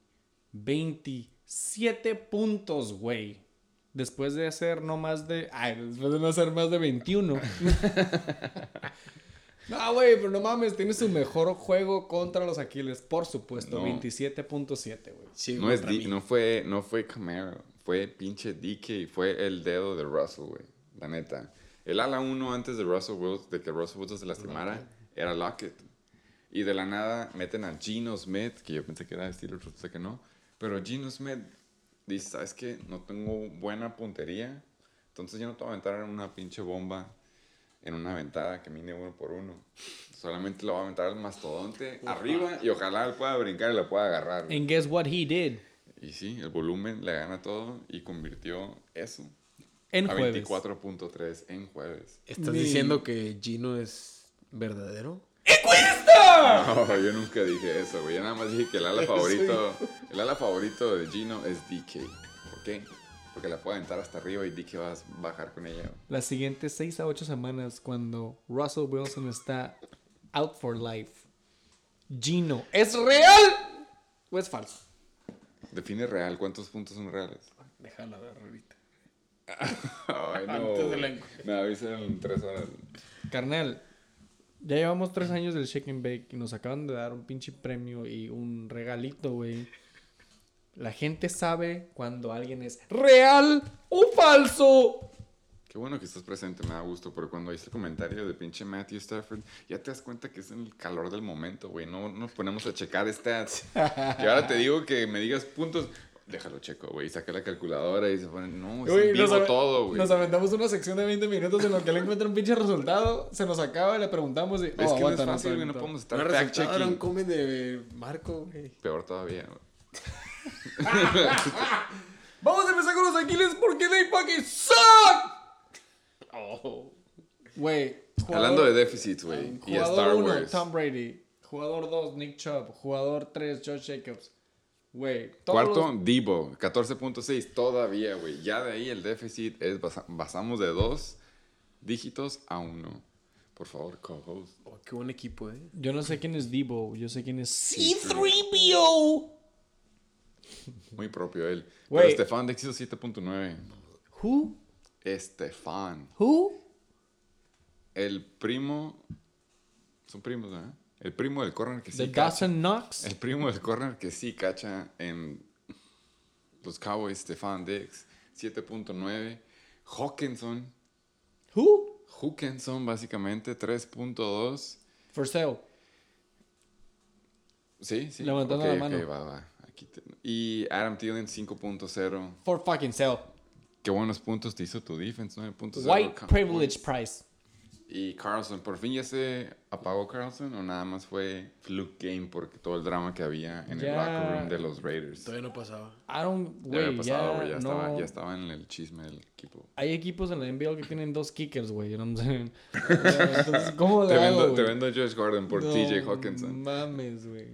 27 puntos, güey. Después de hacer no más de... después de no hacer más de 21. No, güey, pero no mames. Tiene su mejor juego contra los Aquiles. Por supuesto, No. 27.7, güey. Sí, No, es contra mí. no fue Camaro, fue pinche DK, fue el dedo de Russell, güey. La neta. El ala 1 antes de Russell Wilson, de que Russell Wilson se lastimara, era Lockett. Y de la nada meten a Geno Smith, que yo pensé que era de Steelers, resulta que no. Pero Geno Smith dice, ¿sabes qué? No tengo buena puntería, entonces yo no te voy a aventar en una pinche bomba en una aventada que mide 1 por 1. Solamente lo voy a aventar al mastodonte arriba y ojalá él pueda brincar y la pueda agarrar. güey. And guess what he did? Y sí, el volumen le gana todo y convirtió eso En a jueves. 24.3 en jueves. ¿Estás Mi- diciendo que Gino es verdadero? No, yo nunca dije eso, güey. Yo nada más dije que el ala favorito de Gino es DK. ¿Por qué? Porque la puede aventar hasta arriba y DK va a bajar con ella. güey. Las siguientes 6 a 8 semanas, cuando Russell Wilson está out for life, Gino, ¿es real o es falso? Define real. ¿Cuántos puntos son reales? Déjala ver ahorita. Ay, no. Antes de la güey. Me avisan en 3 horas. Carnal, ya llevamos 3 años del Shake and Bake y nos acaban de dar un pinche premio y un regalito, güey. La gente sabe cuando alguien es real o falso. Qué bueno que estás presente, me da gusto, porque cuando hice el comentario de pinche Matthew Stafford, ya te das cuenta que es en el calor del momento, güey. No nos ponemos a checar stats. Y ahora te digo que me digas puntos. Déjalo checo, güey. Saca la calculadora y se pone, no, es Güey, en vivo todo, güey. Nos aventamos una sección de 20 minutos en lo que él encuentra un pinche resultado, se nos acaba y le preguntamos y... Es que no es aguanta, fácil, güey. No está. podemos Una estar resultado era un fact-checking. come de Marco, güey. Peor todavía, güey. Vamos a empezar con los Aquiles porque they fucking suck. Güey. Hablando de déficits, güey. Y Star Jugador 1, Wars. Tom Brady. Jugador 2, Nick Chubb. Jugador 3, Josh Jacobs. Güey. todos Cuarto, los- Debo. 14.6 todavía, güey. Ya de ahí el déficit es basamos de 2 dígitos a 1. Por favor, co-host. Oh, qué buen equipo, ¿eh? Yo no sé quién es Debo. Yo sé quién es C3PO. Muy propio él. Güey. Pero Stefan Dix hizo 7.9. Who? Estefan. Who? El primo... Son primos, ¿verdad? El primo del corner que sí The cacha. Dawson Knox. El primo del corner que sí cacha en los Cowboys, Stefan Diggs, 7.9. Hawkinson, básicamente, 3.2. For sale. Sí. Levantando Ok, la mano. ok, va. Y Adam Thielen, 5.0. For fucking sale. Qué buenos puntos te hizo tu defense, 9.0. White privilege price. Y Carlson, ¿por fin ya se apagó Carlson o nada más fue fluke game porque todo el drama que había en el locker room de los Raiders? Todavía no pasaba. I don't... Ya había Güey, pasado, ya, güey, no... ya estaba en el chisme del equipo. Hay equipos en la NBA que tienen 2 kickers, güey. Yo no sé. Entonces, ¿cómo le hago, Te güey? vendo a Josh Gordon por No TJ Hawkinson. mames, güey.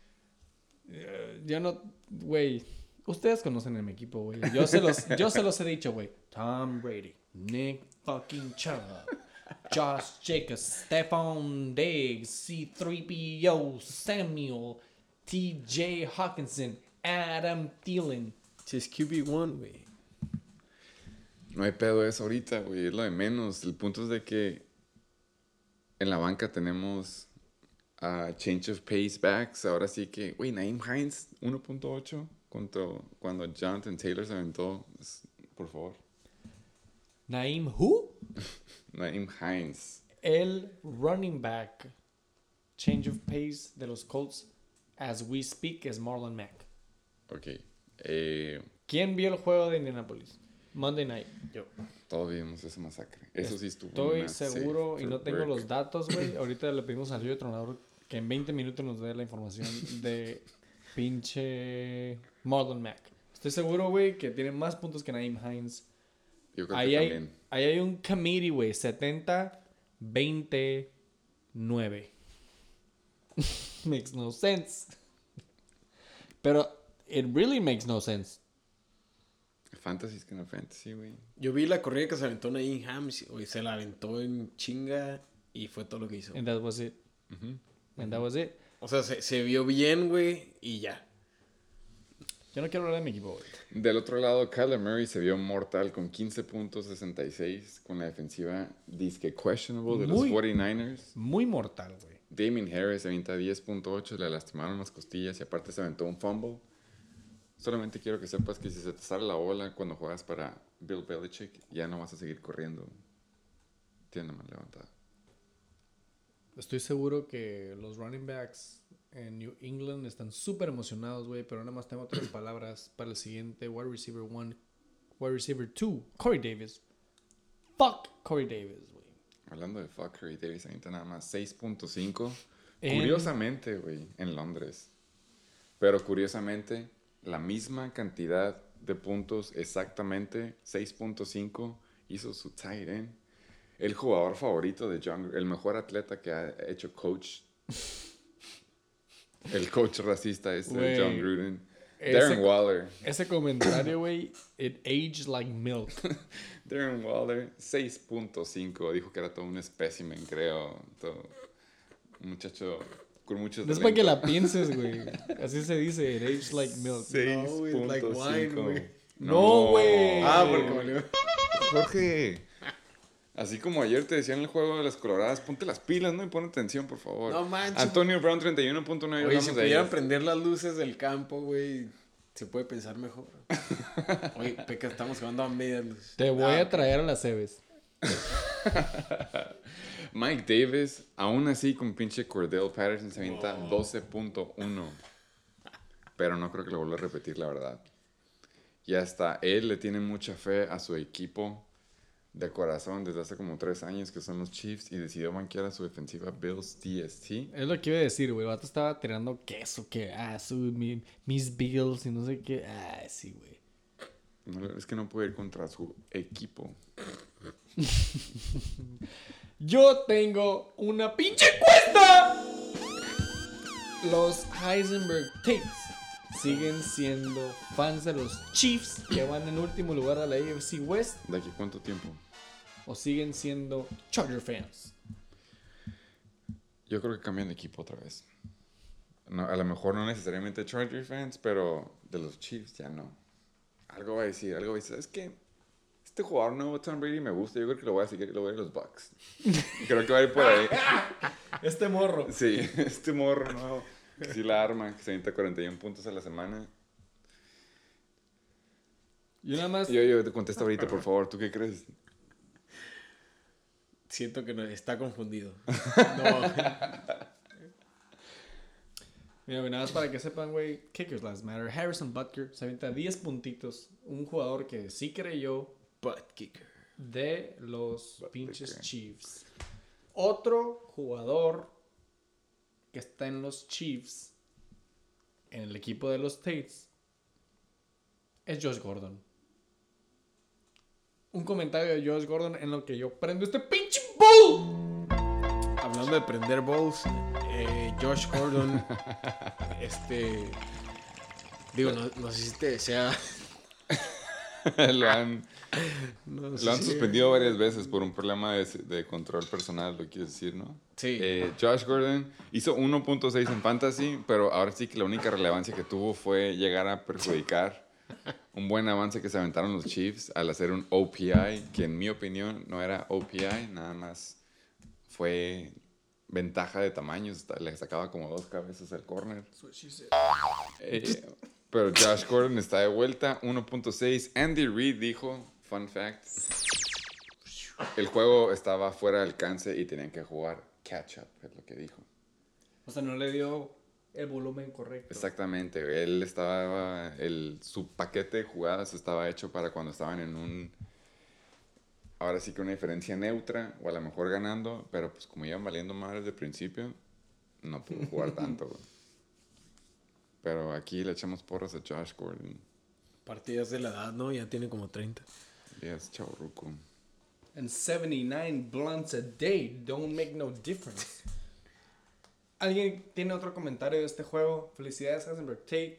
Yo no... Güey. Ustedes conocen a mi equipo, güey. Yo se los he dicho, güey. Tom Brady. Nick fucking Chubb. Josh Jacobs. Stephon Diggs. C3PO. Samuel. TJ Hawkinson. Adam Thielen. Si es QB1, güey. No hay pedo eso ahorita, güey. Es lo de menos. El punto es de que en la banca tenemos change of pace backs. Ahora sí que, güey, Naeem Hines, 1.8 cuando Jonathan Taylor se aventó. Por favor. Naeem who? Naeem Hines. El running back change of pace de los Colts as we speak es Marlon Mack. Ok. ¿Quién vio el juego de Indianapolis? Monday night. Yo. Todos vimos esa masacre. Eso sí estuvo. Estoy una seguro safe y no for tengo work. los datos, güey. Ahorita le pedimos al Río Tronador que en 20 minutos nos dé la información de pinche Marlon Mack. Estoy seguro, güey, que tiene más puntos que Naeem Hines. Yo creo Ahí que hay, también. ahí hay un committee, güey. 70-29. Makes no sense. Pero it really makes no sense. Fantasy es que no fantasy, güey. Yo vi la corrida que se aventó Naeem Hines, güey. Se la aventó en chinga y fue todo lo que hizo. And that was it. And that was it. O sea, se vio bien, güey, y ya. Yo no quiero hablar de mi equipo, güey. Del otro lado, Kyler Murray se vio mortal con 15.66 con la defensiva disque questionable de los Muy- 49ers. Muy mortal, güey. Damien Harris se avienta 10.8, le lastimaron las costillas y aparte se aventó un fumble. Solamente quiero que sepas que si se te sale la bola cuando juegas para Bill Belichick, ya no vas a seguir corriendo. Tiene mal levantada. Estoy seguro que los running backs en New England están súper emocionados, güey. Pero nada más tengo 3 palabras para el siguiente. Wide receiver 1. Wide receiver 2. Corey Davis. Fuck Corey Davis, güey. Hablando de fuck, Curry Davis avienta nada más 6.5. En- Curiosamente, güey, en Londres. Pero curiosamente, la misma cantidad de puntos, exactamente 6.5, hizo su tight end. El jugador favorito de John, el mejor atleta que ha hecho coach. El coach racista este de Güey, John Gruden. ese- Darren Waller. Ese comentario, güey, it aged like milk. Darren Waller, 6.5. Dijo que era todo un espécimen, creo. Todo un muchacho con mucho No es para que talento. la pienses, güey. Así se dice, it aged like milk. No, güey, like wine, 6.5. güey. No, güey. Ah, porque valió. Jorge. Así como ayer te decían en el juego de las coloradas, ponte las pilas, ¿no? Y pon atención, por favor. No manches. Antonio Brown, 31.9. Oye, hablamos si de pudieran ellas. prender las luces del campo, güey, se puede pensar mejor. Oye, Peca, estamos jugando a medias luces. Te voy a traer a las Cebes. Mike Davis, aún así con pinche Cordell Patterson, se avienta 12.1. Pero no creo que lo vuelva a repetir, la verdad. Y hasta él le tiene mucha fe a su equipo de corazón desde hace como 3 años, que son los Chiefs, y decidió banquear a su defensiva Bills DST. Es lo que iba a decir, güey. El vato estaba tirando queso, que mis Bills y no sé qué. Sí, güey. No, es que no puede ir contra su equipo. Yo tengo una pinche encuesta. Los Heisenberg Takes siguen siendo fans de los Chiefs que van en último lugar a la AFC West, ¿De aquí cuánto tiempo? o siguen siendo Charger fans. Yo creo que cambian de equipo otra vez. No, a lo mejor no necesariamente Charger fans, pero de los Chiefs ya no. Algo va a decir. Es que este jugador nuevo, Tom Brady, me gusta. Yo creo que lo voy a seguir, lo voy a ir a los Bucks. Creo que va a ir por ahí. Este morro. Sí, este morro nuevo. Que sí la arma, que se necesita 41 puntos a la semana. Yo nada más... Yo te contesto ahorita, por favor. ¿Tú qué crees? Siento que está confundido. No. Mira, güey, nada más para que sepan, güey. Kickers last matter. Harrison Butker se avienta 10 puntitos. Un jugador que sí creyó Butt kicker. de los Butker. pinches Chiefs. Otro jugador que está en los Chiefs, en el equipo de los Tates, es Josh Gordon. Un comentario de Josh Gordon en lo que yo prendo este pinche bull. Hablando de prender balls, Josh Gordon, digo, no sé si te sea... lo han No sé Lo han si- suspendido varias veces por un problema de control personal, lo quieres decir, ¿no? Sí. Josh Gordon hizo 1.6 en fantasy, pero ahora sí que la única relevancia que tuvo fue llegar a perjudicar un buen avance que se aventaron los Chiefs al hacer un OPI, que en mi opinión no era OPI, nada más fue ventaja de tamaños, le sacaba como 2 cabezas al corner. Pero Josh Gordon está de vuelta, 1.6. Andy Reid dijo, fun fact, el juego estaba fuera de alcance y tenían que jugar catch up, es lo que dijo. O sea, no le dio el volumen correcto. Exactamente, él estaba, su paquete de jugadas estaba hecho para cuando estaban en ahora sí que una diferencia neutra, o a lo mejor ganando, pero pues como iban valiendo más desde el principio, no pudo jugar tanto, güey. Pero aquí le echamos porras a Josh Gordon. Partidas de la edad, ¿no? Ya tiene como 30. Ya es chavorruco. And 79 blunts a day don't make no difference. ¿Alguien tiene otro comentario de este juego? Felicidades, Heisenberg Tate.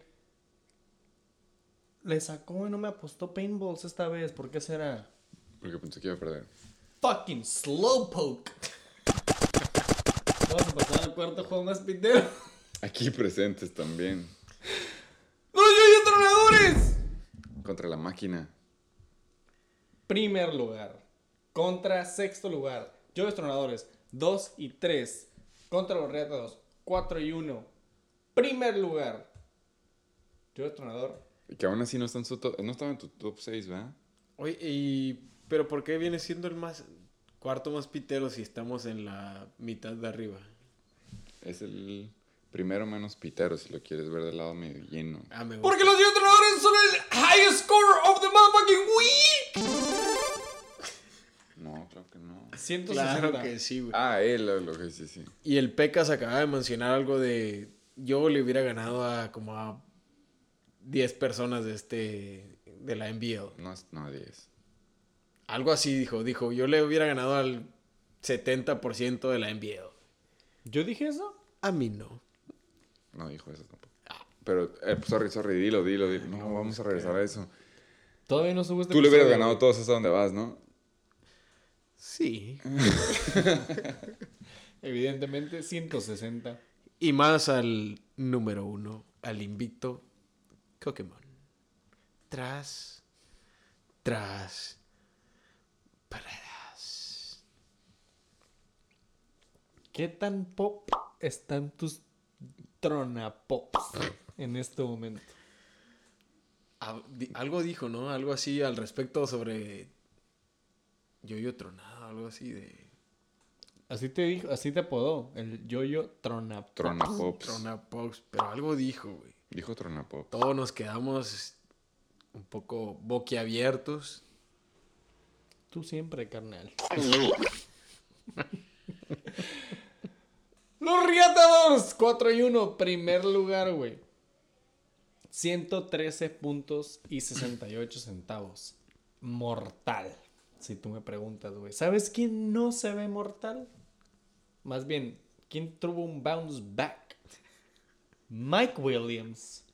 Le sacó y no me apostó paintballs esta vez. ¿Por qué será? Porque pensé que iba a perder. Fucking slowpoke. Vamos a pasar al cuarto juego más pitero. Aquí presentes también. ¡Los Yoyo Tronadores! Contra la máquina. Primer lugar. Contra sexto lugar. Yoyo Tronadores 2 y 3. Contra los Reatados 4 y 1. Primer lugar. Yoyo Tronador. Y que aún así no, no estaba en tu top 6, ¿verdad? Oye, pero ¿por qué viene siendo el cuarto más pitero si estamos en la mitad de arriba? Es el primero menos pitero, si lo quieres ver del lado medio lleno. Ah, me gusta. Porque los Yoyo Tronadores son el highest scorer of the motherfucking week. No, claro que no. 160. Claro que sí, güey. Ah, él, lo que sí. Y el Pecas acaba de mencionar algo de... Yo le hubiera ganado a como a 10 personas de la NBL. No 10. Algo así dijo. Dijo, yo le hubiera ganado al 70% de la NBL. ¿Yo dije eso? A mí no. No dijo eso tampoco. Pero, sorry, dilo. No, vamos a regresar a eso. Todavía no subo este Tú le hubieras episodio, ganado güey. todos hasta donde vas, ¿no? Sí. Evidentemente, 160. Y más al número 1, al invicto Pokémon. Tras paradas. ¿Qué tan pop están tus tronapops en este momento? Algo dijo, ¿no? Algo así al respecto sobre Yoyo Tronado, algo así de... Así te dijo, así te apodó, el Yoyo Tronapops. Tronapops. Tronapops, pero algo dijo, güey. Dijo Tronapops. Todos nos quedamos un poco boquiabiertos. Tú siempre, carnal. Los Riatadores, 4 y 1, primer lugar, güey. 113 puntos y 68 centavos. Mortal, si tú me preguntas, güey. ¿Sabes quién no se ve mortal? Más bien, ¿quién tuvo un bounce back? Mike Williams.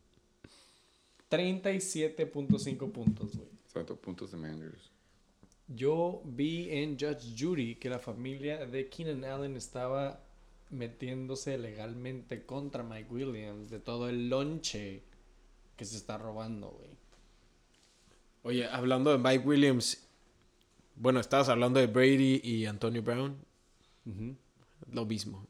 37.5 puntos, güey. Sobre todo puntos de Manders. Yo vi en Judge Judy que la familia de Keenan Allen estaba metiéndose legalmente contra Mike Williams de todo el lonche que se está robando, güey. Oye, hablando de Mike Williams, bueno, estabas hablando de Brady y Antonio Brown. Lo mismo.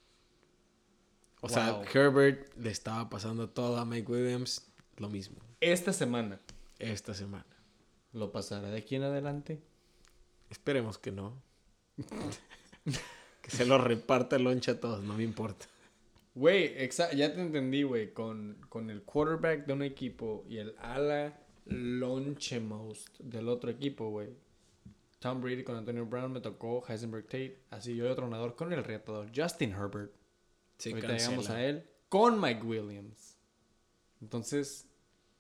O sea, Wow. Herbert le estaba pasando todo a Mike Williams. Lo mismo. Esta semana, Esta semana. ¿lo pasará de aquí en adelante? Esperemos que no. Que se lo reparta el lonche a todos, no me importa. Güey, ya te entendí, güey. Con el quarterback de un equipo y el ala lonche most del otro equipo, güey. Tom Brady con Antonio Brown, me tocó Heisenberg Tate. Así yo de tronador con el retador Justin Herbert. Se Ahorita cancela. llegamos a él con Mike Williams. Entonces,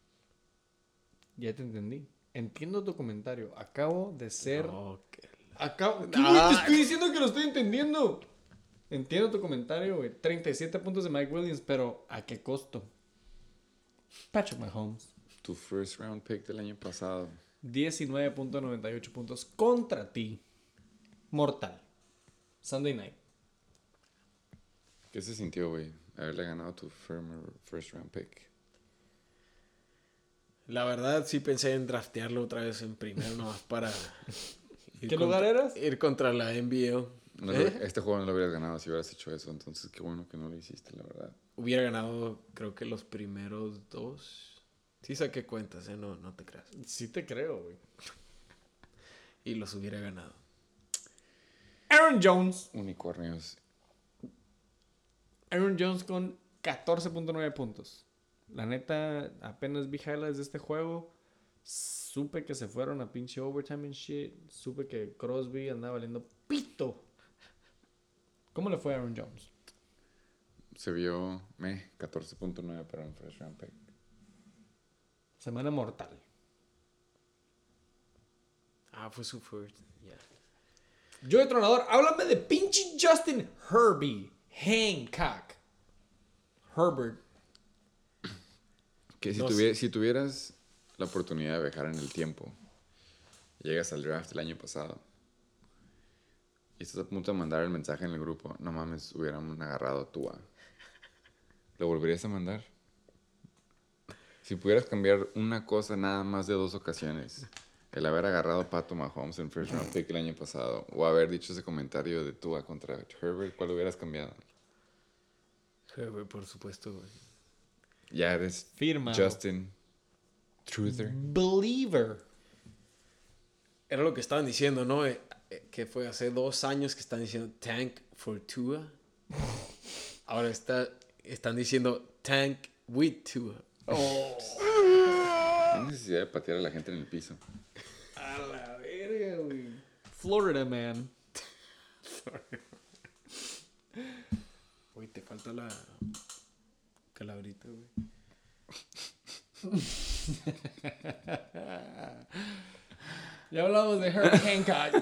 ya te entendí. Entiendo tu comentario. Acabo de ser... No, que- ¿Qué, güey? Te estoy diciendo que lo estoy entendiendo. Entiendo tu comentario, güey. 37 puntos de Mike Williams, pero ¿a qué costo? Patrick Mahomes. Tu first round pick del año pasado. 19.98 puntos contra ti. Mortal. Sunday night. ¿Qué se sintió, güey? Haberle ganado tu first round pick. La verdad sí pensé en draftearlo otra vez en primero nomás para... ir ¿Qué lugar eras? Ir contra la NBL. No este juego no lo hubieras ganado si hubieras hecho eso. Entonces, qué bueno que no lo hiciste, la verdad. Hubiera ganado, creo que los primeros 2. Sí saqué cuentas, no te creas. Sí te creo, güey. Y los hubiera ganado. Aaron Jones. Unicornios. Aaron Jones con 14.9 puntos. La neta, apenas vi highlights de este juego. Supe que se fueron a pinche overtime and shit. Supe que Crosby andaba valiendo pito. ¿Cómo le fue a Aaron Jones? Se vio 14.9 para un first round pick. Semana mortal. Ah, fue su first. Yeah. Yo de tronador, háblame de pinche Justin Herbie Hancock. Herbert. Que No si tuvieras la oportunidad de viajar en el tiempo, llegas al draft el año pasado y estás a punto de mandar el mensaje en el grupo, no mames, hubiéramos agarrado a Tua, ¿lo volverías a mandar? Si pudieras cambiar una cosa nada más de 2 ocasiones, el haber agarrado a Pato Mahomes en first round pick el año pasado o haber dicho ese comentario de Tua contra Herbert, ¿cuál hubieras cambiado? Herbert, por supuesto, güey. Ya eres Firmado. Justin Truther. Believer. Era lo que estaban diciendo, ¿no? Que fue hace 2 años que están diciendo tank for Tua. Ahora están diciendo tank with Tua. Oh. No hay necesidad de patear a la gente en el piso. A la verga, güey. Florida man. Uy, te falta la calabrita, güey. Ya hablamos de Herb Hancock.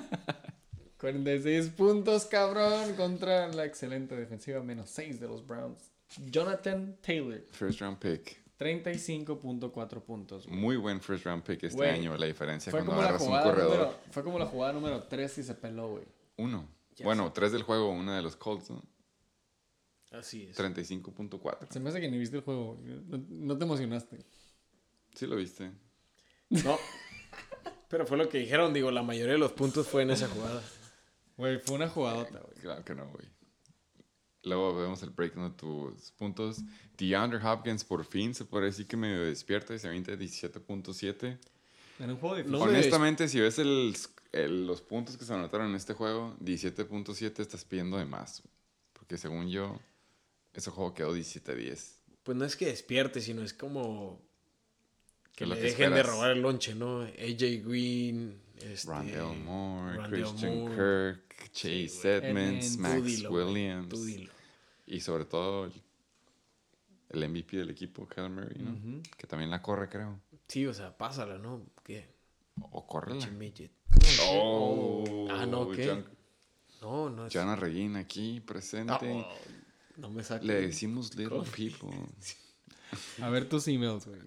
46 puntos, cabrón, contra la excelente defensiva, menos 6 de los Browns. Jonathan Taylor, First round pick. 35.4 puntos. Güey. Muy buen first round pick este Güey, año. La diferencia Fue cuando como, la agarras un jugada corredor. fue como la jugada número 3 y se peló, güey. 1. Ya Bueno, sé. 3 del juego, una de los Colts, ¿no? Así es. 35.4. Se me hace que ni viste el juego. No te emocionaste. Sí lo viste. No. Pero fue lo que dijeron, digo, la mayoría de los puntos fue en esa jugada. Güey, fue una jugadota, güey. Claro que no, güey. Luego vemos el breakdown de tus puntos. DeAndre Hopkins por fin se puede decir que medio despierta y se avienta 17.7. En un juego difícil. No, Honestamente, si ves los puntos que se anotaron en este juego, 17.7 estás pidiendo de más. Porque según yo, ese juego quedó 17-10. Pues no es que despierte, sino es como que Es lo le que dejen de esperas. robar el lonche, ¿no? AJ Green, Rondale Moore, Rondale Christian Moore. Kirk, Chase Edmonds, Edmonds. Max Tú dilo, güey, Williams. tú dilo. Y sobre todo el MVP del equipo, Kyler Murray, ¿no? Que también la corre, creo. Sí, o sea, pásala, ¿no? ¿Qué? O córrela. Pinche midget. Oh, Ah, no, ¿qué? John- No es... Jana Regina aquí presente. Oh, no me saques. Le decimos little people. A ver tus emails, güey.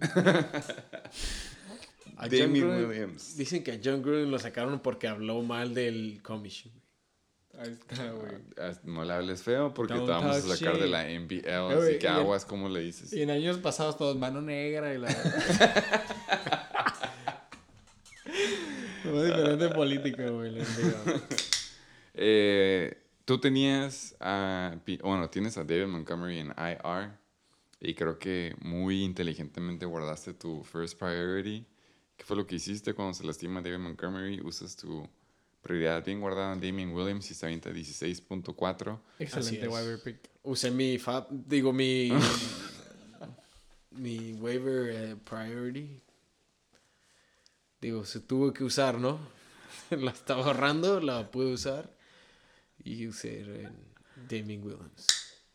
A John Damien Gruden- Williams. Dicen que a John Gruden lo sacaron porque habló mal del commission. Ahí está, güey. No le hables feo porque Don't te vamos a talk sacar de shit. la NBL. Güey, Así que y aguas, ¿cómo le dices? Y en años pasados todos mano negra y la... Ponte político, güey. Les digo. Tú tenías tienes a David Montgomery en IR y creo que muy inteligentemente guardaste tu first priority. ¿Qué fue lo que hiciste cuando se lastima David Montgomery? Usas tu prioridad bien guardada en Damian Williams y se avienta 16.4. Excelente es. waiver pick. Usé mi mi waiver priority. Digo, se tuvo que usar, ¿no? La estaba ahorrando, la pude usar. Y usé en Damian Williams.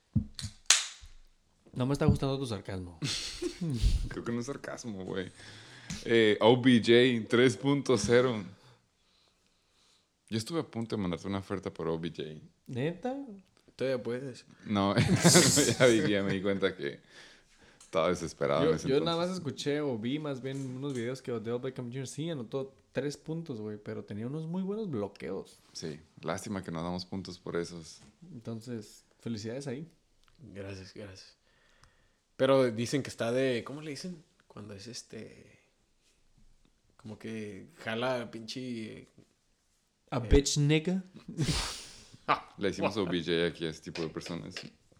No me está gustando tu sarcasmo. Creo que no es sarcasmo, güey. OBJ 3.0. Yo estuve a punto de mandarte una oferta por OBJ. ¿Neta? Todavía puedes. No, ya me di cuenta que estaba desesperado en ese Yo nada entonces. más escuché o vi más bien unos videos que Odell Beckham Jr. sí anotó 3 puntos, güey, pero tenía unos muy buenos bloqueos. Sí, lástima que no damos puntos por esos. Entonces, felicidades ahí. Gracias. Pero dicen que está de... ¿Cómo le dicen? Cuando es como que jala pinche... A bitch nigga. Le hicimos OBJ aquí a ese tipo de personas.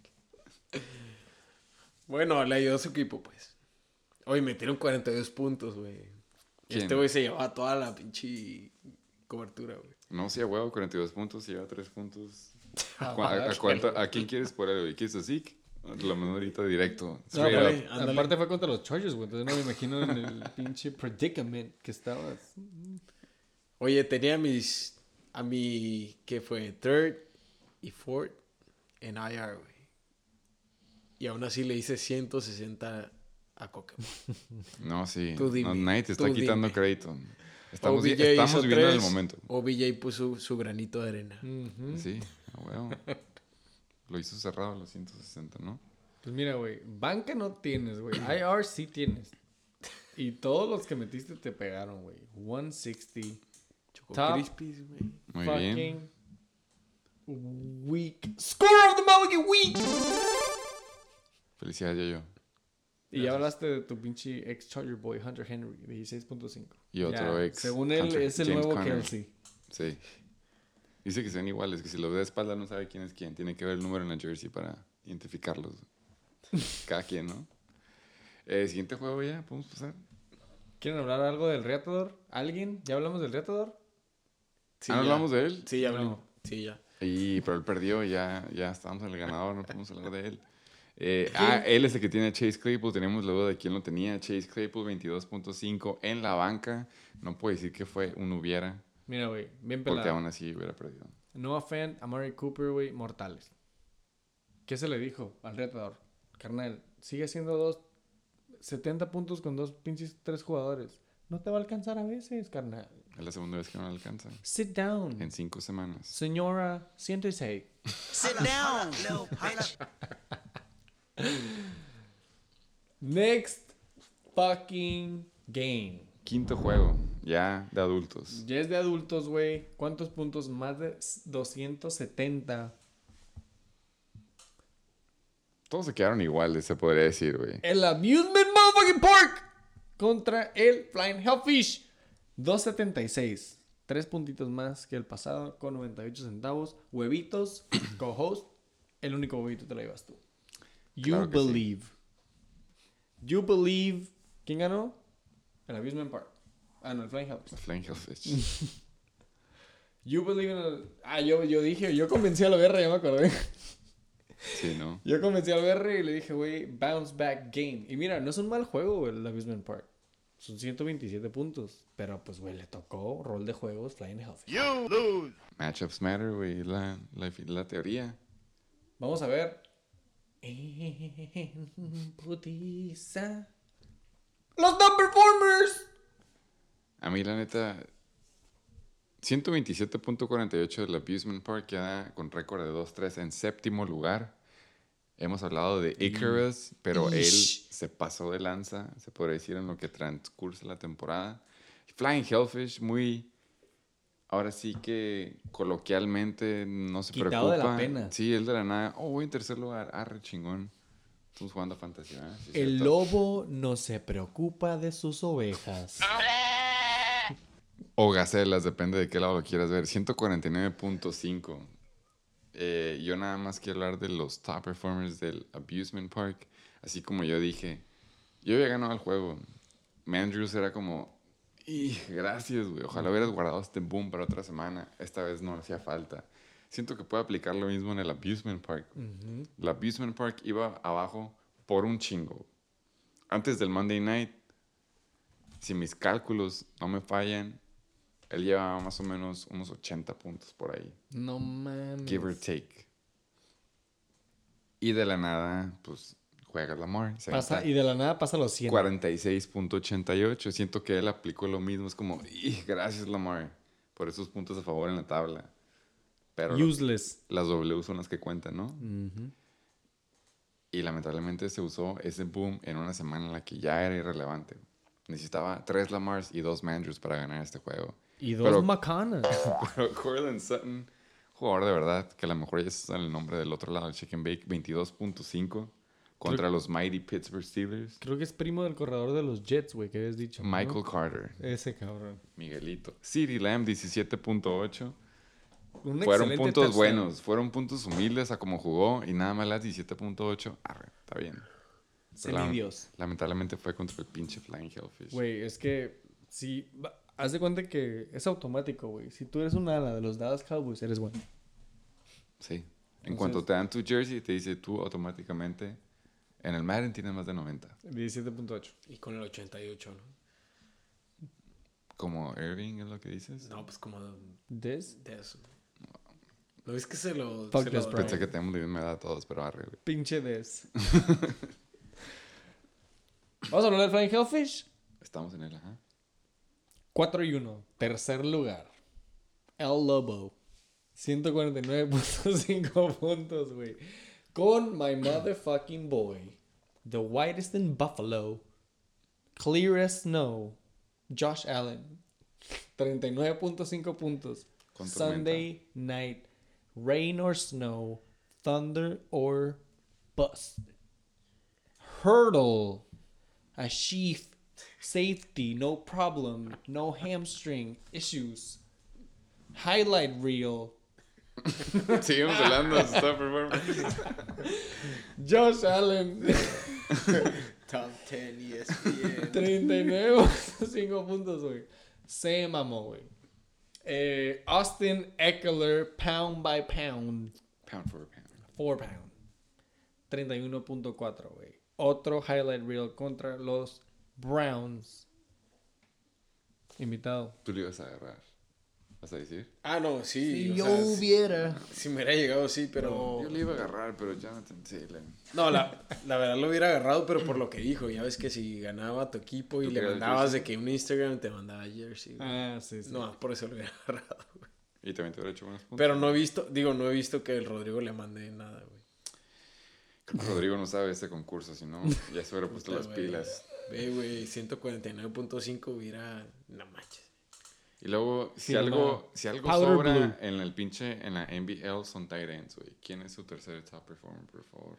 Bueno, le ayudó a su equipo, pues. Hoy metieron 42 puntos, güey. ¿Quién? Este güey se llevaba toda la pinche cobertura, güey. No, sí, a huevo, 42 puntos, lleva 3 puntos. Ah, ¿A quién quieres por él, güey? ¿Quieres a Zeke? La mano ahorita directo. No, Straight pero up. ándale. aparte fue contra los Chargers, güey. Entonces no me imagino en el pinche predicament que estabas. Oye, tenía a mi, ¿qué fue? Third y fourth en IR, güey. Y aún así le hice 160 a Coca. No, sí. Tú dime, No, nadie te está tú quitando dime. crédito. Estamos OBJ viviendo hizo en el 3, momento. OBJ puso su granito de arena. Sí, a huevo. Lo hizo cerrado a los 160, ¿no? Pues mira, güey. Banca no tienes, güey. IR sí tienes. Y todos los que metiste te pegaron, güey. 160. Choco Top. Crispies, güey. Muy fucking bien. week. Score of the Mulligan week. Felicidades, Yayo. Y ya hablaste de tu pinche ex Charger boy, Hunter Henry, 16.5. Y otro Ya, ex, según él, Hunter, es el James nuevo Conner. Kelsey. Sí. Dice que son iguales, que si los ve de espalda no sabe quién es quién. Tiene que ver el número en la jersey para identificarlos. Cada quien, ¿no? Siguiente juego ya, podemos pasar. ¿Quieren hablar algo del Reatador? ¿Alguien? ¿Ya hablamos del Reatador? Sí, ¿No ya. hablamos de él? Sí, ya No. hablamos. Sí, ya. Pero él perdió, ya estábamos en el ganador, no podemos hablar de él. Él es el que tiene a Chase Claypool. Tenemos la duda de quién lo tenía. Chase Claypool, 22.5 en la banca. No puedo decir que fue un hubiera, Mira, güey, bien porque pelado. aún así hubiera perdido. Noah Fant, Amari Cooper, güey, mortales. ¿Qué se le dijo al Reatador? Carnal, sigue haciendo 70 puntos con 3 jugadores. No te va a alcanzar a veces, carnal. Es la segunda vez que no le alcanza. Sit down. En 5 semanas. Señora, siéntese. Sit down, little bitch. Next fucking game. Quinto juego, ya de adultos. Ya es de adultos, güey. ¿Cuántos puntos? Más de 270. Todos se quedaron iguales, se podría decir, güey. El Amusement Motherfucking Park contra el Flying Hellfish. 276. 3 puntitos más que el pasado con 98 centavos. Huevitos, co-host. El único huevito te lo llevas tú. Claro You que sí. believe. You believe. ¿Quién ganó? El Amusement Park. Ah, no, el Flying Hellfish. Flying Hellfish. You believe in el... Ah, yo dije, yo convencí a la guerra, ya me acordé. Sí, ¿no? Yo convencí al BR y le dije, güey, bounce back game. Y mira, no es un mal juego, güey, el Amusement Park. Son 127 puntos. Pero, pues, güey, le tocó rol de juegos Flying Hellfish. Matchups matter, güey. La teoría. Vamos a ver. En putiza. ¡Los non-performers! A mí, la neta, 127.48 del Abusement Park queda con récord de 2-3 en séptimo lugar. Hemos hablado de Icarus, pero él se pasó de lanza, se podría decir, en lo que transcurre la temporada. Flying Hellfish, muy... Ahora sí que coloquialmente no se Quitado preocupa. de la pena. Sí, él de la nada. Oh, voy en tercer lugar. Arre, chingón. Estamos jugando a fantasía. ¿Eh? Sí, El cierto. lobo no se preocupa de sus ovejas. O gacelas, depende de qué lado lo quieras ver. 149.5. Yo nada más quiero hablar de los top performers del Abusement Park. Así como yo dije, yo había ganado el juego. Mandrews era como, gracias, güey. Ojalá hubieras guardado este boom para otra semana. Esta vez no hacía falta. Siento que puedo aplicar lo mismo en el Abusement Park. El Abusement Park iba abajo por un chingo. Antes del Monday Night, si mis cálculos no me fallan, él llevaba más o menos unos 80 puntos por ahí. No mames. Give or take. Y de la nada, pues, juega Lamar. Pasa, y de la nada pasa los 100. 46.88. Siento que él aplicó lo mismo. Es como, gracias Lamar por esos puntos a favor en la tabla. Pero Useless. las W son las que cuentan, ¿no? Y lamentablemente se usó ese boom en una semana en la que ya era irrelevante. Necesitaba 3 Lamars y 2 Mandrews para ganar este juego. Y 2 Macanas. Pero Courtland Sutton, jugador de verdad, que a lo mejor ya es el nombre del otro lado, el Shake and Bake, 22.5 contra los Mighty Pittsburgh Steelers. Creo que es primo del corredor de los Jets, güey, que habías dicho. Michael ¿no? Carter. Ese cabrón. Miguelito. CeeDee Lamb, 17.8. Un Fueron excelente puntos touchdown. buenos, fueron puntos humildes a como jugó y nada más las 17.8. Arre, está bien. Semidios. Lamentablemente fue contra el pinche Flying Hellfish. Güey, es que si haz de cuenta que es automático, güey. Si tú eres un ala de los Dallas Cowboys, eres bueno. Sí. En Entonces- cuanto te dan tu jersey, te dice tú automáticamente. En el Madden tienes más de 90. 17.8. Y con el 88, ¿no? Como Irving es lo que dices. No, pues como Des. de eso. ¿No es que se lo... Fuck se this, lo- bro. Pensé que tenemos la misma edad todos, pero arre, güey. Pinche Des. Vamos a hablar del Flying Hellfish. Estamos en él, ajá. 4-1. Tercer lugar. El Lobo. 149.5 puntos, güey. Con my motherfucking boy. The whitest in Buffalo. Clear as snow. Josh Allen. 39.5 puntos. Con tormenta. Sunday night. Rain or snow. Thunder or bust. Hurdle. A sheath. Safety. No problem. No hamstring issues. Highlight reel. Seguimos hablando de Stop Performance. Josh Allen. Top 10 ESPN. 39.5 puntos, güey. Se mamó, güey. Austin Eckler, pound by pound. Pound for a pound. 4 pound. 31.4, güey. Otro highlight reel contra los Browns. Invitado. Tú lo ibas a agarrar. ¿Vas a decir? Ah, no, sí. Si o yo sea, hubiera. si me hubiera llegado, sí, pero... Yo le iba a agarrar, pero Jonathan Taylor. No, la verdad lo hubiera agarrado, pero por lo que dijo. Ya ves que si ganaba tu equipo y ¿Tú le querías mandabas jersey? de que un Instagram te mandaba jersey. güey. Ah, sí, sí. No, por eso lo hubiera agarrado, güey. Y también te hubiera hecho buenos puntos. Pero no he visto que el Rodrigo le mande nada, güey. Creo que Rodrigo no sabe este concurso, si no, ya se hubiera puesto Puta, las güey. pilas. Ve, güey, 149.5 hubiera... No manches. Y luego, Sí, si algo Powder sobra blue. en el pinche, en la NBL son tight ends, güey. ¿Quién es su tercer top performer, por favor?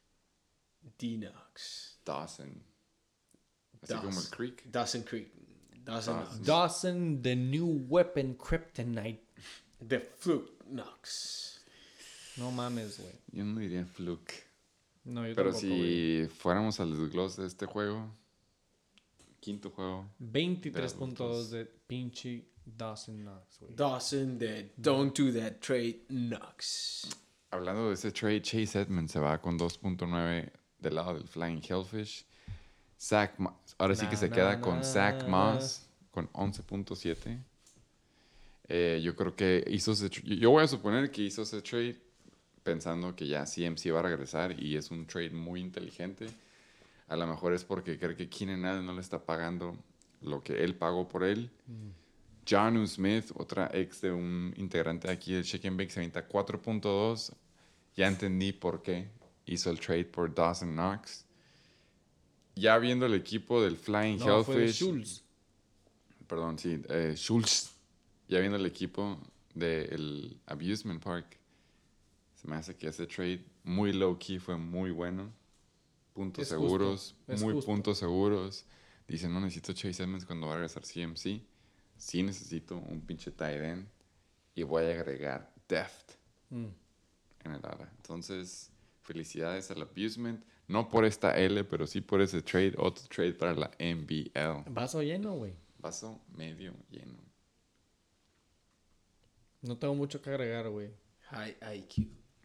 D-Nox. Dawson. Así como el Creek. Dawson Creek. Dawson Dawson. Knox. Dawson, the new weapon, Kryptonite. The Fluke Knox. No mames, güey. Yo no diría fluke. No, yo Pero tampoco, güey. si fuéramos al desglose de este juego, quinto juego, 23.2 de pinche Dawson Knox, güey. Dawson, the Don't Do That Trade Knox. hablando de ese trade, Chase Edmonds se va con 2.9 del lado del Flying Hellfish. Ahora sí que se queda con Zach Moss con 11.7. Yo creo que hizo ese yo voy a suponer que hizo ese trade pensando que ya CMC va a regresar y es un trade muy inteligente. A lo mejor es porque cree que Keenan Allen no le está pagando lo que él pagó por él. Jonnu Smith, otra ex de un integrante de aquí del Shake and Bake, se avienta 4.2. Ya entendí por qué hizo el trade por Dawson Knox. Ya viendo el equipo del Flying No, fue de Hellfish. Schultz. Perdón, sí, Schultz. Ya viendo el equipo del Abusement Park. Se me hace que ese trade muy low-key fue muy bueno. Puntos Es seguros, justo, es muy justo. puntos seguros. Dicen, no necesito Chase Edmonds cuando va a regresar CMC. sí necesito un pinche tight end y voy a agregar depth en el ala. Entonces, felicidades al Abusement. No por esta L, pero sí por ese trade. Otro trade para la NBL. Vaso lleno, güey. Vaso medio lleno. No tengo mucho que agregar, güey. High IQ.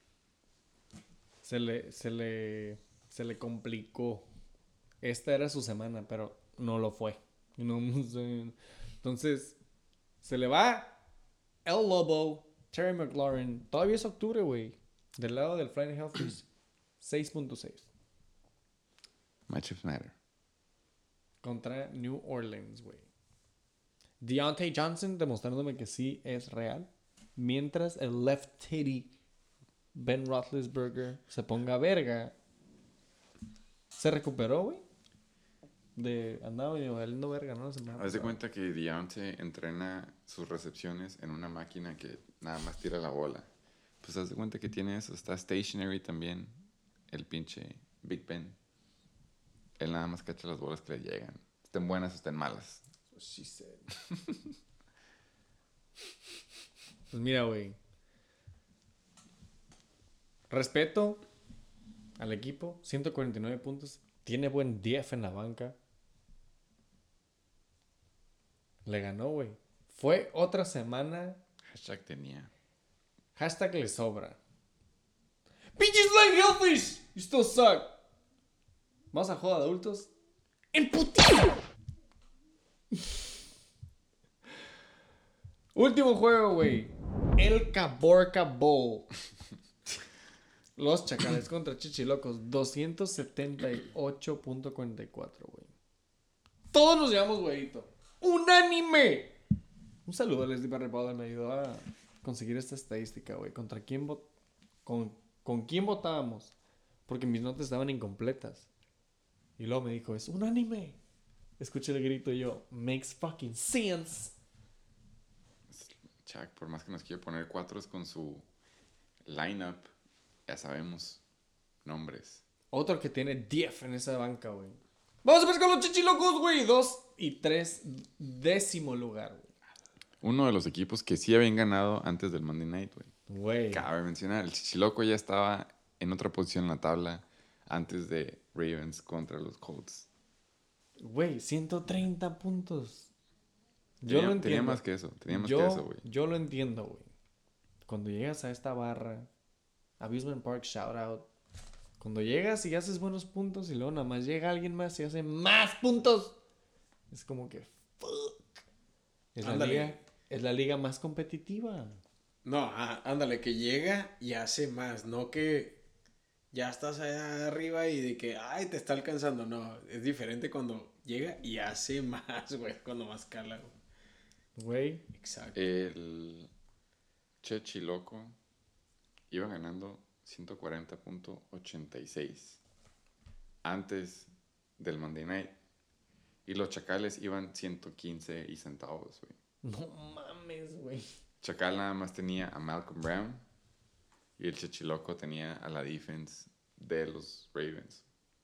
Se le complicó. Esta era su semana, pero no lo fue. No, entonces, se le va El Lobo, Terry McLaurin. Todavía es octubre, güey. Del lado del Friday Healthies, 6.6. Matchups matter. Contra New Orleans, güey. Deontay Johnson demostrándome que sí es real. Mientras el left titty Ben Roethlisberger se ponga verga. Se recuperó, güey. Andaba valiendo verga, ¿no? Haz de cuenta que Deontay entrena sus recepciones en una máquina que nada más tira la bola. Pues haz de cuenta que tiene eso. Está stationary también. El pinche Big Ben. Él nada más cacha las bolas que le llegan. Estén buenas o estén malas. She said. Pues mira, güey. Respeto al equipo. 149 puntos. Tiene buen DF en la banca. Le ganó, güey. Fue otra semana. Hashtag tenía. Hashtag le sobra. Pinches like Hellfish. You still suck. Vamos a juego de adultos. ¡En putiza! Último juego, güey. El Caborca Bowl. Los Chacales contra Chichilocos. 278.44, güey. Todos nos llevamos, güeyito. ¡Unánime! Un saludo a Leslie Barrepado. Me ayudó a conseguir esta estadística, güey. ¿Contra quién con quién votábamos? Porque mis notas estaban incompletas. Y luego me dijo, es unánime. Escuché el grito y yo, makes fucking sense. Chuck, por más que nos quiera poner cuatros con su lineup, ya sabemos nombres. Otro que tiene 10 en esa banca, güey. Vamos a empezar con los Chichilocos, güey. 2 y 3, 10º lugar, güey. Uno de los equipos que sí habían ganado antes del Monday Night, güey. Güey. Cabe mencionar, el Chichiloco ya estaba en otra posición en la tabla antes de Ravens contra los Colts. Güey, 130 puntos. Yo Tenía lo entiendo. más que eso, güey. Yo lo entiendo, güey. Cuando llegas a esta barra, Abusement Park, shout out. Cuando llegas y haces buenos puntos y luego nada más llega alguien más y hace más puntos. Es como que, fuck. Es la liga más competitiva. No, ándale, que llega y hace más, no que ya estás allá arriba y de que, ay, te está alcanzando. No, es diferente cuando llega y hace más, güey, cuando más cala, güey. Güey. Exacto. El Chichiloco iba ganando 140.86 antes del Monday Night. Y los Chacales iban 115 y centavos, güey. No mames, güey. Chacal nada más tenía a Malcolm Brown y el Chichiloco tenía a la defense de los Ravens.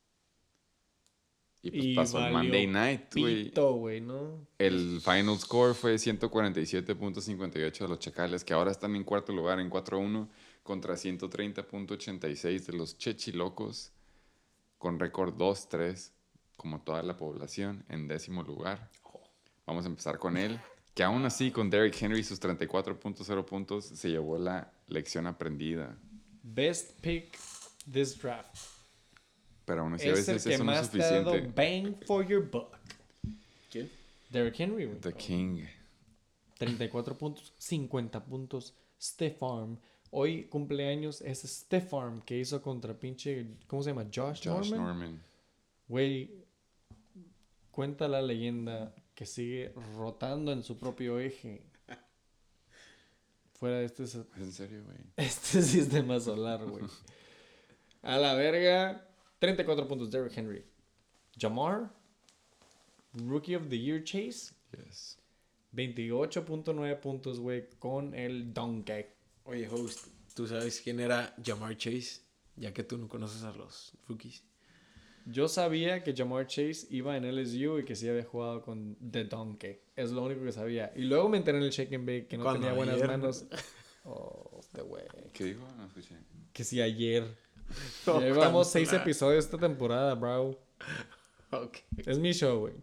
Y pues pasó el Monday Night, güey. Pito, güey, ¿no? El final score fue 147.58 de los Chacales, que ahora están en cuarto lugar en 4-1 contra 130.86 de los Chichilocos, con récord 2-3, como toda la población, en 10º lugar. Vamos a empezar con él, que aún así con Derrick Henry y sus 34.0 puntos se llevó la lección aprendida. Best pick this draft. Pero aún así a Es el veces que eso no es más te ha dado suficiente. bang for your buck. ¿Quién? Derrick Henry, güey. The King. 34 puntos, 50 puntos. Stefan. Hoy cumpleaños es Stefan que hizo contra pinche, ¿cómo se llama? Josh Norman. Güey, cuenta la leyenda que sigue rotando en su propio eje. Fuera de este... ¿Es en serio, güey? Este sistema solar, güey. A la verga. 34 puntos, Derrick Henry. Jamar, Rookie of the Year Chase. Yes. 28.9 puntos, güey, con el Donkey. Oye, host, ¿tú sabes quién era Jamar Chase? Ya que tú no conoces a los rookies. Yo sabía que Jamar Chase iba en LSU y que sí había jugado con The Donkey. Es lo único que sabía. Y luego me enteré en el Shake and Bake que no ¿Cuándo? tenía buenas ¿Ayer? manos. Oh, este güey. ¿Qué dijo? No escuché. Que sí, ayer. No, Ya llevamos ¿cuándo? 6 episodios esta temporada, bro. Ok. Es mi show, güey.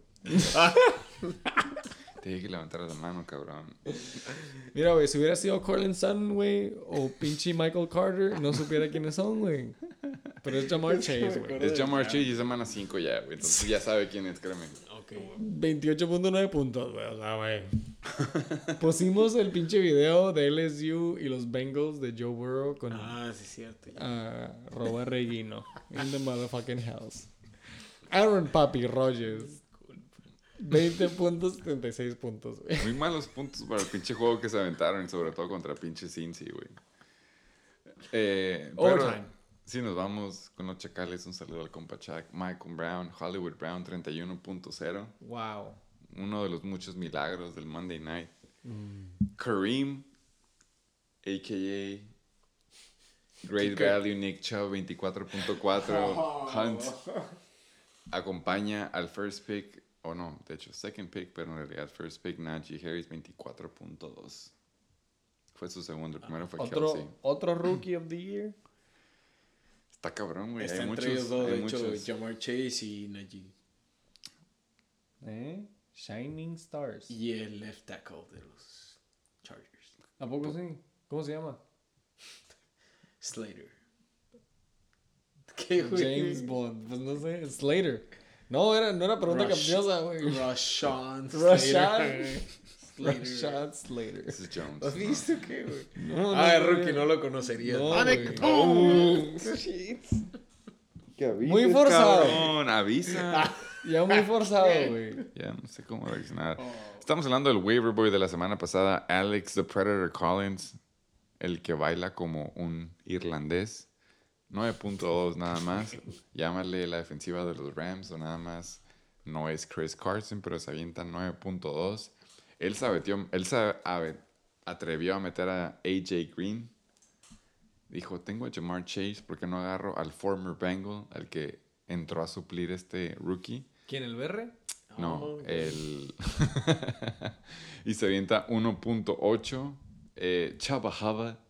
Te dije que levantaras la mano, cabrón. Mira, güey, si hubiera sido Cortland Sutton, güey, o pinche Michael Carter, no supiera quiénes son, güey. Pero es Jamar Chase, güey. Es Jamar Chase y es semana 5 ya, güey. Entonces ya sabe quién es, créeme. Ok. 28.9 puntos, güey. O sea, güey. Pusimos el pinche video de LSU y los Bengals de Joe Burrow con Ah, sí, es cierto. Roba Reguino. In the motherfucking house. Aaron Papi Rodgers. 20 puntos, 76 puntos, güey. Muy malos puntos para el pinche juego que se aventaron, y sobre todo contra pinche Cincy, güey. Pero Overtime. si nos vamos con los chacales, un saludo al compa Chuck. Michael Brown, Hollywood Brown 31.0. Wow. Uno de los muchos milagros del Monday Night. Kareem, a.k.a. Great Value Nick Chubb 24.4. Hunt acompaña al first pick, o no, de hecho second pick, pero en realidad first pick Najee Harris 24.2. Fue su segundo, el primero fue Kelsey. Otro Rookie of the Year. Está cabrón, güey. Está Hay entre muchos, ellos dos, hay de hecho, muchos. Jamar Chase y Najee. Shining Stars. Y el left tackle de los Chargers. ¿A poco sí? ¿Cómo se llama? Slater. ¿Qué, güey? James Bond. Pues no sé. Slater. No era pregunta capciosa, güey. Rashawn Rashad. Slater. Rashad Slater. Ese es Jones. ¿Lo has ¿no? visto qué, güey? No, Ah, no, rookie, no lo conocerías. No, Ah, güey. Muy forzado. Cabrón, avisa. Ya muy forzado, güey. Ya no sé cómo reaccionar. Estamos hablando del waiver boy de la semana pasada, Alex the Predator Collins, el que baila como un irlandés. 9.2 nada más. Llámale la defensiva de los Rams o nada más. No es Chris Carson, pero se avienta 9.2. Él se atrevió a meter a AJ Green. Dijo, tengo a Jamar Chase, ¿por qué no agarro al former Bengal, al que entró a suplir este rookie? ¿Quién, el BR? No, el... y se avienta 1.8. Chaba Hava.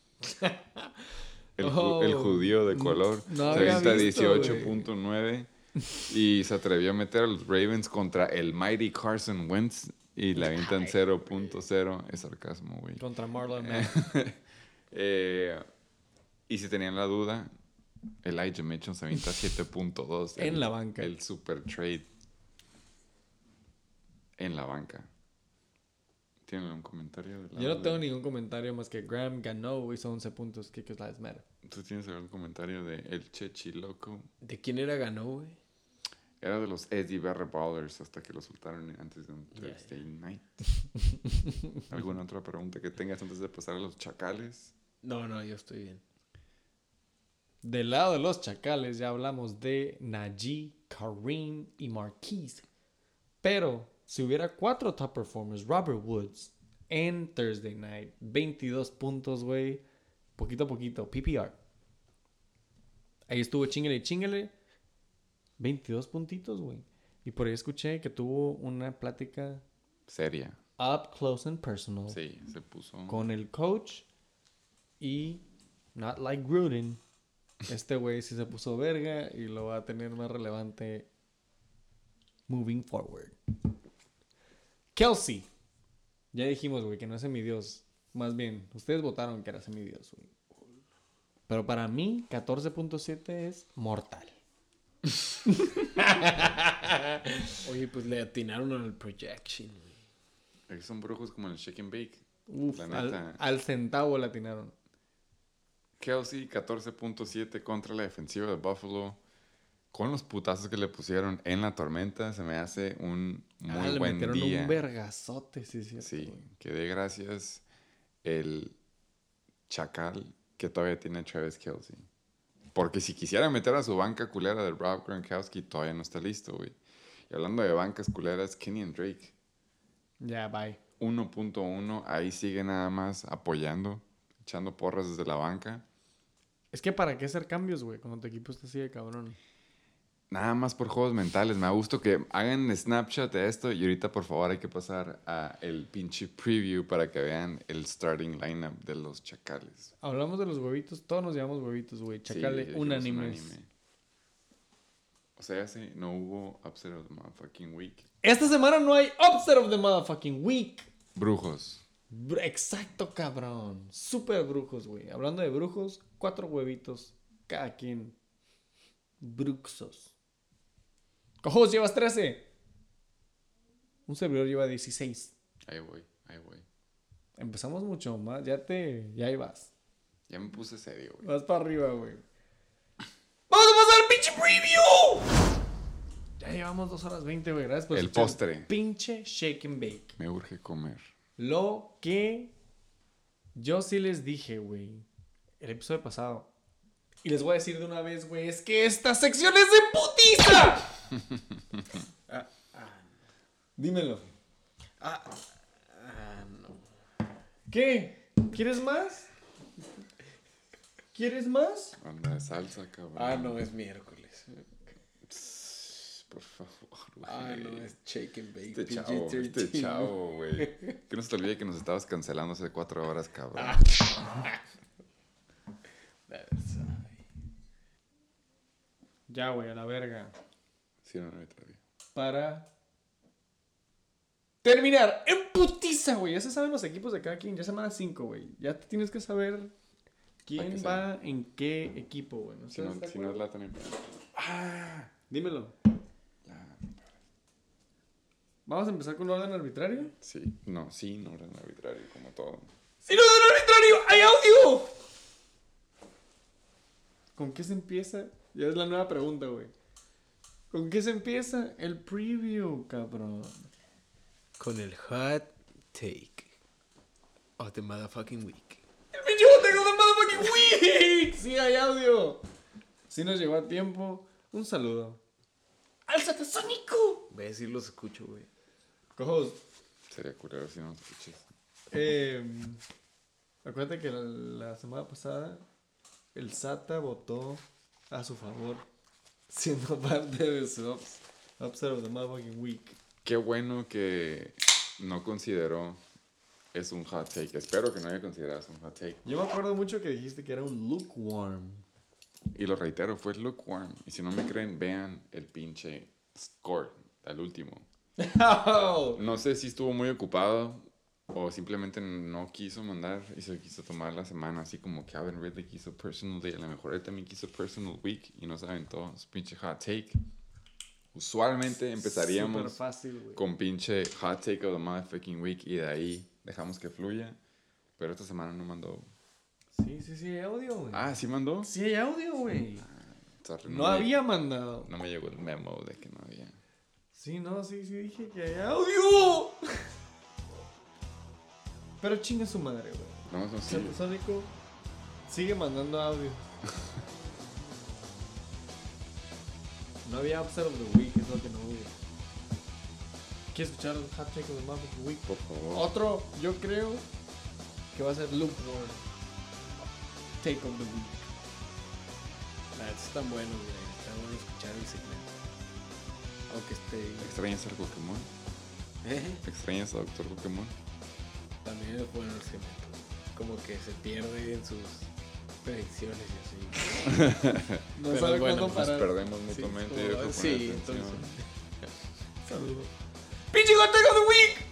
El judío de color. No se había avienta visto, 18.9. Y se atrevió a meter a los Ravens contra el mighty Carson Wentz. Y le avientan 0.0. Es sarcasmo, güey. Contra Marlon Mack. Y si tenían la duda, Elijah Mitchell se avienta 7.2. En la banca. El super trade. En la banca. ¿Tienen un comentario? Del Yo lado no tengo de- ningún comentario más que Graham ganó, hizo 11 puntos. Kickers Lives Matter. ¿Tú tienes algún comentario de El Chechi Loco? ¿De quién era ganó, güey? Era de los Eddie Barra Ballers hasta que lo soltaron antes de un Ya, Thursday night. ¿Alguna otra pregunta que tengas antes de pasar a los chacales? No, yo estoy bien. Del lado de los chacales ya hablamos de Najee, Kareem y Marquise. Pero si hubiera 4 top performers, Robert Woods en Thursday Night, 22 puntos, güey. Poquito a poquito, PPR. Ahí estuvo chingale. 22 puntitos, güey. Y por ahí escuché que tuvo una plática Seria. up close and personal Sí, se puso... con el coach y not like Gruden. Este güey sí se puso verga y lo va a tener más relevante moving forward. Kelsey. Ya dijimos, güey, que no es semidios. Más bien, ustedes votaron que era semidios, güey. Pero para mí, 14.7 es mortal. Oye, pues le atinaron al projection, güey. Son brujos como el Shake and Bake. Uf, La neta. al centavo le atinaron. Kelsey, 14.7 contra la defensiva de Buffalo. Con los putazos que le pusieron en la tormenta, se me hace un muy le buen metieron día. un vergazote, sí, Sí, que dé gracias el chacal que todavía tiene Travis Kelsey. Porque si quisiera meter a su banca culera de Rob Gronkowski, todavía no está listo, güey. Y hablando de bancas culeras, Kenyan Drake, Ya, bye. 1.1, ahí sigue nada más apoyando, echando porras desde la banca. Es que para qué hacer cambios, güey, cuando tu equipo está así de cabrón. nada más por juegos mentales. Me gusta que hagan Snapchat de esto y ahorita por favor hay que pasar a el pinche preview para que vean el starting lineup de los Chacales. Hablamos de los huevitos, todos nos llamamos huevitos, güey. Chacale, Sí, dijimos unánimes. O sea, sí, no hubo Upset of the Motherfucking Week. Esta semana no hay Upset of the Motherfucking Week. Brujos. Exacto, cabrón. Súper brujos, güey. Hablando de brujos, 4 huevitos cada quien. Bruxos. Cojos, llevas 13. Un servidor lleva 16. Ahí voy. Empezamos mucho más. Ya ahí vas. Ya me puse serio, güey. Vas para arriba, güey. ¡Vamos a pasar al pinche preview! Ya llevamos 2 horas 20, güey. Gracias por El escuchar. postre. Pinche shake and bake. Me urge comer. Lo que yo sí les dije, güey, el episodio pasado. Y les voy a decir de una vez, güey, es que esta sección es de putiza. Dímelo. No. ¿Qué? ¿Quieres más? ¿Quieres más? Anda de salsa, cabrón. No, es miércoles. Por favor, güey. No, es shake and bake. Este chavo, güey. Que no se te olvide que nos estabas cancelando hace 4 horas, cabrón. Ya, güey, a la verga. Sí, no, todavía. Para terminar en putiza, güey. Ya se saben los equipos de cada quien. Ya semana 5, güey. Ya te tienes que saber Hay quién que va en qué equipo, güey. ¿No Si no, estás de si no es acuerdo? la también. Dímelo. Ya. ¿Vamos a empezar con orden arbitrario? Sí, no era arbitrario, como todo. ¡Sin orden arbitrario! ¡Hay audio! ¿Con qué se empieza? Ya es la nueva pregunta, güey. ¿Con qué se empieza? El preview, cabrón. Con el hot take of the motherfucking week. ¡El pinche botego de motherfucking week! ¡Sí hay audio! Sí nos llegó a tiempo. Un saludo. ¡Al Satasónico! Voy a decir los escucho, güey. Cojos. Sería curioso si no nos escuches. Acuérdate que la semana pasada el SATA votó a su favor, siendo parte de su Upset of the Motherfucking Week. Qué bueno que no consideró es un hot take. Espero que no haya considerado es un hot take. Yo me acuerdo mucho que dijiste que era un lukewarm. Y lo reitero, fue lukewarm. Y si no me creen, vean el pinche score, el último. No sé si estuvo muy ocupado o simplemente no quiso mandar y se quiso tomar la semana, así como Calvin Ridley quiso personal day, a lo mejor él también quiso personal week y no saben todos, pinche hot take. Usualmente empezaríamos Súper fácil, güey. con pinche hot take of the motherfucking week y de ahí dejamos que fluya, pero esta semana no mandó. Sí, hay audio, güey. ¿Sí mandó? Sí hay audio, güey. Sorry, No había mandado. No me llegó el memo de que no había. Sí, dije que hay audio. Pero chinga su madre, güey. No, sí. Satasónico sigue mandando audio. No había Upset of the Week, es lo que no hubo. ¿Quieres escuchar el hot take of the Motherfucking Week? Por favor. Otro, yo creo que va a ser lukewarm take of the week. Es tan bueno, güey. Está bueno escuchar el segmento. Aunque esté. ¿Extrañas al Pokémon? ¿Extrañas a Doctor Pokémon? También es bueno el segmento. Como que se pierde en sus predicciones y así. No Pero sabe bueno, cuándo Nos parar. perdemos mutuamente. y dejo de poner Sí, atención. entonces. Saludos. ¡Pinche hot take of the week!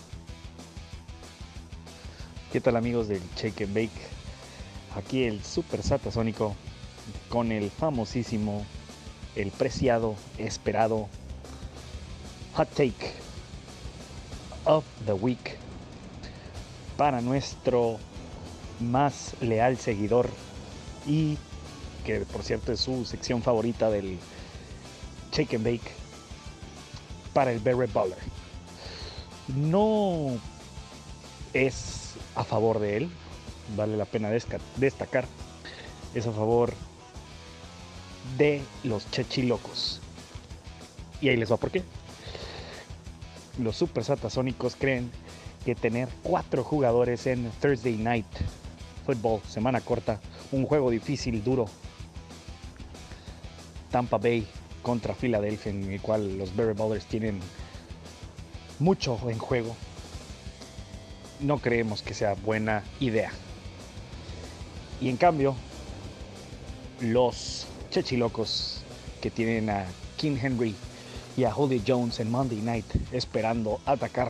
¿Qué tal, amigos del Shake and Bake? Aquí el Super Satasónico con el famosísimo, el preciado, esperado Hot Take of the Week para nuestro más leal seguidor y que por cierto es su sección favorita del Shake and Bake, para el Barry Baller. No es a favor de él, vale la pena destacar, es a favor de los chechilocos. Y ahí les va por qué. Los Super Satasónicos creen que tener 4 jugadores en Thursday Night Football, semana corta, un juego difícil, duro, Tampa Bay contra Filadelfia, en el cual los Berry Ballers tienen mucho en juego, no creemos que sea buena idea. Y en cambio, los Chechilocos, que tienen a King Henry y a Julio Jones en Monday Night esperando atacar,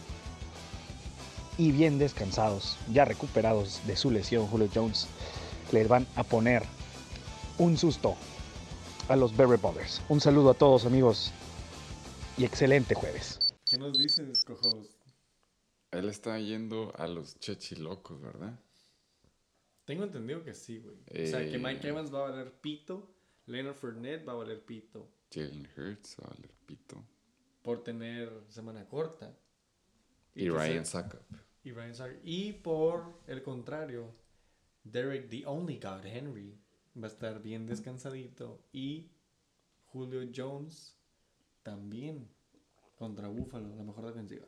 y bien descansados, ya recuperados de su lesión, Julio Jones, les van a poner un susto a los Berry Ballers. Un saludo a todos, amigos, y excelente jueves. ¿Qué nos dices, cojos? Él está yendo a los Chechilocos, ¿verdad? Tengo entendido que sí, güey. O sea, que Mike Evans va a valer pito, Leonard Fournette va a valer pito Jalen Hurts va a valer pito. por tener semana corta. Y Ryan Suckup. Y por el contrario, Derek the Only God Henry va a estar bien descansadito. Y Julio Jones también contra Buffalo, la mejor defensiva.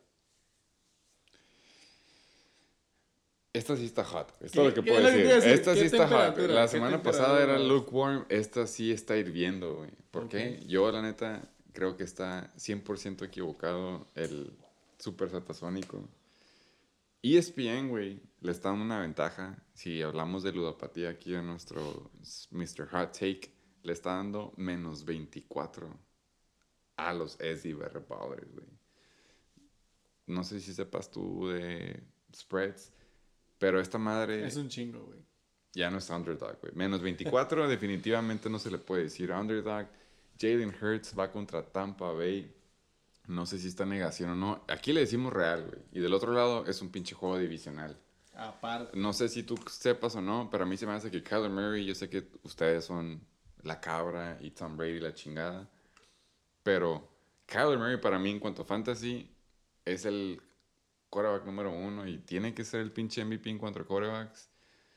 Esta sí está hot. Esto es lo que ¿Qué puedo es lo que decir. te iba a decir? Esta sí ¿Qué está hot. temperatura? La ¿Qué semana pasada era temperatura? lukewarm. Esta sí está hirviendo, güey. ¿Por qué? Yo, la neta, creo que está 100% equivocado el super satasónico. ESPN, güey, le está dando una ventaja. Si hablamos de ludopatía aquí en nuestro Mr. Hot Take, le está dando menos 24 a los SD Berry Ballers, güey. No sé si sepas tú de spreads, pero esta madre Es un chingo, güey. ya no es underdog, güey. Menos 24 definitivamente no se le puede decir underdog. Jalen Hurts va contra Tampa Bay. No sé si está en negación o no. Aquí le decimos real, güey. Y del otro lado es un pinche juego divisional. Aparte. No sé si tú sepas o no, pero a mí se me hace que Kyler Murray, yo sé que ustedes son la cabra y Tom Brady la chingada, pero Kyler Murray para mí en cuanto a fantasy es el quarterback número 1 y tiene que ser el pinche MVP en cuanto a quarterbacks.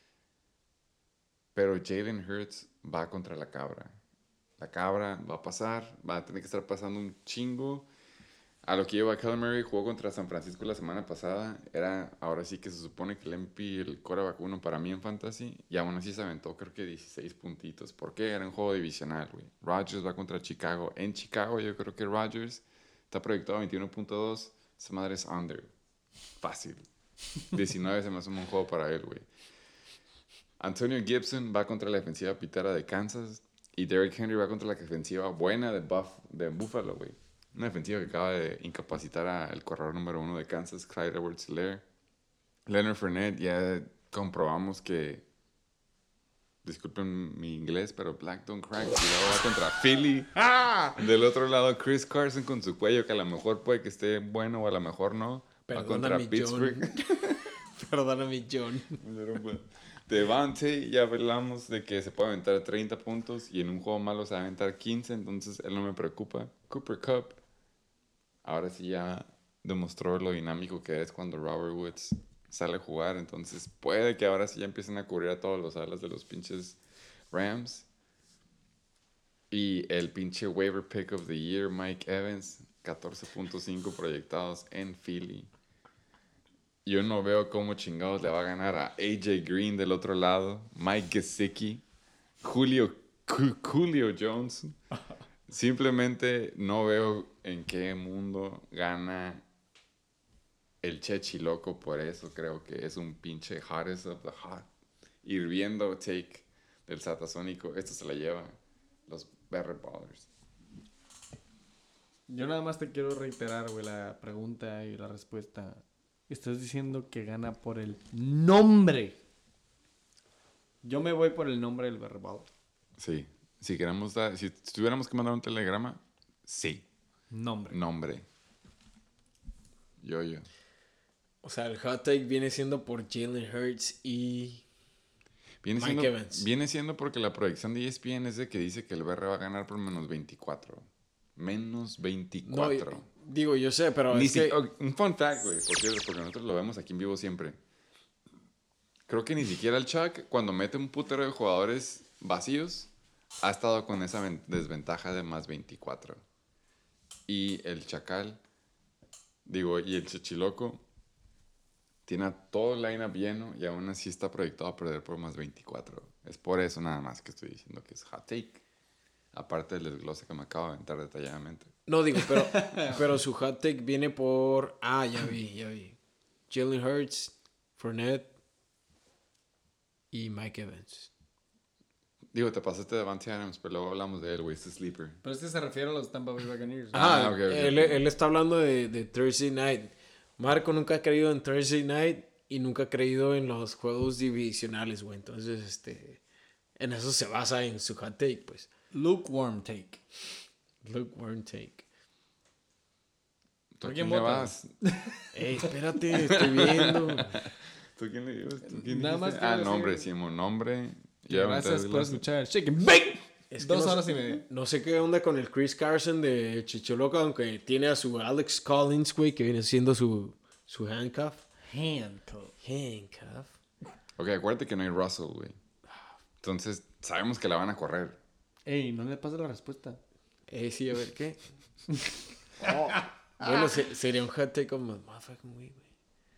Pero Jalen Hurts va contra la cabra. La cabra va a pasar, va a tener que estar pasando un chingo. A lo que lleva Kyler Murray, jugó contra San Francisco la semana pasada. Era, ahora sí que se supone que el MVP, el quarterback 1 para mí en fantasy. Y aún así se aventó creo que 16 puntitos. ¿Por qué? Era un juego divisional, güey. Rodgers va contra Chicago. En Chicago yo creo que Rodgers está proyectado a 21.2. Esa madre es under. Fácil. 19 se me hace un buen juego para él, güey. Antonio Gibson va contra la defensiva pitara de Kansas. Y Derrick Henry va contra la defensiva buena de Buffalo, güey. Una defensiva que acaba de incapacitar al corredor número 1 de Kansas, Clyde Edwards-Helaire. Leonard Fournette, ya comprobamos que, disculpen mi inglés, pero Black don't crack. Y luego va contra Philly. Del otro lado, Chris Carson con su cuello, que a lo mejor puede que esté bueno o a lo mejor no. Va contra Perdóname, Pittsburgh. Perdóname, John. Devante, ya hablamos de que se puede aventar 30 puntos y en un juego malo se va a aventar 15, entonces él no me preocupa. Cooper Kupp, ahora sí ya demostró lo dinámico que es cuando Robert Woods sale a jugar, entonces puede que ahora sí ya empiecen a cubrir a todos los alas de los pinches Rams. Y el pinche waiver pick of the year, Mike Evans, 14.5 proyectados en Philly. Yo no veo cómo chingados le va a ganar a AJ Green del otro lado, Mike Gesicki, Julio Jones. Simplemente no veo en qué mundo gana el Chechiloco, por eso creo que es un pinche hottest of the hot. Hirviendo take del Satasónico, esto se la lleva los Berry Ballers. Yo nada más te quiero reiterar, güey, la pregunta y la respuesta. Estás diciendo que gana por el nombre. Yo me voy por el nombre del verbal. Sí, si tuviéramos que mandar un telegrama, sí. Nombre. Yo. O sea, el hot take viene siendo por Jalen Hurts y Viene Evans. Viene siendo porque la proyección de ESPN es de que dice que el BR va a ganar por menos 24. Menos 24. No, digo, yo sé, pero Un fun fact, güey, por cierto, porque nosotros lo vemos aquí en vivo siempre. Creo que ni siquiera el Chuck, cuando mete un putero de jugadores vacíos, ha estado con esa desventaja de más 24. Y el Chacal, y el Chechiloco, tiene a todo el lineup lleno y aún así está proyectado a perder por más 24. Es por eso nada más que estoy diciendo que es hot take. Aparte del desglose que me acabo de aventar detalladamente. No digo, pero su hot take viene por... Ah, ya vi. Jalen Hurts, Fournette y Mike Evans. Digo, te pasaste de Davante Adams, pero luego hablamos de él, güey, este sleeper. Pero este se refiere a los Tampa Bay Buccaneers. Ah, ok. Él está hablando de Thursday Night. Marco nunca ha creído en Thursday Night y nunca ha creído en los juegos divisionales, güey. Entonces, en eso se basa en su hot take, pues. Lukewarm take. Lukewarm take. ¿Tú ¿Por a quién quién le votas? vas? Espérate, estoy viendo. ¿Tú quién le ibas? ¿Tú quién Nada más dijiste? quiero nombre, decir- Simón, nombre. Gracias por desglose. escuchar Shake and Bake. Es que 2 no- horas y media. No sé qué onda con el Chris Carson de Chicholoca, aunque tiene a su Alex Collins, güey, que viene siendo su handcuff. Handcuff. Ok, acuérdate que no hay Russell, güey. Entonces, sabemos que la van a correr. Ey, no le pases la respuesta. Sí, a ver, ¿qué? Oh, bueno, sería un hot take como motherfucking way, güey.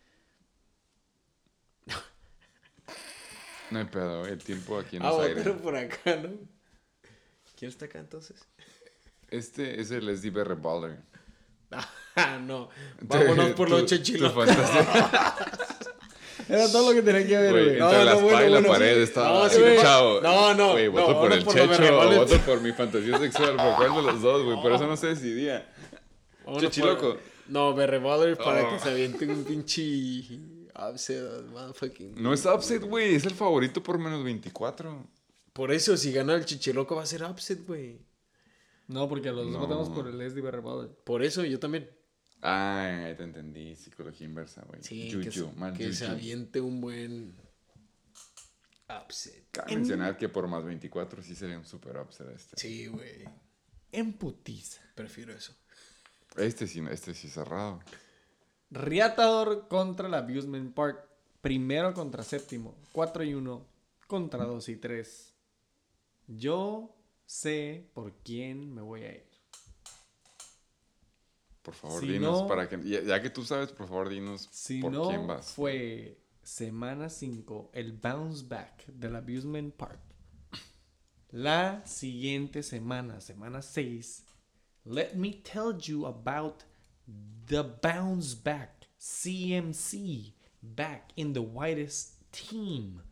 No hay pedo, güey. El tiempo aquí en Ah, los aires. pero por acá, ¿no? ¿Quién está acá entonces? Este es el SDB Baller. Ah, no. Vámonos por los Tu chechilocos. fantasía. Era todo lo que tenía que ver, Güey, güey. entre la espalda y la pared sí. estaba No, así, sí, güey. chavo. No, Güey, voto no, por uno el por los Checho berregoles. o voto por mi fantasía sexual. ¿Por cuál de los dos, güey? Por eso no se decidía. Chechiloco. No, Berre Baller para Oh. que se avienten un pinche upset, motherfucking. No es upset, güey. Es el favorito por menos 24. Por eso, si gana el Chichiloco va a ser upset, güey. No, porque los dos No. votamos por el SD Barrabado. Por eso, yo también. Ay, te entendí. Psicología inversa, güey. Sí, Juju, mal que se juju. aviente un buen upset. Cabe mencionar que por más 24 sí sería un super upset este. Sí, güey. En putiza. Prefiero eso. Este sí cerrado. Riatador contra el Abusement Park. Primero contra séptimo. 4-1 contra 2-3. Yo sé por quién me voy a ir. Por favor, Si dinos no- para que... Ya que tú sabes, por favor, dinos Si por no quién vas. fue semana 5 el bounce back del Abusement Park, la siguiente semana, semana 6, let me tell you about the bounce back CMC back in the whitest team.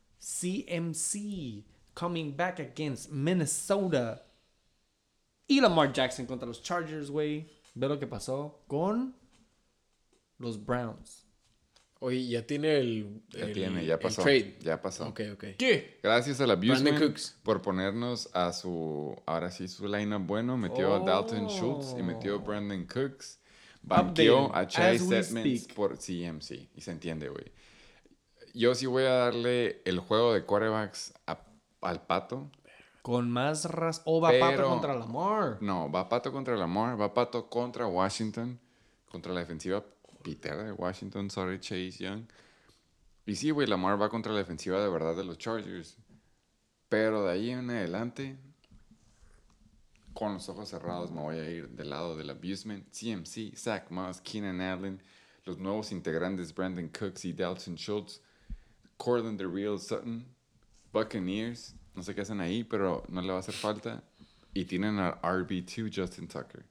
CMC coming back against Minnesota. Y Lamar Jackson contra los Chargers, güey. Ve lo que pasó con los Browns. Oye, ya tiene Ya pasó. el trade. Ya pasó. Ok. ¿Qué? Gracias a la Brandon Abusement Cooks. por ponernos a ahora sí, su lineup bueno. Metió a Dalton Oh. Schultz y metió a Brandon Cooks. Banqueó Updated a Chase as we Edmonds speak. por CMC. Y se entiende, güey. Yo sí voy a darle el juego de quarterbacks al Pato. Con más o va Pato Pero- contra Lamar. No, va Pato contra Lamar. Va Pato contra Washington. Contra la defensiva pitera de Washington. Sorry, Chase Young. Y sí, güey, Lamar va contra la defensiva de verdad de los Chargers. Pero de ahí en adelante, con los ojos cerrados, me voy a ir del lado del Abusement. CMC, Zach Moss, Keenan Allen, los nuevos integrantes Brandon Cooks y Dalton Schultz, Cortland the Real Sutton, Buccaneers. No sé qué hacen ahí, pero no le va a hacer falta. Y tienen a RB2 Justin Tucker.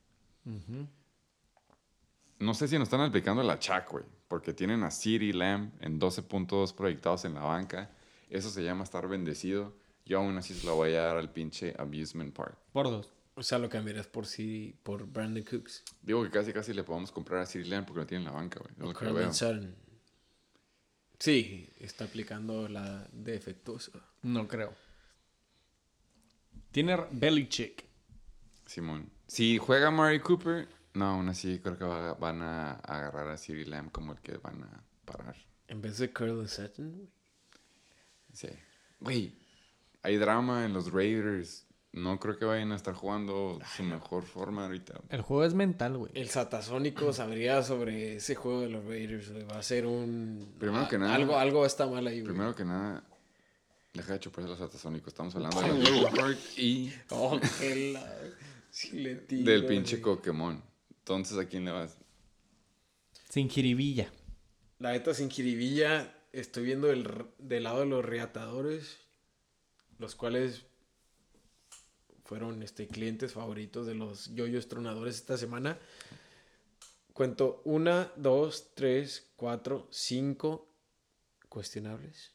No sé si nos están aplicando la Chuck, güey. Porque tienen a CeeDee Lamb en 12 puntos proyectados en la banca. Eso se llama estar bendecido. Yo aún así se lo voy a dar al pinche Abusement Park. Por 2. O sea, lo cambiarías por Brandon Cooks. Digo que casi le podemos comprar a CeeDee Lamb porque lo tiene en la banca, güey. Es lo que Courtland veo. Sutton. Sí, está aplicando la defectuosa. No creo. Tiene Belichick. Simón. Si juega Murray Cooper, no, aún así creo que van a agarrar a CeeDee Lamb como el que van a parar. En vez de Courtland Sutton, güey. Sí. Güey, hay drama en los Raiders. No creo que vayan a estar jugando su mejor forma ahorita. El juego es mental, güey. El Satasónico sabría sobre ese juego de los Raiders, güey. Va a ser un... Primero que nada- Algo está mal ahí, güey. Primero que nada, deja de chuparse los atasónicos. Estamos hablando de los Park y Oh, que la... Si le tiro, del pinche güey. Pokémon. Entonces, ¿a quién le vas? Sin jiribilla. La neta, sin jiribilla, estoy viendo del lado de los reatadores, los cuales fueron clientes favoritos de los yoyos tronadores esta semana. Cuento 1, 2, 3, 4, 5 cuestionables.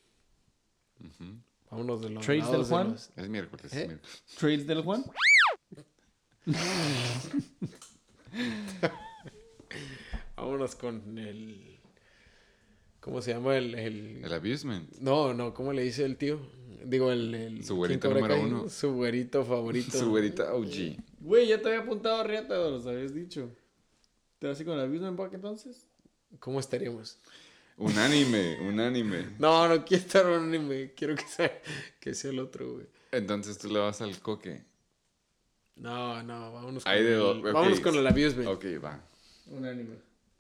Vámonos de los ¿Trades del lados de Juan? los- Es miércoles. ¿Eh? Es miércoles. ¿Trades del Juan? Vámonos con el... ¿Cómo se llama El abusement. No, ¿cómo le dice el tío? Digo, el Su güerito ¿quién cobra número Kai? 1. Su güerito favorito. Su güerita OG. Güey, ya te había apuntado a Riata, los habías dicho. ¿Te vas a ir con el Abusement Park entonces? ¿Cómo estaríamos? Unánime. No quiero estar un anime. Quiero que sea el otro, güey. Entonces tú le vas al coque. No, vámonos Hay de dos, ok. vámonos con el abusement. Ok, va. Un anime.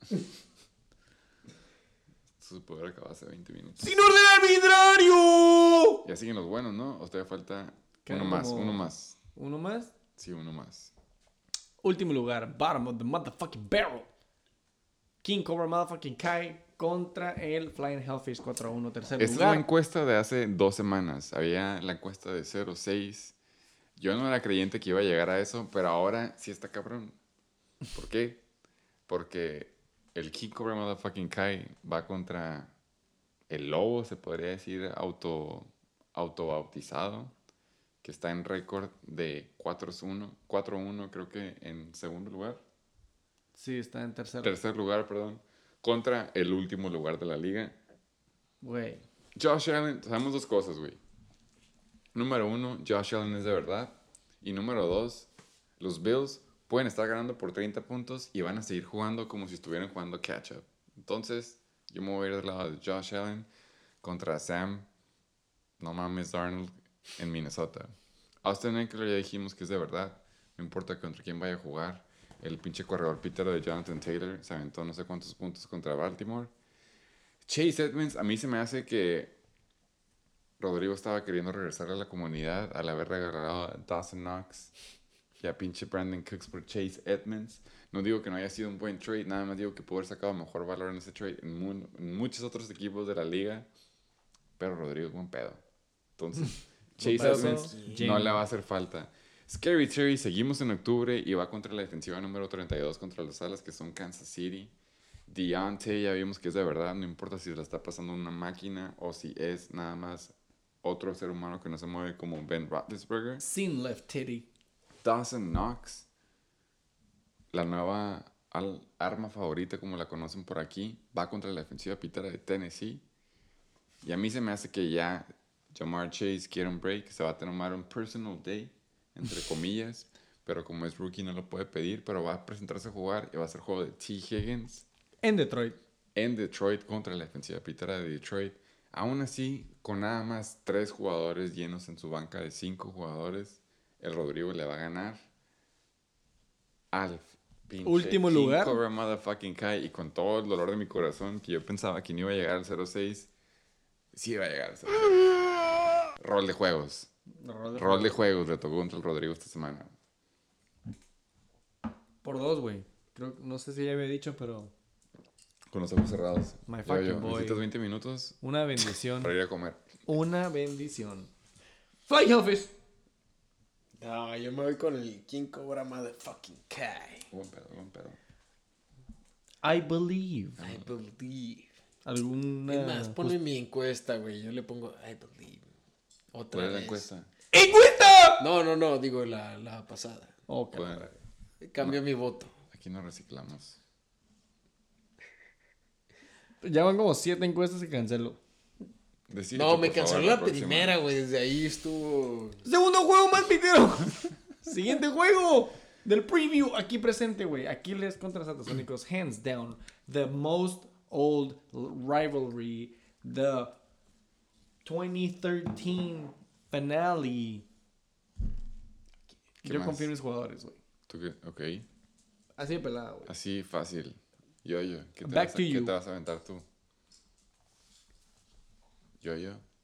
Esto se puede acabar hace 20 minutos. ¡Sin orden arbitrario! Ya siguen los buenos, ¿no? O todavía falta Quedan uno más, como- uno más. ¿Uno más? Sí, uno más. Último lugar, bottom of the motherfucking barrel. King Cobra Motherfucking Kai contra el Flying Hellfish 4-1, tercer Esta es lugar. la encuesta de hace 2 semanas. Había la encuesta de 0-6. Yo no era creyente que iba a llegar a eso, pero ahora sí está cabrón. ¿Por qué? Porque el King Cobra Motherfucking Kai va contra el lobo, se podría decir, autobautizado, que está en récord de 4-1, creo que en segundo lugar. Sí, está en tercero. Tercer lugar, perdón. Contra el último lugar de la liga. Güey. Josh Allen, sabemos dos cosas, güey. Número 1, Josh Allen es de verdad. Y número 2, los Bills pueden estar ganando por 30 puntos y van a seguir jugando como si estuvieran jugando catch-up. Entonces, yo me voy a ir del lado de Josh Allen contra Sam, no mames, Darnold, en Minnesota. Austin Eckler ya dijimos que es de verdad. No importa contra quién vaya a jugar. El pinche corredor Peter de Jonathan Taylor se aventó no sé cuántos puntos contra Baltimore. Chase Edmonds, a mí se me hace que Rodrigo estaba queriendo regresar a la comunidad al haber regalado a Dawson Knox y a pinche Brandon Cooks por Chase Edmonds. No digo que no haya sido un buen trade, nada más digo que pudo haber sacado mejor valor en ese trade en muchos otros equipos de la liga, pero Rodrigo es buen pedo. Entonces, Chase pedo, Edmonds Jamie. no le va a hacer falta. Scary Terry, seguimos en octubre y va contra la defensiva número 32 contra los Alas, que son Kansas City. Deontay, ya vimos que es de verdad, no importa si la está pasando una máquina o si es nada más otro ser humano que no se mueve como Ben Roethlisberger. Sin left titty. Dawson Knox, la nueva arma favorita como la conocen por aquí, va contra la defensiva pitera de Tennessee. Y a mí se me hace que ya Jamar Chase quiere un break, se va a tomar un personal day, entre comillas, pero como es rookie no lo puede pedir, pero va a presentarse a jugar y va a ser juego de T. Higgins En Detroit. en Detroit contra la defensiva pitera de Detroit. Aún así, con nada más 3 jugadores llenos en su banca de 5 jugadores, el Rodrigo le va a ganar al pinche Último King lugar. Cobra Motherfucking Kai. Y con todo el dolor de mi corazón, que yo pensaba que no iba a llegar al 0-6, sí iba a llegar al 0-6. Rol de juegos. Rol de juegos le tocó contra el Rodrigo esta semana. Por 2, güey. Creo, no sé si ya había dicho, pero Con los ojos cerrados. My Yo, fucking boy. ¿necesitas 20 minutos una bendición. para ir a comer? Una bendición. Flying Hellfish. No, yo me voy con el King Cobra Motherfucking Kai. Buen pedo, buen pedo. I believe. I believe. ¿Alguna? Es más, ponme mi encuesta, güey. Yo le pongo I believe. Otra ¿Cuál es la vez. encuesta? ¡Encuesta! No, digo la pasada. Ok. Bueno, Cambio mi voto. aquí no reciclamos. Ya van como 7 encuestas que cancelo. Decide, No, me por favor, canceló la próxima. primera, güey. Desde ahí estuvo. Segundo juego más pitero. Siguiente juego del preview. Aquí presente, güey. Aquiles contra Satasónicos. Hands down. The most old rivalry. The 2013 finale. ¿Qué Yo más? confío en mis jugadores, güey. ¿Tú qué? Ok. Así de pelada, güey. Así fácil. Yo. ¿Qué Back to ¿Qué you. te vas a aventar tú? Yo.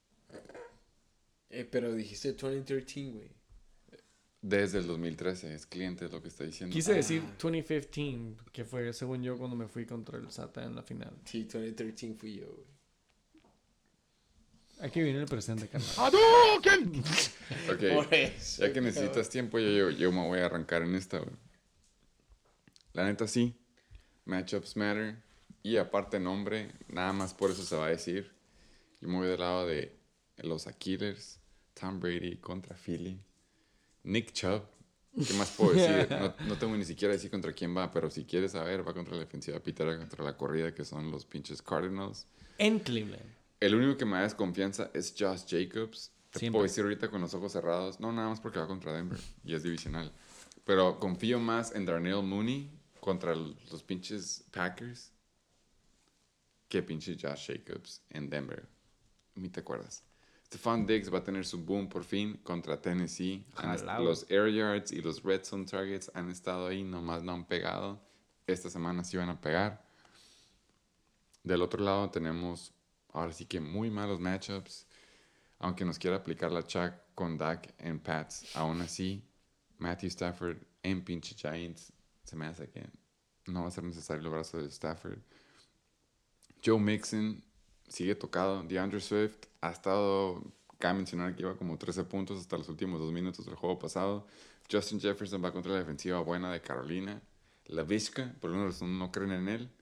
Pero dijiste 2013, güey. Desde el 2013, es cliente, es lo que está diciendo. Quise decir 2015, que fue según yo cuando me fui contra el SATA en la final. Sí, 2013 fui yo, güey. Aquí viene el presente, carnal. Ok, Por eso, ya que necesitas tiempo, yo me voy a arrancar en esta, güey. La neta sí, matchups matter. Y aparte nombre, nada más por eso se va a decir. Yo me voy del lado de los Aquilers, Tom Brady contra Philly, Nick Chubb. ¿Qué más puedo decir? No tengo ni siquiera decir contra quién va, pero si quieres saber, va contra la defensiva pitera, contra la corrida, que son los pinches Cardinals. En Cleveland. El único que me da desconfianza es Josh Jacobs. Te Siempre. puedo decir ahorita con los ojos cerrados. No, nada más porque va contra Denver y es divisional. Pero confío más en Darnell Mooney contra los pinches Packers que pinche Josh Jacobs en Denver. Ni te acuerdas. Stephon Diggs va a tener su boom por fin contra Tennessee. Los air yards y los red zone targets han estado ahí, nomás no han pegado. Esta semana sí van a pegar. Del otro lado tenemos ahora sí que muy malos matchups. Aunque nos quiera aplicar la Chuck con Dak en Pats, aún así, Matthew Stafford en pinche Giants, se me hace que no va a ser necesario el brazo de Stafford. Joe Mixon sigue tocado. DeAndre Swift ha estado, cabe mencionar que iba como 13 puntos hasta los últimos 2 minutos del juego pasado. Justin Jefferson va contra la defensiva buena de Carolina. La Vizca, por alguna razón no creen en él.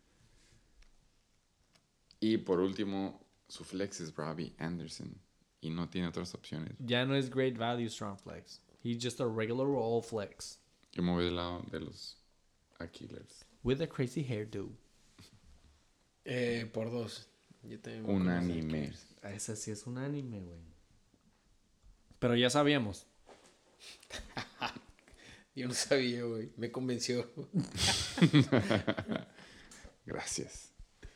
Y por último, su flex es Robbie Anderson. Y no tiene otras opciones. Ya no es great value strong flex. He's just a regular all flex. Yo me voy del lado de los Aquilers. With a crazy hairdo. Por 2. Yo también voy con los Unánime. Aquilers. Ese sí es un anime, güey. Pero ya sabíamos. Yo no sabía, güey. Me convenció. Gracias.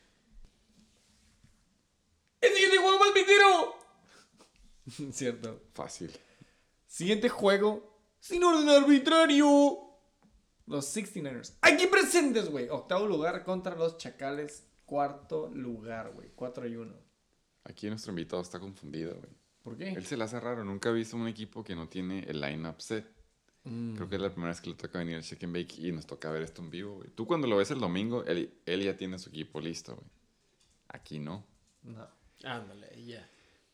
¡El siguiente juego más tiro! Cierto. Fácil. Siguiente juego. Sin orden arbitrario. Los 69ers. Aquí presentes, güey. Octavo lugar contra los Chacales. Cuarto lugar, güey. 4-1. Aquí nuestro invitado está confundido, güey. ¿Por qué? Él se le hace raro. Nunca ha visto un equipo que no tiene el line-up set. Creo que es la primera vez que le toca venir al Shake and Bake y nos toca ver esto en vivo, güey. Tú cuando lo ves el domingo, él ya tiene su equipo listo, güey. Aquí no. No. Ándale, ya.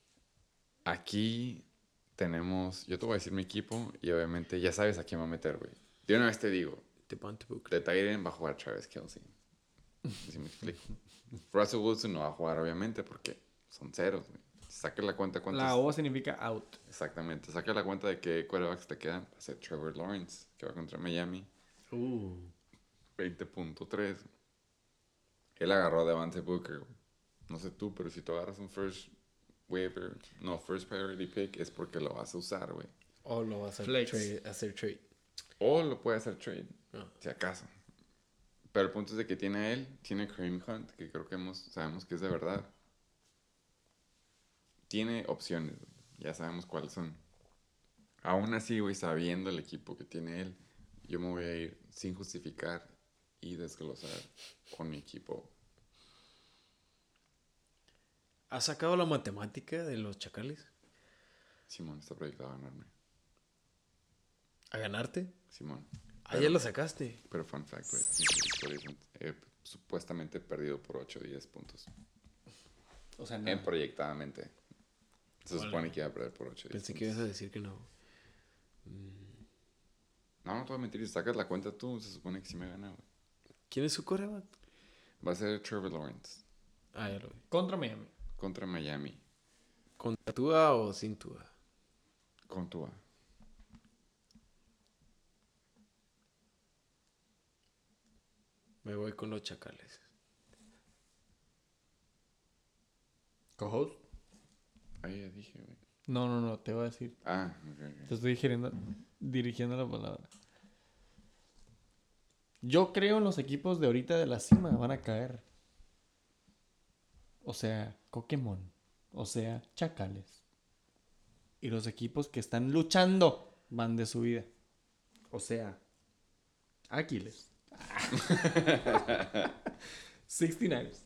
Aquí tenemos... Yo te voy a decir mi equipo y obviamente ya sabes a quién va a meter, güey. De una vez te digo, The Bounty Book. de Tyrion va a jugar Travis Kelce. ¿Sí me explico? Russell Wilson no va a jugar, obviamente, porque son ceros, güey. Saca la cuenta cuántos... La O significa out. Exactamente. Saca la cuenta de qué quarterbacks te quedan. Va a ser Trevor Lawrence, que va contra Miami. 20.3. Él agarró a Devante Booker, güey. No sé tú, pero si tú agarras un first priority pick es porque lo vas a usar, güey. O lo vas a Flex. hacer trade. O lo puede hacer trade, Ah. si acaso. Pero el punto es de que tiene a él, tiene Kareem Hunt, que creo que sabemos que es de verdad. Tiene opciones, güey. Ya sabemos cuáles son. Aún así, güey, sabiendo el equipo que tiene él, yo me voy a ir sin justificar y desglosar con mi equipo. ¿Has sacado la matemática de los Chacales? Simón está proyectado a ganarme. ¿A ganarte? Simón. Ah, ya lo sacaste. Pero fun fact, güey. mis victorias he supuestamente perdido por 8 o 10 puntos. O sea, En proyectadamente. Se Órale. supone que iba a perder por 8 o 10 Pensé puntos. que ibas a decir que no. No, no te voy a mentir. Si sacas la cuenta tú, se supone que sí me gana, güey. ¿Quién es su coreback? Va a ser Trevor Lawrence Ah, ya lo vi. contra Miami. contra Miami. ¿Con Tua o sin Tua? Con Tua. Me voy con los Chacales. ¿Co-host? Ahí ya dije, güey. No, te voy a decir. Ah, ok. Te estoy dirigiendo la palabra. Yo creo en los equipos de ahorita de la cima van a caer. O sea, Pokémon. O sea, Chacales. Y los equipos que están luchando van de subida. O sea, Aquiles. 69ers.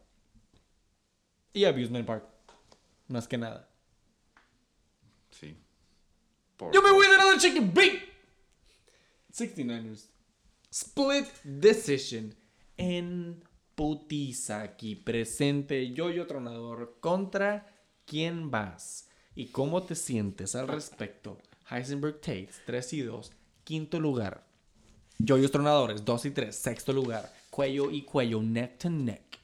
Y Abusement Park. Más que nada. Sí. Yo me voy de lado del Chicken Bake. 69ers. Split decision. En putiza aquí presente. Yo tronador contra quién vas y cómo te sientes al respecto. Heisenberg Tates, 3 y 2. Quinto lugar. Yoyos Tronadores, 2 y 3. Sexto lugar. Cuello y cuello, neck to neck.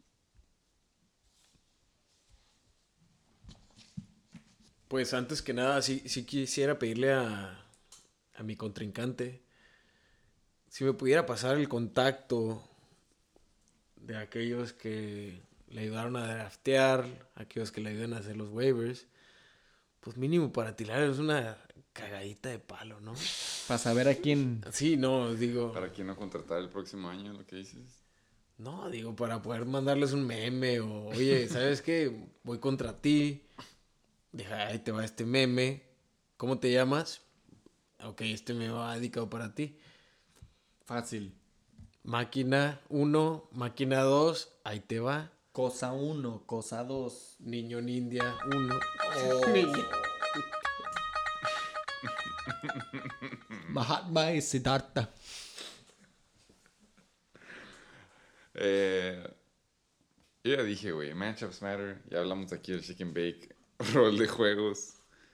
Pues antes que nada, sí quisiera pedirle a mi contrincante si me pudiera pasar el contacto de aquellos que le ayudaron a draftear, aquellos que le ayudan a hacer los waivers, pues mínimo para tirarles una cagadita de palo, ¿no? Para saber a quién. Sí, no, digo... ¿Para quién no contratar el próximo año, lo que dices? No, digo, para poder mandarles un meme o, oye, ¿sabes qué? Voy contra ti. Deja, ahí te va este meme. ¿Cómo te llamas? Ok, este me va dedicado para ti. Fácil. Máquina 1, máquina 2, ahí te va. Cosa 1, cosa 2. Niño Ninja 1. Mahatma y Siddhartha. Yo ya dije, güey, matchups matter. Ya hablamos aquí del Chicken Bake, rol de juegos.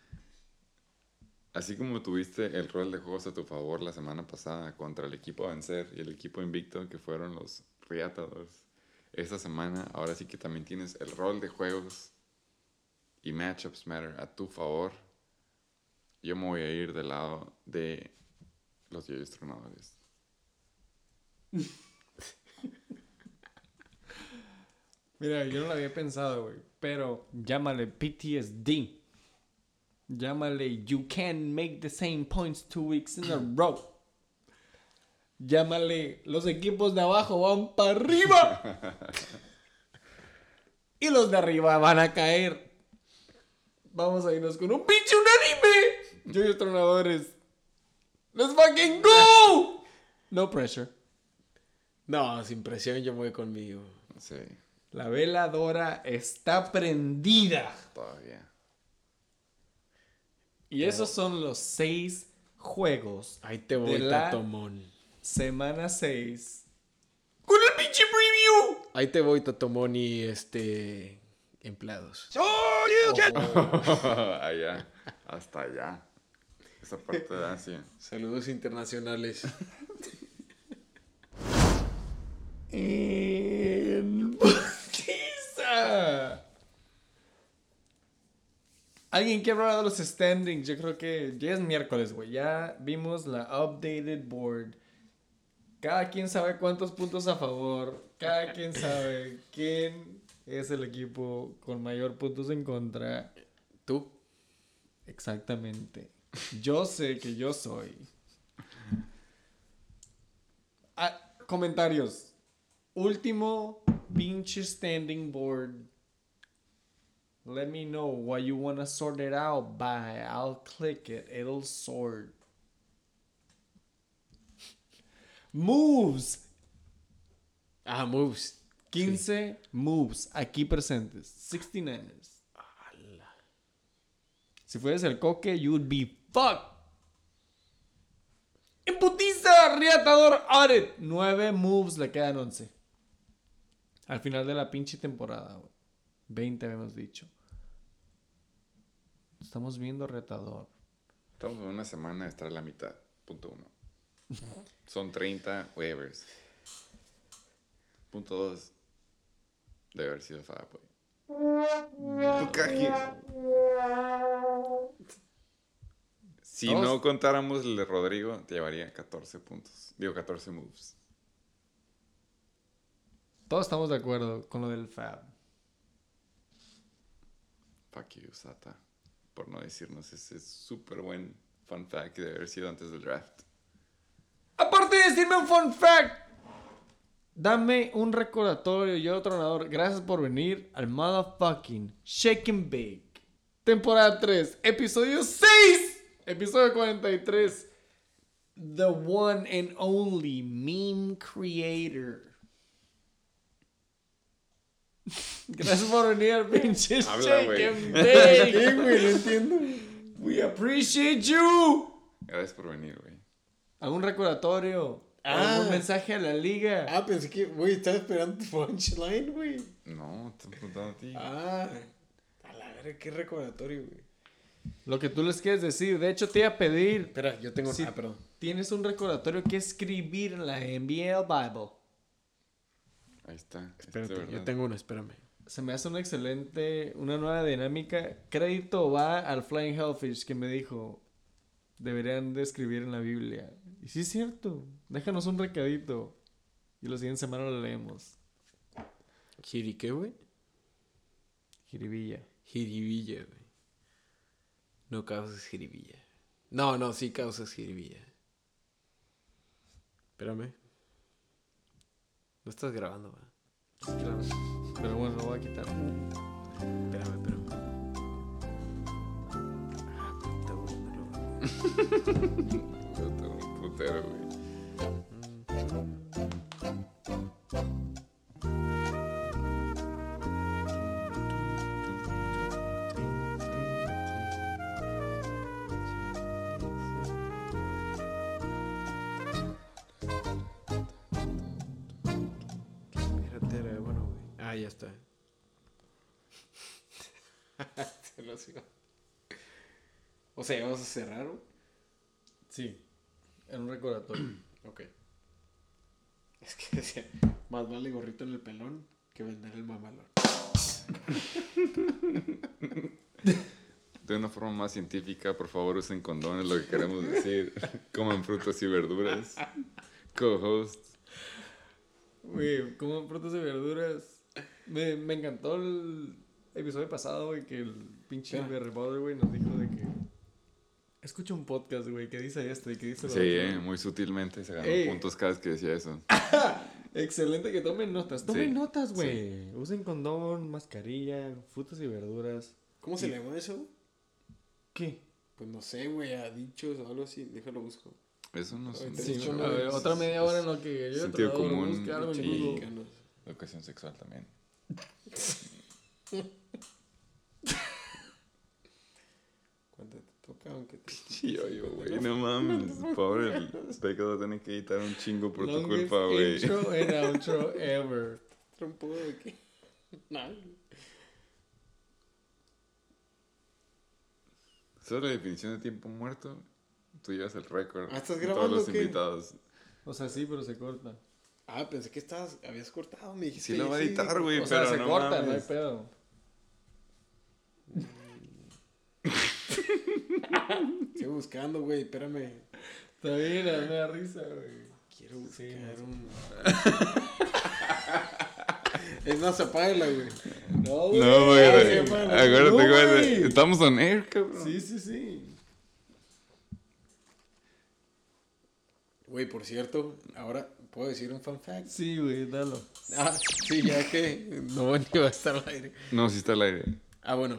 Así como tuviste el rol de juegos a tu favor la semana pasada contra el equipo a vencer y el equipo invicto que fueron los Reatadores. Esta semana, ahora sí que también tienes el rol de juegos y matchups matter a tu favor. Yo me voy a ir del lado de los Yoyos Tronadores. Mira, yo no lo había pensado, güey. Pero llámale PTSD. Llámale You Can't Make the Same Points 2 weeks in a row. Llámale Los equipos de abajo van para arriba. Y los de arriba van a caer. Vamos a irnos con un pinche unánime. Yoyos Tronadores. ¡Let's fucking go! No pressure. No, sin presión yo me voy conmigo. Sí, La veladora está prendida. todavía. Y esos son los 6 juegos Ahí te voy, de la Tatomón. semana 6. ¡Con el pinche preview! Ahí te voy, Tatomón y empleados. Allá, hasta allá. Esa parte de Asia. Saludos internacionales. En putiza. ¿Alguien quiere hablar de los standings? Yo creo que ya es miércoles, güey. Ya vimos la updated board. Cada quien sabe cuántos puntos a favor. Cada quien sabe quién es el equipo con mayor puntos en contra. ¿Tú? Exactamente. Yo sé que yo soy. Comentarios. Último pinche standing board. Let me know what you want to sort it out by. I'll click it. It'll sort. Moves. Moves. 15 moves aquí presentes. 69ers. Si fueras el coque, you'd be fucked. ¡En putiza! Reatador audit. 9 moves, le quedan 11. Al final de la pinche temporada, güey. 20 habíamos dicho. Estamos viendo retador. Estamos en una semana de estar a la mitad. Punto 1. Son 30 waivers. Punto 2. Debe haber sido Fab, güey. Si Todos- no contáramos el de Rodrigo, te llevaría 14 puntos. Digo, 14 moves. Todos estamos de acuerdo con lo del Fab. Fuck you, Sata. Por no decirnos ese súper buen fun fact que debe haber sido antes del draft. Aparte de decirme un fun fact, dame un recordatorio, yo tronador. Gracias por venir al motherfucking Shake and Bake. Temporada 3, episodio 6. Episodio 43. The one and only meme creator. Gracias por venir al pinche Habla, Shake güey. and Bake. ¿Qué, güey? No entiendo. We appreciate you. Gracias por venir, güey. ¿Algún recordatorio? Ah. ¿Algún mensaje a la liga? Pensé que, güey, estaba esperando tu punchline, güey. No, te estoy preguntando a ti. A la verga, qué recordatorio, güey. Lo que tú les quieres decir. De hecho, te iba a pedir. Espera, yo tengo... Sí. perdón. Tienes un recordatorio que escribir en la NBA Bible. Ahí está. Espérate, de verdad. yo tengo uno, espérame. Se me hace una nueva dinámica. Crédito va al Flying Hellfish que me dijo, deberían de escribir en la Biblia. Y sí es cierto. Déjanos un recadito. Y la siguiente semana lo leemos. ¿Jiri qué, güey? Jiribilla. Jiribilla, güey. No causas jiribilla. No, sí causas jiribilla. Espérame. No estás grabando, ¿verdad? Pero bueno, lo voy a quitar. Espérame. Puta, güey, no lo- Yo tengo un putero, güey. Espérate, era bueno, güey. Ah, ya está. Se lo sigo. O sea, ¿vamos a cerrar, güey? Sí. En un recordatorio. Ok. Es que decía, más vale gorrito en el pelón que vender el mamalón. De una forma más científica, por favor, usen condones, lo que queremos decir. Coman frutas y verduras. Co-hosts. Güey, como frutas y verduras. Me encantó el episodio pasado, güey, que el pinche ¿Qué? Berry Brother, güey, nos dijo de que... Escucha un podcast, güey, que dice esto y que dice lo Sí, otro. muy sutilmente se ganó Ey. puntos cada vez que decía eso. Excelente que tomen notas. Tomen Sí, notas, güey. Usen condón, mascarilla, frutas y verduras. ¿Cómo se llama eso, güey? ¿Qué? Pues no sé, güey, a dichos o algo así. Déjalo busco. Eso no es Ay, Sí, hecho, a no, ver, es- otra media hora en lo que yo sentido trabajo, común, busque algo en sí. Google. Mexicanos. Educación sexual también. ¿Cuánto te toca? Aunque te... Sí, yo, güey, no mames. Pobre, el pecado tiene que editar un chingo por tu Longest culpa, güey. intro and outro ever. Trompudo de qué? No. ¿Sabes la definición de tiempo muerto? Tú llevas el récord. Ah, ¿estás de grabando todos los o qué? invitados. O sea, sí, pero se corta. Ah, pensé que habías cortado, me dijiste. Sí lo va a editar, güey, O sea, pero se no corta, no hay mames. pedo. Estoy buscando, güey, espérame. Está bien, me da risa, güey. Quiero buscar Sí, un... Es más, apágala, güey. No, güey. No, güey, Ah, güey. sí, hermano. Acuérdate, No, güey. güey. Estamos on air, cabrón. Sí, sí, sí. Güey, por cierto, ahora puedo decir un fun fact. Sí, güey, dalo. Ah, sí, ya que no ni va a estar al aire. No, sí está al aire. Ah, bueno.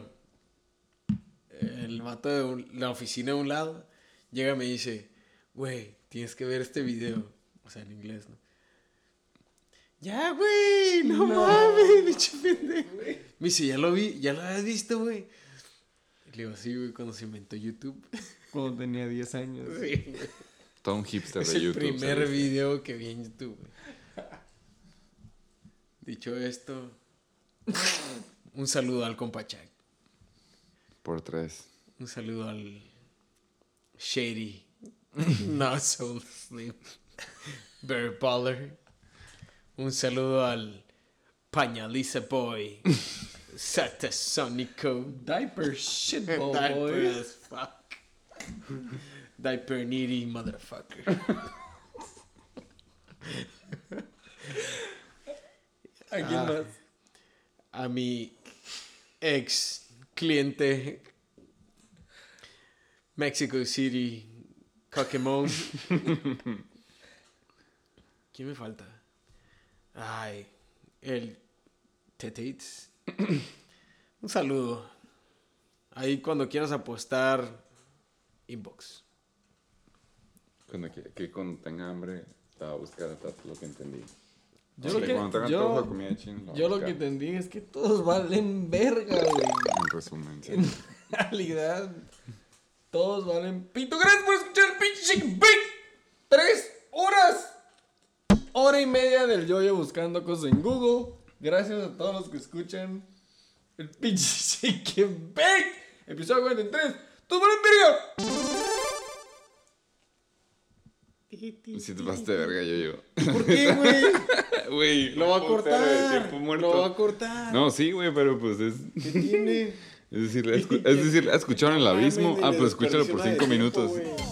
El vato de la oficina de un lado llega y me dice, güey, tienes que ver este video. O sea, en inglés, ¿no? Ya, güey, no mames, bicho pendejo. Me dice, ya lo vi, ya lo habías visto, güey. Y le digo, sí, güey, cuando se inventó YouTube. Cuando tenía 10 años. Sí, güey. Todo un hipster Es de el YouTube. primer ¿sabes? video que vi en YouTube, güey. Dicho esto, un saludo al compa Chuck. Por 3. Un saludo al Shady. No so slim. Barry Poller. Un saludo al Pañaliza Boy. Satasónico. Diaper shitball, Diaper boy. as fuck. Diaper needy motherfucker. ¿A quién más? A mi ex cliente Mexico City Pokémon. ¿Quién me falta? Ay, el Tetates. Un saludo. Ahí cuando quieras apostar, inbox. Cuando tenga hambre, la va a buscar hasta lo que entendí. Yo Sí, lo que- cuando tenga yo- antojo de comida china, la va a Yo lo que buscar. entendí es que todos valen verga, güey. En resumen, sí. En realidad, todos valen pito. Gracias por escuchar el pinche Chicken Bake. 3 horas. Hora y media del yoyo buscando cosas en Google. Gracias a todos los que escuchan. El pinche Shake and Bake. Episodio 43. ¡Tú por el verga! Si te pasaste de verga, yo. ¿Por qué, güey? Güey. Lo va a puta, cortar. tiempo muerto. Lo va a cortar. No, sí, güey, pero pues es... ¿Qué tiene? Es decir, ¿escucharon el abismo? Mames, Pues escúchalo por 5 desperdició nada de minutos. tiempo, güey.